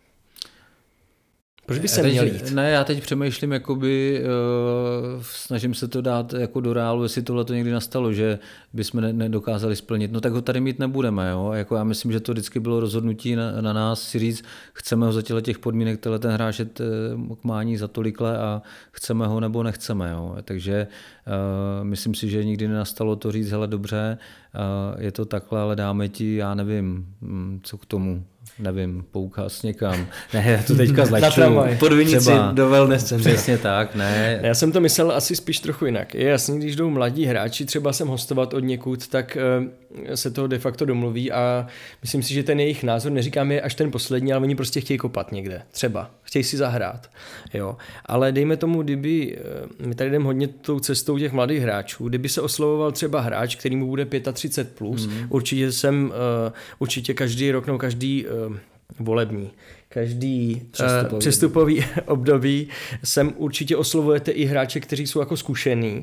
Proč by se měl jít? Ne, já teď přemýšlím, jakoby, snažím se to dát jako do reálu, jestli tohle to někdy nastalo, že bychom nedokázali splnit, no tak ho tady mít nebudeme. Jo? Jako já myslím, že to vždycky bylo rozhodnutí na nás si říct, chceme ho za těch podmínek, ten hráč k mání za tolikle a chceme ho nebo nechceme. Jo? Takže myslím si, že nikdy nenastalo to říct, hele dobře, je to takhle, ale dáme ti, já nevím, co k tomu. Nevím, poukaz někam. Ne, já to teďka zlehčuju. Podvinici do wellness centra. Přesně tak, ne. Já jsem to myslel asi spíš trochu jinak. Je jasný, když jdou mladí hráči třeba sem hostovat od někud, tak se to de facto domluví a myslím si, že ten jejich názor, neříkám je až ten poslední, ale oni prostě chtějí kopat někde. Třeba. Chtějí si zahrát. Jo. Ale dejme tomu, kdyby, my tady jdeme hodně tou cestou těch mladých hráčů, kdyby se oslovoval třeba hráč, který mu bude 35 plus, určitě každý rok, no každý volební, každý přestupový období sem určitě oslovujete i hráče, kteří jsou jako zkušený.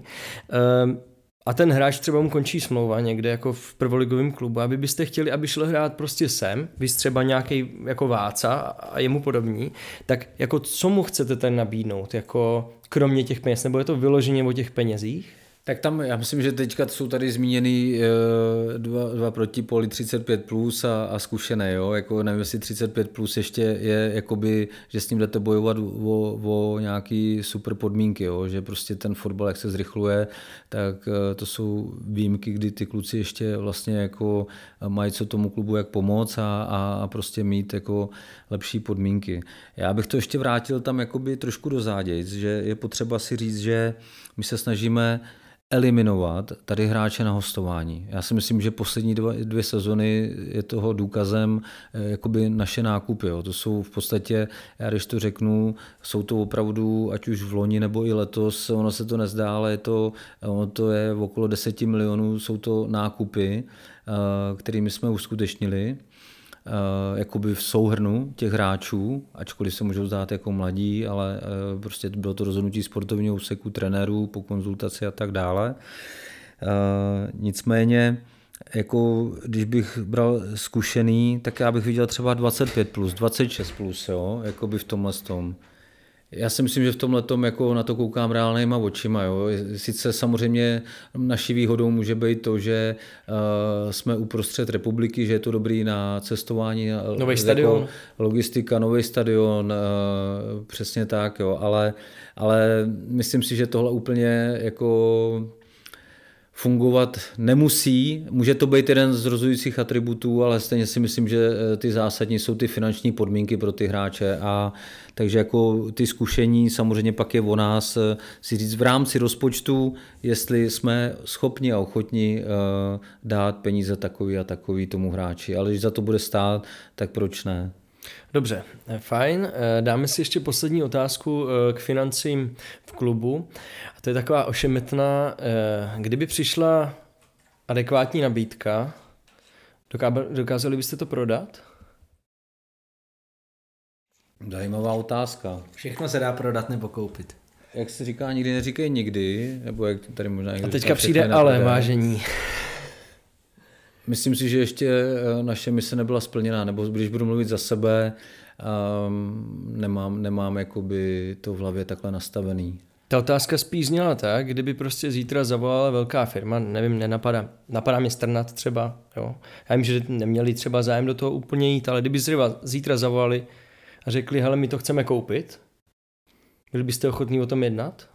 A ten hráč třeba mu končí smlouva někde jako v prvoligovém klubu a vy byste chtěli, aby šel hrát prostě sem, vy třeba nějaký jako Váca a jemu podobní, tak jako co mu chcete ten nabídnout, jako kromě těch peněz, nebo je to vyloženě o těch penězích? Tak tam, já myslím, že teďka jsou tady zmíněný dva protipóly 35 plus a zkušené, jo, jako nevím, jestli 35 plus ještě je, jakoby, že s ním jdete bojovat o nějaký super podmínky, jo, že prostě ten fotbal, jak se zrychluje, tak to jsou výjimky, kdy ty kluci ještě vlastně jako mají co tomu klubu jak pomoct a prostě mít jako lepší podmínky. Já bych to ještě vrátil tam jakoby trošku do zádějc, že je potřeba si říct, že my se snažíme eliminovat tady hráče na hostování. Já si myslím, že poslední dvě sezony je toho důkazem jakoby naše nákupy. Jo. To jsou v podstatě, já když to řeknu, jsou to opravdu, ať už v loni nebo i letos, ono se to nezdá, ale ono to je okolo 10 milionů, jsou to nákupy, kterými jsme uskutečnili. Jakoby v souhrnu těch hráčů, ačkoliv se můžou zdát jako mladí, ale prostě bylo to rozhodnutí sportovního úseku, trenérů po konzultaci a tak dále. Nicméně, jako když bych bral zkušený, tak já bych viděl třeba 25 plus, 26 plus, jo, jakoby v tomhle tom. Já si myslím, že v tomhletom jako na to koukám reálnýma očima. Jo. Sice samozřejmě naší výhodou může být to, že jsme uprostřed republiky, že je to dobrý na cestování, nový stadion. Jako logistika, nový stadion, přesně tak, jo. Ale myslím si, že tohle úplně jako fungovat nemusí. Může to být jeden z rozhodujících atributů, ale stejně si myslím, že ty zásadní jsou ty finanční podmínky pro ty hráče. A takže jako ty zkušení samozřejmě pak je o nás si říct v rámci rozpočtu, jestli jsme schopni a ochotni dát peníze takový a takový tomu hráči. Ale když za to bude stát, tak proč ne? Dobře, fajn. Dáme si ještě poslední otázku k financím v klubu. A to je taková ošemetná. Kdyby přišla adekvátní nabídka, dokázali byste to prodat? Zajímavá otázka. Všechno se dá prodat nebo koupit. Jak se říká, nikdy neříkej nikdy. Nebo jak tady možná a teďka přijde ale, vážení. Myslím si, že ještě naše mise nebyla splněná, nebo když budu mluvit za sebe, nemám jakoby to v hlavě takhle nastavený. Ta otázka spíš zněla tak, kdyby prostě zítra zavolala velká firma, nevím, napadá mě Strnad třeba, jo. Já vím, že neměli třeba zájem do toho úplně jít, ale kdyby zítra zavolali a řekli, hele, my to chceme koupit, byli byste ochotní o tom jednat?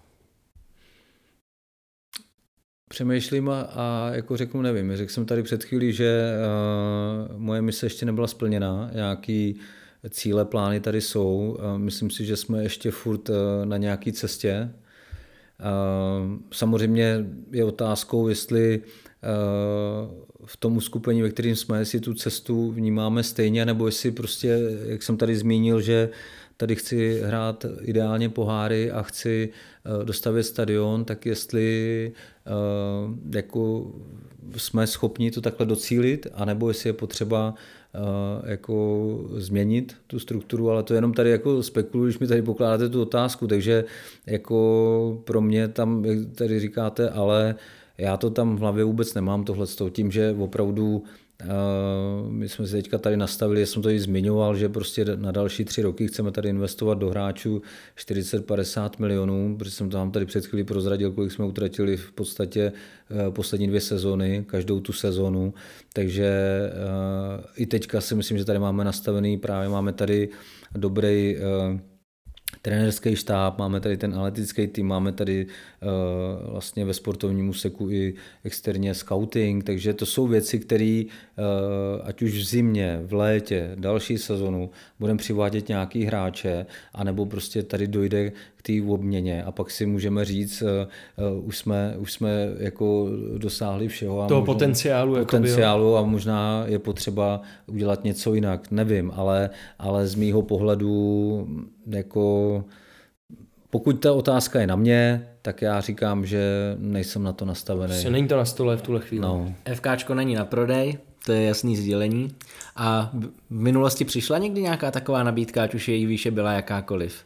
Přemýšlím a jako řeknu, nevím. Řekl jsem tady před chvílí, že moje mise ještě nebyla splněná, nějaký cíle, plány tady jsou. Myslím si, že jsme ještě furt na nějaké cestě. Samozřejmě je otázkou, jestli v tom uskupení, ve kterém jsme, jestli tu cestu vnímáme stejně, nebo jestli prostě, jak jsem tady zmínil, že tady chci hrát ideálně poháry a chci dostavět stadion, tak jestli jako jsme schopni to takhle docílit, anebo jestli je potřeba jako změnit tu strukturu, ale to jenom tady jako spekuluji, když mi tady pokládáte tu otázku, takže jako pro mě tam, jak tady říkáte, ale já to tam v hlavě vůbec nemám tohleto, tím, že opravdu my jsme si teďka tady nastavili, já jsem to i zmiňoval, že prostě na další 3 roky chceme tady investovat do hráčů 40-50 milionů, protože jsem to vám tady před chvílí prozradil, kolik jsme utratili v podstatě poslední 2 sezony, každou tu sezonu, takže i teďka si myslím, že tady máme nastavený, právě máme tady dobrý trenérský štáb, máme tady ten analytický tým, máme tady vlastně ve sportovním úseku i externě scouting, takže to jsou věci, které ať už v zimě, v létě, další sezonu budeme přivádět nějaký hráče, anebo prostě tady dojde k té obměně a pak si můžeme říct, už jsme jako dosáhli všeho. A toho potenciálu a možná je potřeba udělat něco jinak, nevím, ale z mýho pohledu jako pokud ta otázka je na mě, tak já říkám, že nejsem na to nastavený. Není to na stole v tuhle chvíli. No. FKčko není na prodej, to je jasný sdělení. A v minulosti přišla někdy nějaká taková nabídka, ať už její výše byla jakákoliv?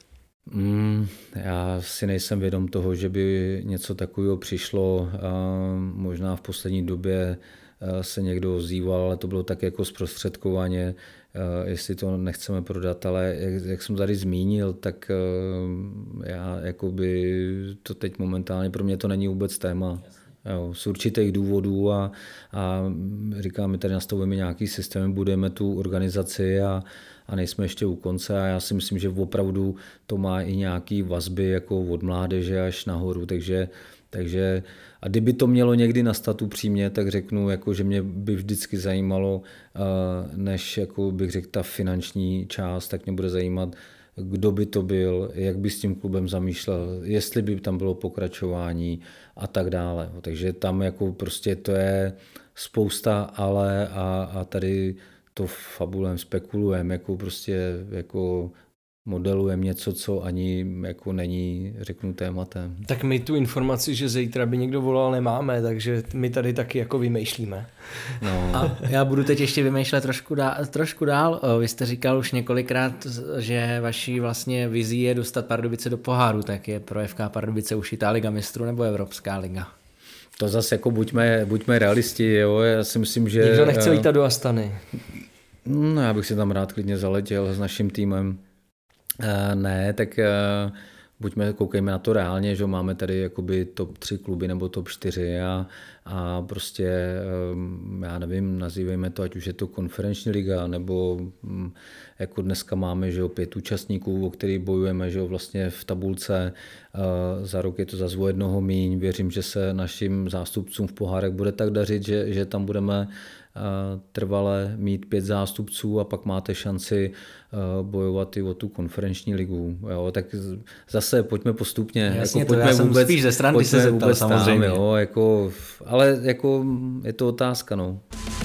Já si nejsem vědom toho, že by něco takového přišlo. Možná v poslední době se někdo ozýval, ale to bylo tak jako zprostředkovaně, jestli to nechceme prodat, ale jak jsem tady zmínil, tak já jakoby to teď momentálně, pro mě to není vůbec téma. Jo, z určitých důvodů a říkám, my tady nastavujeme nějaký systém, budeme tu organizaci a nejsme ještě u konce a já si myslím, že opravdu to má i nějaký vazby jako od mládeže až nahoru, takže a kdyby to mělo někdy nastat upřímně, tak řeknu, jako, že mě by vždycky zajímalo, než jako bych řekl ta finanční část, tak mě bude zajímat, kdo by to byl, jak by s tím klubem zamýšlel, jestli by tam bylo pokračování a tak dále. Takže tam jako prostě to je spousta ale a tady to fabulujeme, spekulujeme, jako prostě jako modelujeme něco, co ani jako není, řeknu, tématem. Tak my tu informaci, že zítra by někdo volal, nemáme, takže my tady taky jako vymýšlíme. No. A já budu teď ještě vymýšlet trošku dál. Vy jste říkal už několikrát, že vaší vlastně vizí je dostat Pardubice do poháru, tak je pro FK Pardubice ušitá Liga mistrů nebo Evropská liga? To zase jako buďme realisti, jo, já si myslím, že... Nikdo nechce lítat do Astany. No, já bych si tam rád klidně zaletěl s naším týmem. Ne, tak koukejme na to reálně, že máme tady jakoby top 3 kluby nebo top 4 a prostě, já nevím, nazývejme to, ať už je to konferenční liga, nebo jako dneska máme, že 5 účastníků, o kterých bojujeme, že vlastně v tabulce, za rok je to zase o jednoho míň, věřím, že se našim zástupcům v pohárech bude tak dařit, že tam budeme trvale mít 5 zástupců a pak máte šanci bojovat i o tu konferenční ligu. Jo, tak zase pojďme postupně. Jasně, jako, to já jsem spíš ze strany se zeptal, samozřejmě. Tam, jo, jako, ale jako je to otázka. No.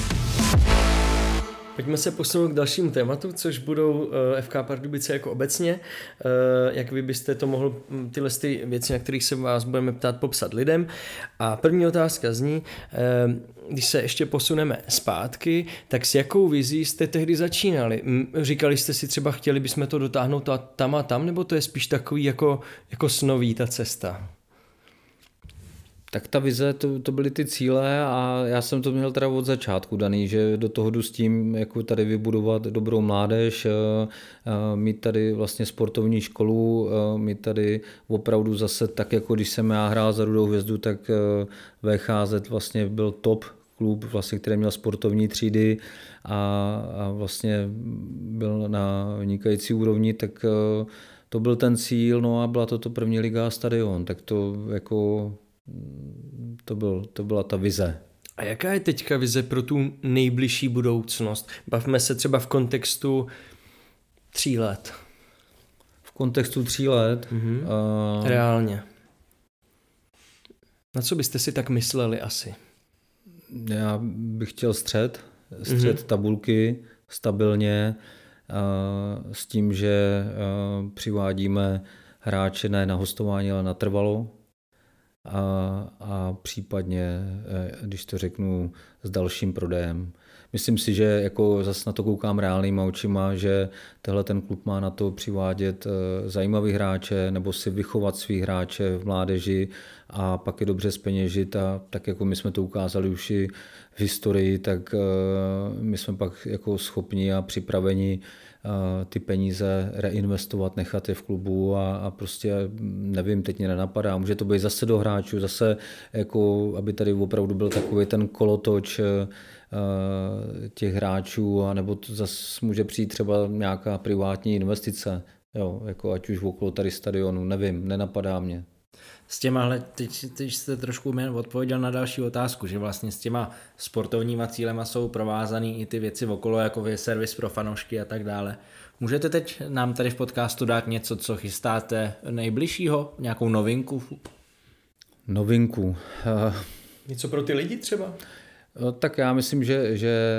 Pojďme se posunout k dalšímu tématu, což budou FK Pardubice jako obecně. Jak vy byste to mohl tyhle věci, na kterých se vás budeme ptát, popsat lidem. A první otázka zní, když se ještě posuneme zpátky, tak s jakou vizí jste tehdy začínali? Říkali jste si třeba, chtěli bychom to dotáhnout a tam, nebo to je spíš takový jako snový ta cesta? Tak ta vize, to byly ty cíle a já jsem to měl teda od začátku daný, že do toho jdu s tím, jako tady vybudovat dobrou mládež, mít tady vlastně sportovní školu, mít tady opravdu zase tak, jako když jsem já hrál za Rudou hvězdu, tak VHZ vlastně byl top klub, vlastně, který měl sportovní třídy a vlastně byl na vynikající úrovni, tak to byl ten cíl, no a byla to první liga a stadion, tak to jako... To byla ta vize. A jaká je teďka vize pro tu nejbližší budoucnost? Bavme se třeba v kontextu 3 let. V kontextu 3 let? Mm-hmm. Reálně. Na co byste si tak mysleli asi? Já bych chtěl střed tabulky, stabilně, s tím, že přivádíme hráče ne na hostování, ale na trvalo. A případně, když to řeknu, s dalším prodejem. myslím si, že jako zase na to koukám reálnýma očima, že tenhle ten klub má na to přivádět zajímavý hráče nebo si vychovat svý hráče v mládeži a pak je dobře zpeněžit a tak jako my jsme to ukázali už i v historii, tak my jsme pak jako schopni a připraveni ty peníze reinvestovat, nechat je v klubu a prostě nevím, teď mě nenapadá. Může to být zase do hráčů, zase jako, aby tady opravdu byl takový ten kolotoč těch hráčů, anebo to zase může přijít třeba nějaká privátní investice, jo, jako ať už okolo tady stadionu, nevím, nenapadá mě. S těma, teď jste trošku odpověděl na další otázku, že vlastně s těma sportovníma cílema jsou provázaný i ty věci okolo, jako je servis pro fanoušky a tak dále. Můžete teď nám tady v podcastu dát něco, co chystáte nejbližšího? Nějakou novinku? Novinku? Něco pro ty lidi třeba? Tak já myslím, že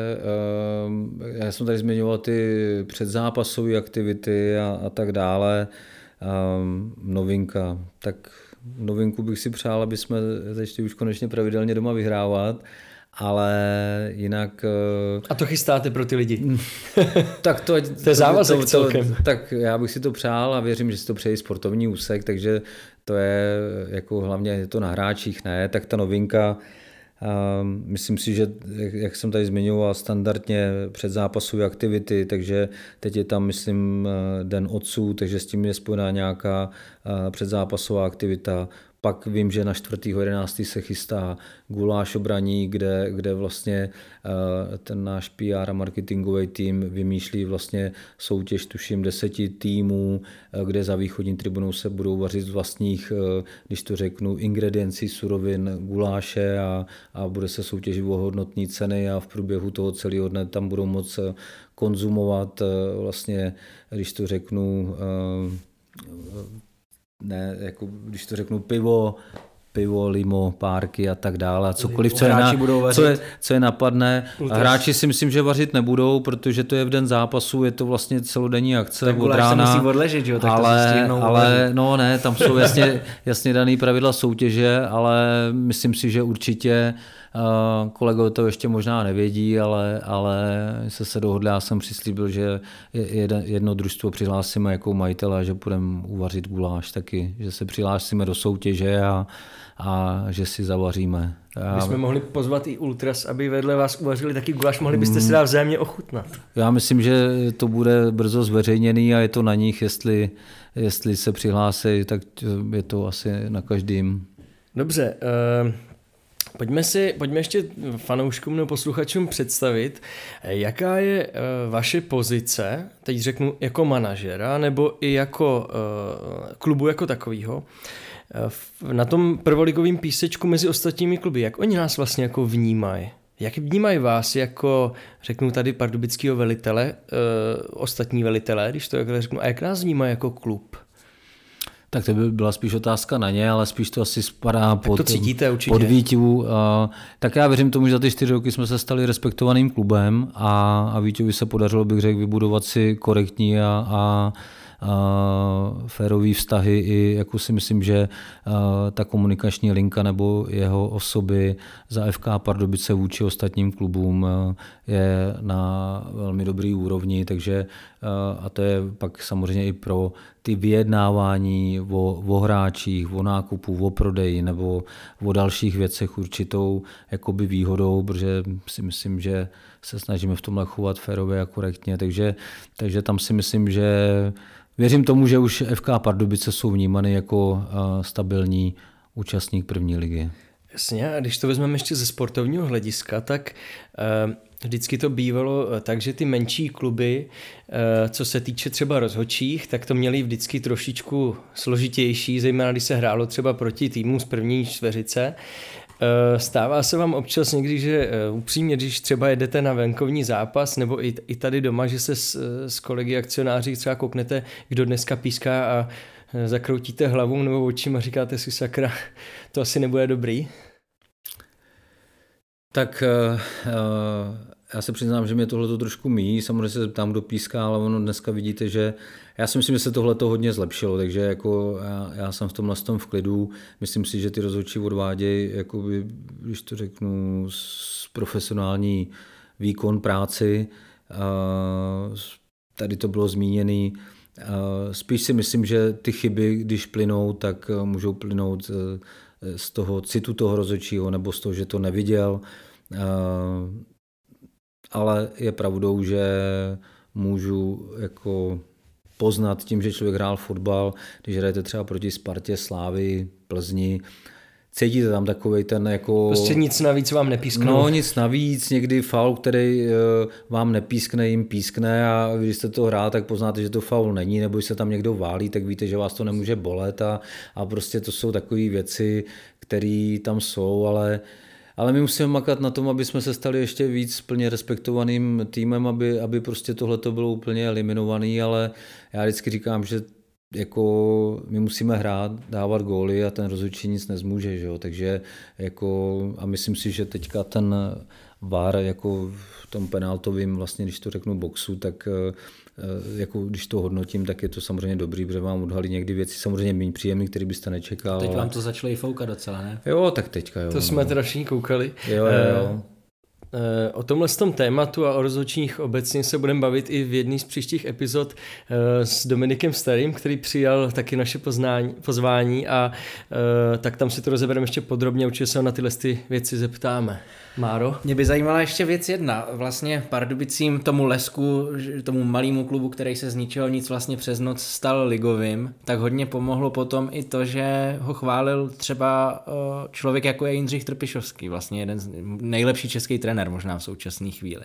já jsem tady zmiňoval ty předzápasové aktivity a tak dále. Novinka, tak novinku bych si přál, aby jsme začali už konečně pravidelně doma vyhrávat, ale jinak... A to chystáte pro ty lidi? Tak to je závazek celkem. Tak já bych si to přál a věřím, že si to přeji sportovní úsek, takže to je jako hlavně je to na hráčích, ne, tak ta novinka, myslím si, že jak jsem tady zmiňoval, standardně předzápasové aktivity, takže teď je tam, myslím, Den otců, takže s tím je spojená nějaká předzápasová aktivita. Pak vím, že na 4.11. se chystá guláš obraní, kde vlastně ten náš PR a marketingový tým vymýšlí vlastně soutěž, tuším, 10 týmů, kde za východní tribunou se budou vařit z vlastních, když to řeknu, ingrediencí surovin guláše a bude se soutěžit o hodnotné ceny a v průběhu toho celého dne tam budou moct konzumovat vlastně, když to řeknu, ne, jako když to řeknu pivo, limo, párky a tak dále, a cokoliv, co je napadne. A hráči si myslím, že vařit nebudou, protože to je v den zápasu, je to vlastně celodenní akce tak od rána. Se musí odležet, jo? Tak ale no ne, tam jsou jasně daný pravidla soutěže, ale myslím si, že určitě kolegové to ještě možná nevědí, ale se dohodli, já jsem přislíbil, že jedno družstvo přihlásíme jako majitele, že budeme uvařit guláš taky, že se přihlásíme do soutěže a že si zavaříme. My jsme mohli pozvat i Ultras, aby vedle vás uvařili taky guláš, mohli byste si dát vzájemně ochutnat. Já myslím, že to bude brzo zveřejněný a je to na nich, jestli se přihlásí, tak je to asi na každým. Dobře, Pojďme ještě fanouškům nebo posluchačům představit, jaká je vaše pozice, teď řeknu jako manažera, nebo i jako klubu jako takového, na tom prvoligovém písečku mezi ostatními kluby. Jak oni nás vlastně jako vnímají? Jak vnímají vás jako, řeknu tady pardubického velitele, ostatní velitelé, když to takhle řeknu, a jak nás vnímají jako klub? Tak to by byla spíš otázka na ně, ale spíš to asi spadá pod Víťu. Tak já věřím tomu, že za ty 4 roky jsme se stali respektovaným klubem a Víťovi se podařilo, bych řekl, vybudovat si korektní a férový vztahy i jako si myslím, že ta komunikační linka nebo jeho osoby za FK Pardubice vůči ostatním klubům je na velmi dobrý úrovni, takže a to je pak samozřejmě i pro ty vyjednávání o hráčích, o nákupu, o prodeji nebo o dalších věcech určitou jakoby výhodou, protože si myslím, že se snažíme v tomhle chovat férově a korektně, takže tam si myslím, že věřím tomu, že už FK Pardubice jsou vnímány jako stabilní účastník první ligy. Jasně, a když to vezmeme ještě ze sportovního hlediska, tak vždycky to bývalo tak, že ty menší kluby, co se týče třeba rozhodčích, tak to měli vždycky trošičku složitější, zejména když se hrálo třeba proti týmu z první čtveřice. Stává se vám občas někdy, že upřímně, když třeba jedete na venkovní zápas nebo i tady doma, že se s kolegy akcionáři třeba kouknete, kdo dneska píská a zakroutíte hlavou nebo očím a říkáte si sakra, to asi nebude dobrý? Tak já se přiznám, že mě tohle trošku míjí, samozřejmě se tam kdo píská, ale ono dneska vidíte, že já si myslím, že se tohle hodně zlepšilo, takže jako já jsem v tomhle v klidu, myslím si, že ty rozhodčí odvádějí, jakoby, když to řeknu, s profesionální výkon, práci. Tady to bylo zmíněné. Spíš si myslím, že ty chyby, když plynou, tak můžou plynout z toho citu toho rozhodčího nebo z toho, že to neviděl. Ale je pravdou, že můžu jako poznat tím, že člověk hrál fotbal, když hrajete třeba proti Spartě, Slávii, Plzni, cítíte tam takovej ten jako... Prostě nic navíc vám nepískne. No nic navíc, někdy faul, který vám nepískne, jim pískne a když jste to hrál, tak poznáte, že to faul není, nebo když se tam někdo válí, tak víte, že vás to nemůže bolet a prostě to jsou takové věci, které tam jsou, ale my musíme makat na tom, aby jsme se stali ještě víc plně respektovaným týmem, aby prostě tohleto bylo úplně eliminovaný, ale já vždycky říkám, že jako my musíme hrát, dávat góly a ten rozhodčí nic nezmůže, že jo? Takže jako a myslím si, že teďka ten VAR jako v tom penaltovým, vlastně když to řeknu boxu, tak jako když to hodnotím, tak je to samozřejmě dobrý, protože vám odhalí někdy věci samozřejmě méně příjemný, který byste nečekal. Teď vám to začalo i foukat docela, ne? Jo, tak teďka jo. To jsme teda všichni koukali. Jo. O tomhle tom tématu a o rozhodčích obecně se budeme bavit i v jedné z příštích epizod s Dominikem Starým, který přijal taky naše pozvání a tak tam si to rozebereme ještě podrobně, určitě se ho na tyhle věci zeptáme. Máro? Mě by zajímala ještě věc jedna. Vlastně Pardubicím, tomu Lesku, tomu malému klubu, který se z ničeho nic vlastně přes noc stal ligovým, tak hodně pomohlo potom i to, že ho chválil třeba člověk jako je Jindřich Trpišovský, vlastně jeden z nejlepší český trenér možná v současné chvíli.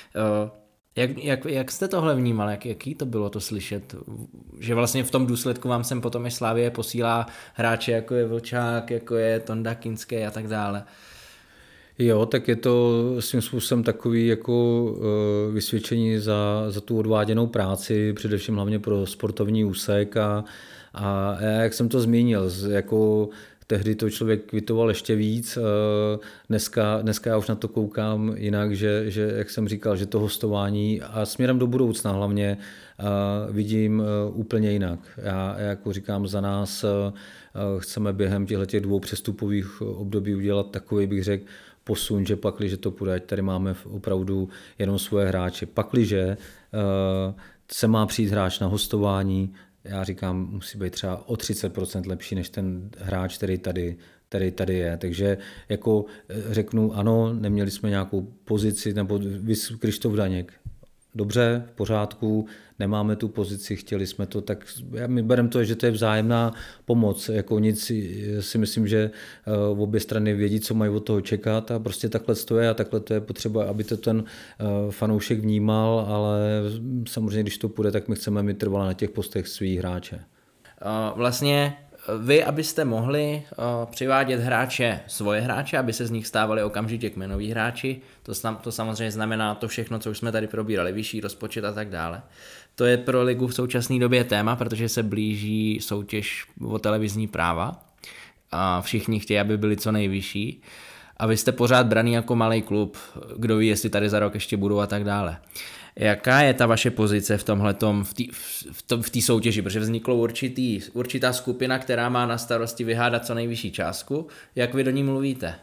Jak jste tohle vnímal? Jaký to bylo to slyšet? Že vlastně v tom důsledku vám sem potom i Slavie posílá hráče jako je Vlčák, jako je Tonda Kinský a tak dále. Jo, tak je to svým způsobem takový jako vysvědčení za tu odváděnou práci, především hlavně pro sportovní úsek a jak jsem to zmínil, jako tehdy to člověk kvitoval ještě víc, dneska já už na to koukám jinak, že jak jsem říkal, že to hostování a směrem do budoucna hlavně vidím úplně jinak. Já jako říkám, za nás chceme během těchto 2 přestupových období udělat takový, bych řekl, posun, že pakliže to půjde, ať tady máme opravdu jenom svoje hráče. Pakliže se má přijít hráč na hostování, já říkám, musí být třeba o 30% lepší než ten hráč, který tady je. Takže jako řeknu, ano, neměli jsme nějakou pozici, nebo Krištof Daněk. Dobře, v pořádku, nemáme tu pozici, chtěli jsme to, tak my bereme to, že to je vzájemná pomoc. Jako nic si myslím, že obě strany vědí, co mají od toho čekat a prostě takhle to je a takhle to je potřeba, aby to ten fanoušek vnímal, ale samozřejmě, když to půjde, tak my chceme mít trvalé na těch postech svý hráče. Vlastně vy, abyste mohli přivádět svoje hráče, aby se z nich stávali okamžitě kmenoví hráči, to samozřejmě znamená to všechno, co už jsme tady probírali, vyšší rozpočet a tak dále. To je pro ligu v současné době téma, protože se blíží soutěž o televizní práva a všichni chtějí, aby byli co nejvyšší. A vy jste pořád braný jako malý klub, kdo ví, jestli tady za rok ještě budou a tak dále. Jaká je ta vaše pozice v tomhletom, v té soutěži? Protože vznikla určitá skupina, která má na starosti vyhádat co nejvyšší částku. Jak vy do ní mluvíte?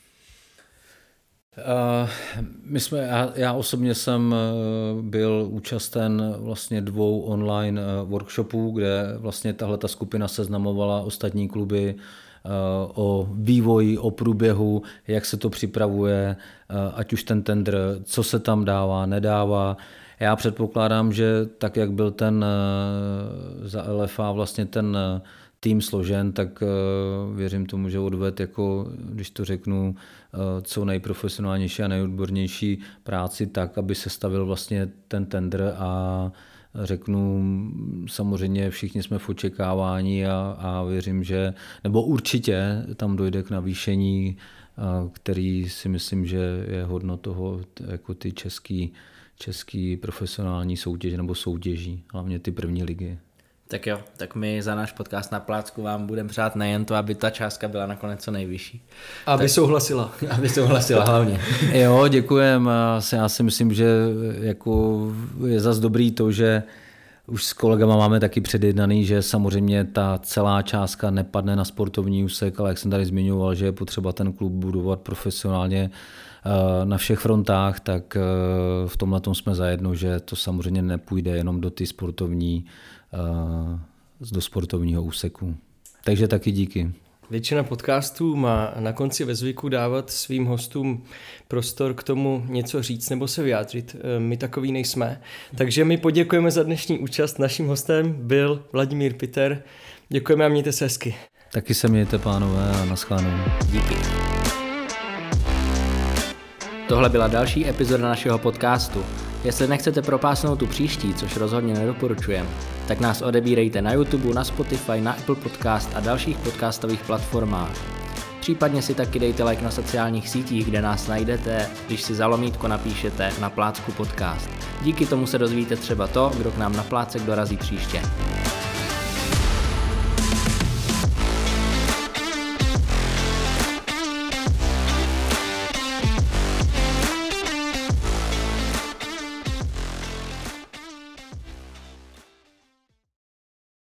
Já osobně jsem byl účasten vlastně 2 online workshopů, kde vlastně tahleta skupina seznamovala ostatní kluby o vývoji, o průběhu, jak se to připravuje, ať už ten tendr, co se tam dává, nedává. Já předpokládám, že tak, jak byl ten za LFA vlastně ten tým složen, tak věřím tomu, že odved, jako, když to řeknu, co nejprofesionálnější a nejodbornější práci tak, aby se stavil vlastně ten tendr a řeknu, samozřejmě všichni jsme v očekávání a věřím, že, nebo určitě tam dojde k navýšení, který si myslím, že je hodno toho, jako ty český profesionální soutěže nebo soutěží, hlavně ty první ligy. Tak jo, tak my za náš podcast Na plácku vám budeme přát nejen to, aby ta částka byla nakonec co nejvyšší. Aby souhlasila. Aby souhlasila hlavně. Jo, děkujem. Já si myslím, že jako je zas dobrý to, že už s kolegama máme taky předjednaný, že samozřejmě ta celá částka nepadne na sportovní úsek, ale jak jsem tady zmiňoval, že je potřeba ten klub budovat profesionálně na všech frontách, tak v tomhle tom jsme zajedno, že to samozřejmě nepůjde jenom do ty sportovní, do sportovního úseku. Takže taky díky. Většina podcastů má na konci ve zvyku dávat svým hostům prostor k tomu něco říct nebo se vyjádřit. My takový nejsme. Takže my poděkujeme za dnešní účast. Naším hostem byl Vladimír Piter. Děkujeme a mějte se hezky. Taky se mějte, pánové, a naschledanou. Díky. Tohle byla další epizoda našeho podcastu. Jestli nechcete propásnout tu příští, což rozhodně nedoporučujeme, tak nás odebírejte na YouTube, na Spotify, na Apple Podcast a dalších podcastových platformách. Případně si taky dejte like na sociálních sítích, kde nás najdete, když si za lomítko napíšete Na plácku podcast. Díky tomu se dozvíte třeba to, kdo k nám na plácek dorazí příště.